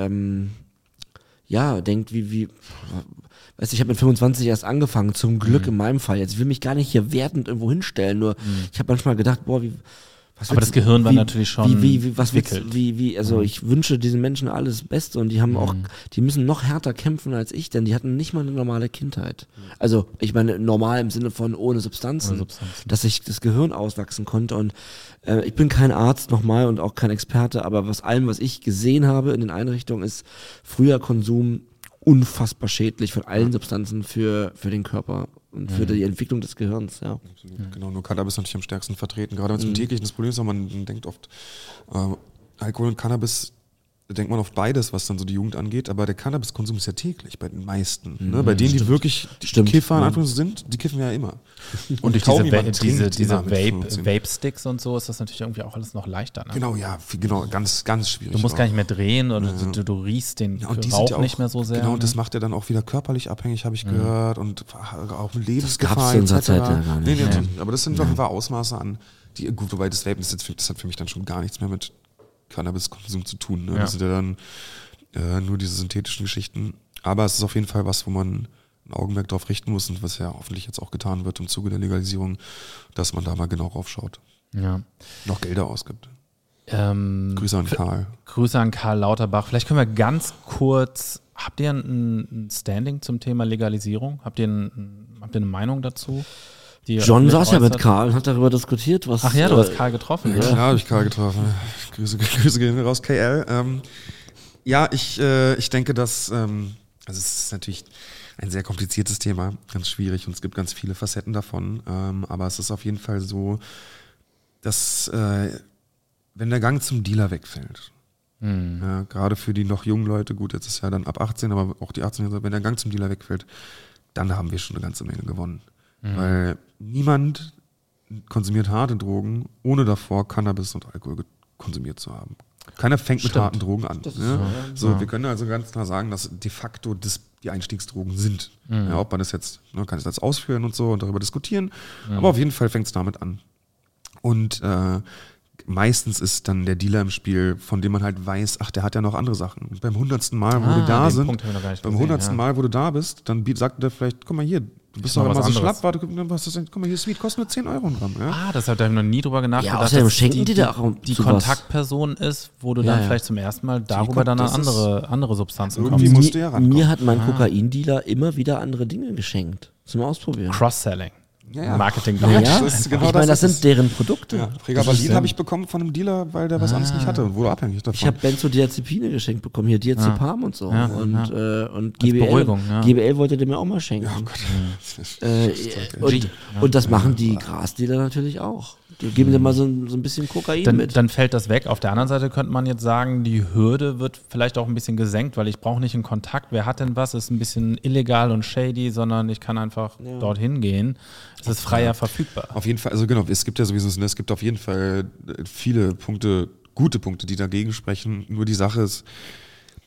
A: denkt, weißt du, ich habe mit 25 erst angefangen, zum Glück in meinem Fall. Jetzt will mich gar nicht hier wertend irgendwo hinstellen, nur ich habe manchmal gedacht,
C: aber das Gehirn war natürlich schon
A: entwickelt. Ich wünsche diesen Menschen alles Beste und die haben die müssen noch härter kämpfen als ich, denn die hatten nicht mal eine normale Kindheit. Also ich meine normal im Sinne von ohne Substanzen. Dass sich das Gehirn auswachsen konnte und ich bin kein Arzt nochmal und auch kein Experte, aber was ich gesehen habe in den Einrichtungen ist früher Konsum unfassbar schädlich von allen Substanzen für den Körper und für die Entwicklung des Gehirns, ja.
B: Absolut. Genau, nur Cannabis natürlich am stärksten vertreten. Gerade wenn es im täglichen das Problem ist, man denkt oft, Alkohol und Cannabis, da denkt man auf beides, was dann so die Jugend angeht, aber der Cannabiskonsum ist ja täglich bei den meisten. Ne? Bei denen, die wirklich Kiffer in Anführungszeichen sind, die kiffen ja immer.
C: Und durch diese Vape-Sticks und so ist das natürlich irgendwie auch alles noch leichter. Ne?
B: Genau, ja, ganz, ganz schwierig.
C: Du musst gar nicht mehr drehen oder du riechst den Rauch nicht mehr so sehr.
B: Genau, und das macht ja dann auch wieder körperlich abhängig, habe ich gehört, und auch mit Lebensgefahr.
A: Das gab's in unserer Zeit ja gar nicht.
B: Nee, aber das sind auf jeden Fall Ausmaße an, gut, wobei das Vapen, das hat für mich dann schon gar nichts mehr mit Cannabiskonsum zu tun. Ne? Das sind ja dann nur diese synthetischen Geschichten. Aber es ist auf jeden Fall was, wo man ein Augenmerk drauf richten muss und was ja hoffentlich jetzt auch getan wird im Zuge der Legalisierung, dass man da mal genau raufschaut.
C: Ja.
B: Noch Gelder ausgibt. Grüße an Karl.
C: Grüße an Karl Lauterbach. Vielleicht können wir ganz kurz, habt ihr ein Standing zum Thema Legalisierung? Habt ihr eine Meinung dazu?
A: John saß ja mit Karl und hat darüber diskutiert, was...
C: Ach ja, du hast Karl getroffen.
B: Ja, habe ich Karl getroffen. Grüße gehen raus, KL. Ich denke, dass... es ist natürlich ein sehr kompliziertes Thema, ganz schwierig und es gibt ganz viele Facetten davon. Aber es ist auf jeden Fall so, dass wenn der Gang zum Dealer wegfällt, gerade für die noch jungen Leute, gut, jetzt ist ja dann ab 18, aber auch die 18-Jährigen, wenn der Gang zum Dealer wegfällt, dann haben wir schon eine ganze Menge gewonnen. Weil niemand konsumiert harte Drogen, ohne davor Cannabis und Alkohol konsumiert zu haben. Keiner fängt mit harten Drogen an. Wir können also ganz klar sagen, dass de facto die Einstiegsdrogen sind. Ja, ob man das jetzt, kann ich das ausführen und so und darüber diskutieren, aber auf jeden Fall fängt es damit an. Und meistens ist dann der Dealer im Spiel, von dem man halt weiß, ach, der hat ja noch andere Sachen. Und beim 100. Mal, wo du da bist, dann sagt der vielleicht, guck mal hier, du bist doch immer so schlapp, guck mal hier, Sweet, kostet nur 10 Euro ein Gramm. Ja?
C: Das habe ich noch nie drüber nachgedacht.
A: Ja, außerdem schenken die da auch
C: die Kontaktperson ist, wo du dann vielleicht zum ersten Mal darüber dann an andere Substanzen kommst.
B: Irgendwie musst du ja rankommen.
A: Mir hat mein Kokaindealer immer wieder andere Dinge geschenkt zum Ausprobieren.
C: Cross-Selling.
B: Ja.
C: Marketing.
A: Ja, ich meine, das sind deren Produkte.
B: Ja. Pregabalin habe ich bekommen von einem Dealer, weil der was anderes nicht hatte und wurde abhängig davon.
A: Ich habe Benzodiazepine geschenkt bekommen, hier Diazepam und so. Und
C: GBL,
A: GBL wollte der mir auch mal schenken. Oh Gott. Und das machen die Grasdealer natürlich auch. Die geben dir mal so ein bisschen Kokain mit.
C: Dann fällt das weg. Auf der anderen Seite könnte man jetzt sagen, die Hürde wird vielleicht auch ein bisschen gesenkt, weil ich brauche nicht einen Kontakt. Wer hat denn was? Ist ein bisschen illegal und shady, sondern ich kann einfach dorthin gehen. Es ist freier verfügbar.
B: Auf jeden Fall, also genau, es gibt ja sowieso, es gibt auf jeden Fall viele Punkte, gute Punkte, die dagegen sprechen. Nur die Sache ist,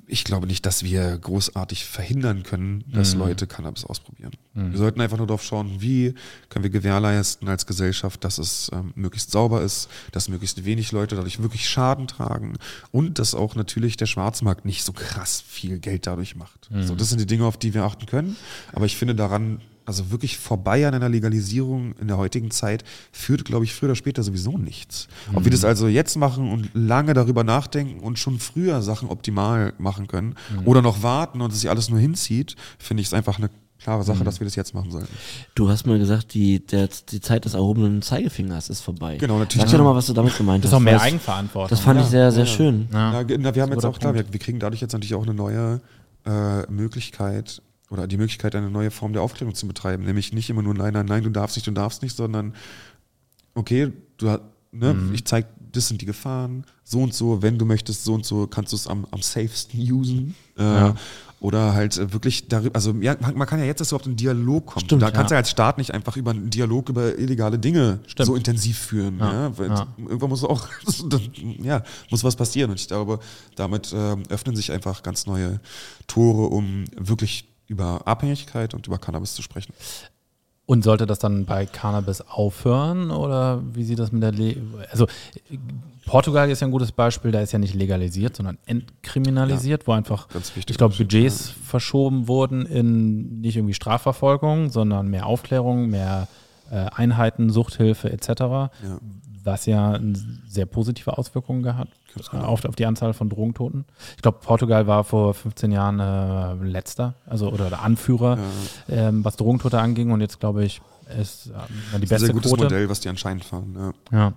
B: ich glaube nicht, dass wir großartig verhindern können, dass Leute Cannabis ausprobieren. Wir sollten einfach nur darauf schauen, wie können wir gewährleisten als Gesellschaft, dass es möglichst sauber ist, dass möglichst wenig Leute dadurch wirklich Schaden tragen und dass auch natürlich der Schwarzmarkt nicht so krass viel Geld dadurch macht. So, das sind die Dinge, auf die wir achten können. Aber ich finde daran, also wirklich vorbei an einer Legalisierung in der heutigen Zeit führt, glaube ich, früher oder später sowieso nichts. Ob wir das also jetzt machen und lange darüber nachdenken und schon früher Sachen optimal machen können oder noch warten und es sich alles nur hinzieht, finde ich es einfach eine klare Sache, dass wir das jetzt machen sollten.
A: Du hast mal gesagt, die Zeit des erhobenen Zeigefingers ist vorbei.
B: Genau, natürlich.
A: Sag dir nochmal, was du damit gemeint hast.
C: Das ist auch mehr
A: weil
C: Eigenverantwortung.
A: Das fand ich sehr, sehr schön.
B: Ja, wir haben jetzt auch, klar,
C: Punkt.
B: wir kriegen dadurch jetzt natürlich auch eine neue Möglichkeit oder die Möglichkeit, eine neue Form der Aufklärung zu betreiben. Nämlich nicht immer nur nein, du darfst nicht, sondern okay, ich zeig, das sind die Gefahren, so und so, wenn du möchtest, so und so, kannst du es am safesten usen. Oder halt wirklich darüber, also ja, man kann ja jetzt erst überhaupt in Dialog kommen.
A: Stimmt,
B: da kannst du als Staat nicht einfach über einen Dialog über illegale Dinge so intensiv führen. Weil irgendwann muss auch, muss was passieren. Und ich glaube, damit öffnen sich einfach ganz neue Tore, um wirklich über Abhängigkeit und über Cannabis zu sprechen.
C: Und sollte das dann bei Cannabis aufhören oder wie sieht das mit der also Portugal ist ja ein gutes Beispiel, da ist ja nicht legalisiert, sondern entkriminalisiert, wo einfach, ich glaube, Budgets verschoben wurden in nicht irgendwie Strafverfolgung, sondern mehr Aufklärung, mehr Einheiten, Suchthilfe etc., was ja sehr positive Auswirkungen gehabt auf die Anzahl von Drogentoten. Ich glaube, Portugal war vor 15 Jahren letzter, also oder Anführer, was Drogentote anging, und jetzt glaube ich, ist die beste Quote. Das ist ein sehr gutes
B: Modell, was die anscheinend fahren.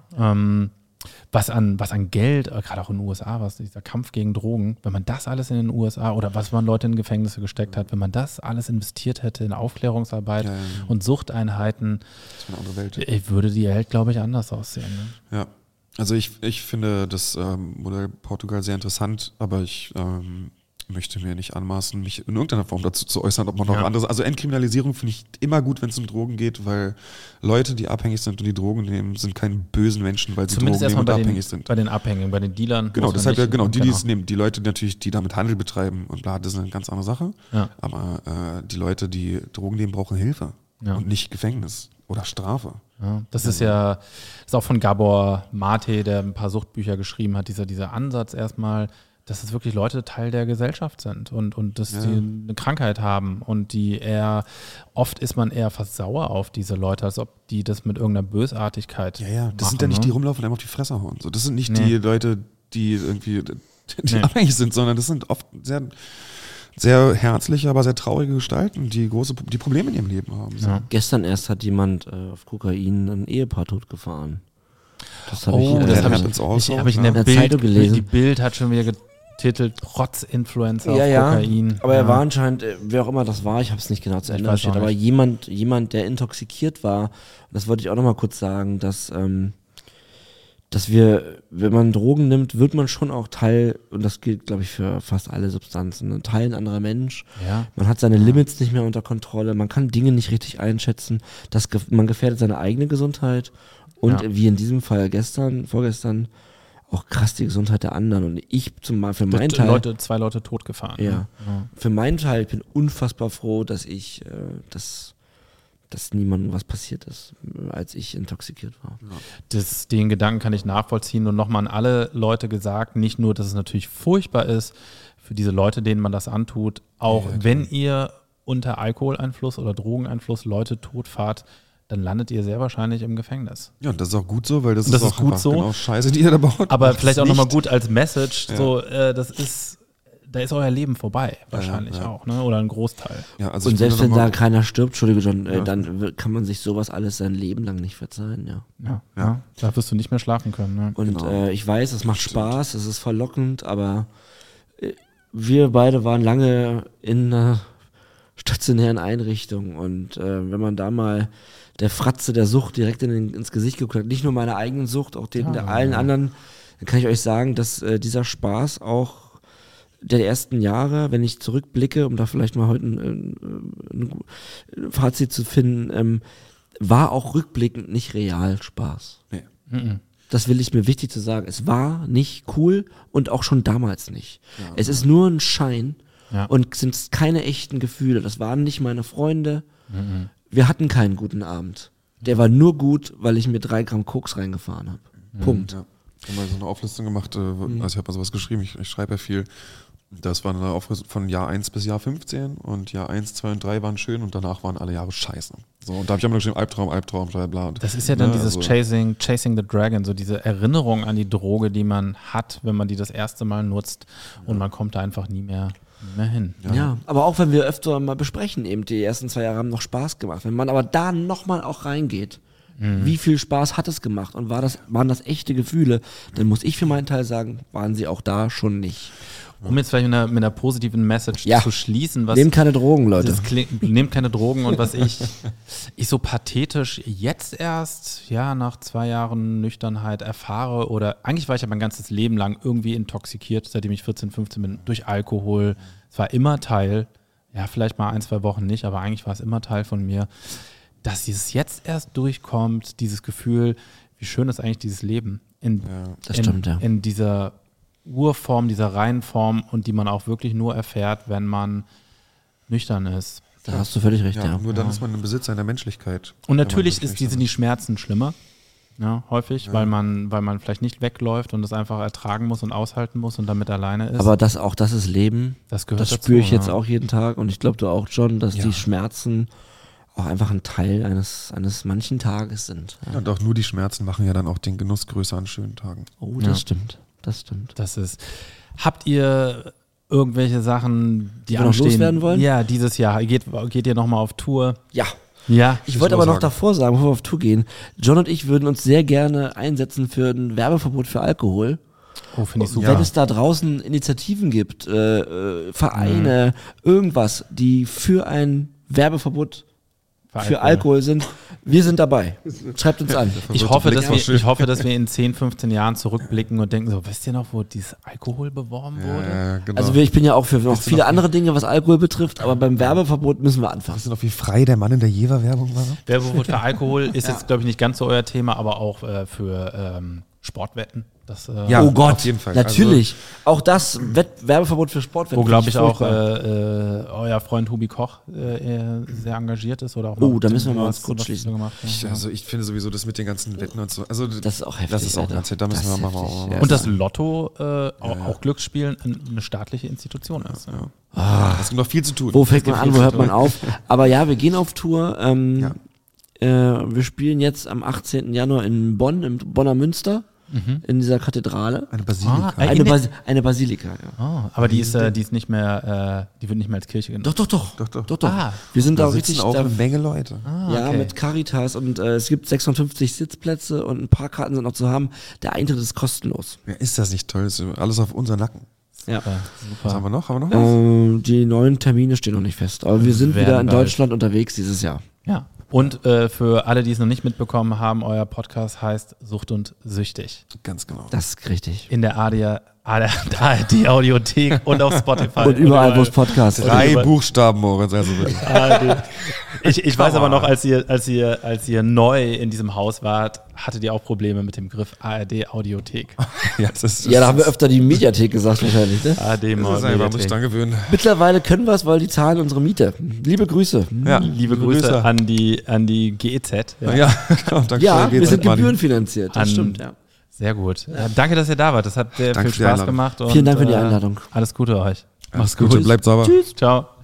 C: Was an Geld, gerade auch in den USA, was dieser Kampf gegen Drogen, wenn man das alles in den USA oder was man Leute in Gefängnisse gesteckt hat, wenn man das alles investiert hätte in Aufklärungsarbeit und Suchteinheiten,
B: das wäre eine andere Welt.
C: Würde die Welt, glaube ich, anders aussehen. Ne?
B: Ja, also ich finde das Modell Portugal sehr interessant, aber ich möchte mir nicht anmaßen, mich in irgendeiner Form dazu zu äußern, ob man noch anderes. Also Entkriminalisierung finde ich immer gut, wenn es um Drogen geht, weil Leute, die abhängig sind und die Drogen nehmen, sind keine bösen Menschen, weil sie
C: Zumindest
B: Drogen nehmen und abhängig sind.
C: Bei den Abhängigen, bei den Dealern.
B: Genau, deshalb die es nehmen. Die Leute natürlich, die damit Handel betreiben und bla, das ist eine ganz andere Sache. Ja. Aber die Leute, die Drogen nehmen, brauchen Hilfe und nicht Gefängnis oder Strafe.
C: Ja, das ist auch von Gabor Mate, der ein paar Suchtbücher geschrieben hat, dieser Ansatz erstmal, dass es wirklich Leute Teil der Gesellschaft sind und dass die eine Krankheit haben und oft ist man eher fast sauer auf diese Leute, als ob die das mit irgendeiner Bösartigkeit machen.
B: Das sind ja nicht die rumlaufen und einem auf die Fresse hauen. So, das sind nicht die Leute, die irgendwie abhängig sind, sondern das sind oft sehr, sehr herzliche, aber sehr traurige Gestalten, die Probleme in ihrem Leben haben. So.
A: Ja. Gestern erst hat jemand auf Kokain ein Ehepaar totgefahren.
C: Das habe ich in der Zeitung gelesen. Die Bild hat schon wieder getitelt, Trotz-Influencer auf Kokain.
A: Aber er war anscheinend, wer auch immer das war, ich habe es nicht genau zu Ende steht, aber jemand, der intoxikiert war, und das wollte ich auch nochmal kurz sagen, dass wir, wenn man Drogen nimmt, wird man schon auch Teil, und das gilt, glaube ich, für fast alle Substanzen, ein Teil ein anderer Mensch. Ja. Man hat seine Limits nicht mehr unter Kontrolle, man kann Dinge nicht richtig einschätzen, man gefährdet seine eigene Gesundheit und wie in diesem Fall vorgestern, auch krass die Gesundheit der anderen. Und ich für meinen Teil...
C: Zwei Leute totgefahren.
A: Ja. Für meinen Teil, ich bin unfassbar froh, dass niemandem was passiert ist, als ich intoxikiert war.
C: Ja. Den Gedanken kann ich nachvollziehen und nochmal an alle Leute gesagt, nicht nur, dass es natürlich furchtbar ist für diese Leute, denen man das antut, auch wenn ihr unter Alkoholeinfluss oder Drogeneinfluss Leute totfahrt, dann landet ihr sehr wahrscheinlich im Gefängnis.
B: Ja, und das ist auch gut so, weil das ist auch gut so. Genau Scheiße, die ihr da baut.
C: Aber vielleicht auch nochmal gut als Message, da ist euer Leben vorbei, wahrscheinlich auch, ne? Oder ein Großteil.
A: Ja, also und selbst wenn da keiner stirbt, Entschuldige John, dann kann man sich sowas alles sein Leben lang nicht verzeihen,
C: Ja. Da wirst du nicht mehr schlafen können. Ne?
A: Und ich weiß, es macht Spaß, es ist verlockend, aber wir beide waren lange in einer stationären Einrichtung und wenn man da mal der Fratze der Sucht direkt ins Gesicht geguckt hat, nicht nur meiner eigenen Sucht, auch allen anderen, dann kann ich euch sagen, dass dieser Spaß auch der ersten Jahre, wenn ich zurückblicke, um da vielleicht mal heute ein Fazit zu finden, war auch rückblickend nicht real Spaß.
B: Nee.
A: das will ich mir wichtig zu sagen, es war nicht cool und auch schon damals nicht. Es ist nur ein Schein und sind keine echten Gefühle. Das waren nicht meine Freunde. Wir hatten keinen guten Abend. Der war nur gut, weil ich mir 3 Gramm Koks reingefahren habe. Punkt.
B: Ja. Ich habe mal so eine Auflistung gemacht, also ich habe mal sowas geschrieben, ich schreibe ja viel. Das war eine Auflistung von Jahr 1 bis Jahr 15 und Jahr 1, 2 und 3 waren schön und danach waren alle Jahre scheiße. So, und da habe ich auch mal geschrieben, Albtraum, bla bla. Und,
C: Das ist ja dann dieses Chasing the Dragon, so diese Erinnerung an die Droge, die man hat, wenn man die das erste Mal nutzt und man kommt da einfach nie mehr hin.
A: Ja, aber auch wenn wir öfter mal besprechen, eben die ersten 2 Jahre haben noch Spaß gemacht. Wenn man aber da nochmal auch reingeht, wie viel Spaß hat es gemacht und waren das echte Gefühle, dann muss ich für meinen Teil sagen, waren sie auch da schon nicht.
C: Um jetzt vielleicht mit einer positiven Message zu schließen.
A: Nehmt keine Drogen, Leute.
C: Nehmt keine Drogen und was ich so pathetisch jetzt erst, nach 2 Jahren Nüchternheit erfahre oder eigentlich war ich ja mein ganzes Leben lang irgendwie intoxikiert, seitdem ich 14, 15 bin, durch Alkohol. Es war immer Teil, vielleicht mal 1, 2 Wochen nicht, aber eigentlich war es immer Teil von mir, dass es jetzt erst durchkommt, dieses Gefühl, wie schön ist eigentlich dieses Leben in dieser Urform, dieser reinen Form und die man auch wirklich nur erfährt, wenn man nüchtern ist.
A: Da hast du völlig recht, ja.
B: Nur dann ist man im Besitz seiner Menschlichkeit.
C: Und natürlich sind die Schmerzen schlimmer, häufig, weil man vielleicht nicht wegläuft und es einfach ertragen muss und aushalten muss und damit alleine ist.
A: Aber das ist Leben.
C: Das gehört
A: dazu. Das spüre ich jetzt auch jeden Tag und ich glaube, du auch, John, dass die Schmerzen auch einfach ein Teil eines manchen Tages sind.
B: Ja, und auch nur die Schmerzen machen ja dann auch den Genuss größer an schönen Tagen.
A: Oh, das stimmt. Das stimmt.
C: Habt ihr irgendwelche Sachen, die
A: wir noch loswerden wollen?
C: Ja, dieses Jahr. Geht ihr nochmal auf Tour?
A: Ja. Ich wollte aber noch davor sagen, bevor wir auf Tour gehen, John und ich würden uns sehr gerne einsetzen für ein Werbeverbot für Alkohol.
C: Oh, finde ich super.
A: Wenn es da draußen Initiativen gibt, Vereine, irgendwas, die für ein Werbeverbot für Alkohol sind, wir sind dabei. Schreibt uns an.
C: Ich hoffe, dass wir in 10, 15 Jahren zurückblicken und denken so, wisst ihr noch, wo dieses Alkohol beworben wurde?
B: Genau.
A: Also ich bin ja auch für noch viele andere Dinge, was Alkohol betrifft, aber beim Werbeverbot müssen wir anfangen.
B: Weißt du noch, wie frei der Mann in der Jever-Werbung war?
C: Werbeverbot für Alkohol ist jetzt, glaube ich, nicht ganz so euer Thema, aber auch für Sportwetten.
A: Oh Gott,
B: auf jeden Fall.
A: Natürlich. Also, auch das Werbeverbot für Sportwetten.
C: Wo, glaube ich, auch euer Freund Hubi Koch sehr engagiert ist. Oder auch
A: da müssen wir mal kurz schließen.
C: Gemacht,
B: ich finde sowieso das mit den ganzen Wetten und so. Also,
A: das ist auch heftig.
B: Das ist auch ganz, da müssen wir mal machen.
C: Und das Lotto, auch Glücksspiel, eine staatliche Institution ist.
B: Es gibt noch viel zu tun.
A: Wo fängt man an, wo hört man auf? Aber wir gehen auf Tour. Wir spielen jetzt am 18. Januar in Bonn, im Bonner Münster. In dieser Kathedrale.
B: Eine Basilika.
A: Eine Basilika,
C: aber die ist nicht mehr, die wird nicht mehr als Kirche genutzt.
A: Doch. Wir sind da richtig
B: auch eine Menge Leute.
A: Okay. Mit Caritas und es gibt 56 Sitzplätze und ein paar Karten sind noch zu haben. Der Eintritt ist kostenlos.
B: Ja, ist das nicht toll? Das ist alles auf unseren Nacken.
A: Ja.
C: Super.
B: Was haben wir noch? Was?
A: Die neuen Termine stehen noch nicht fest. Aber wir sind wieder in Deutschland unterwegs dieses Jahr.
C: Ja. Und für alle, die es noch nicht mitbekommen haben, euer Podcast heißt Sucht und Süchtig.
B: Ganz genau.
A: Das ist richtig.
C: In der ARD-Audiothek und auf Spotify.
A: Und überall, wo es Podcasts gibt.
B: 3 Buchstaben, Moritz. Also
C: ich weiß aber noch, als ihr neu in diesem Haus wart, hattet ihr auch Probleme mit dem Begriff ARD-Audiothek.
A: Da haben wir öfter die Mediathek gesagt wahrscheinlich. Ne?
B: ARD-Mediathek. Muss ich dran gewöhnen.
A: Mittlerweile können wir es, weil die zahlen unsere Miete. Liebe Grüße.
C: Ja, liebe Grüße an die GEZ.
B: Ja, genau.
A: Ja, wir sind gebührenfinanziert. Das stimmt, ja.
C: Sehr gut. Ja, danke, dass ihr da wart. Das hat sehr viel Spaß gemacht.
A: Vielen Dank für die Einladung.
C: Alles Gute euch.
B: Macht's gut. Bleibt sauber.
C: Tschüss. Ciao.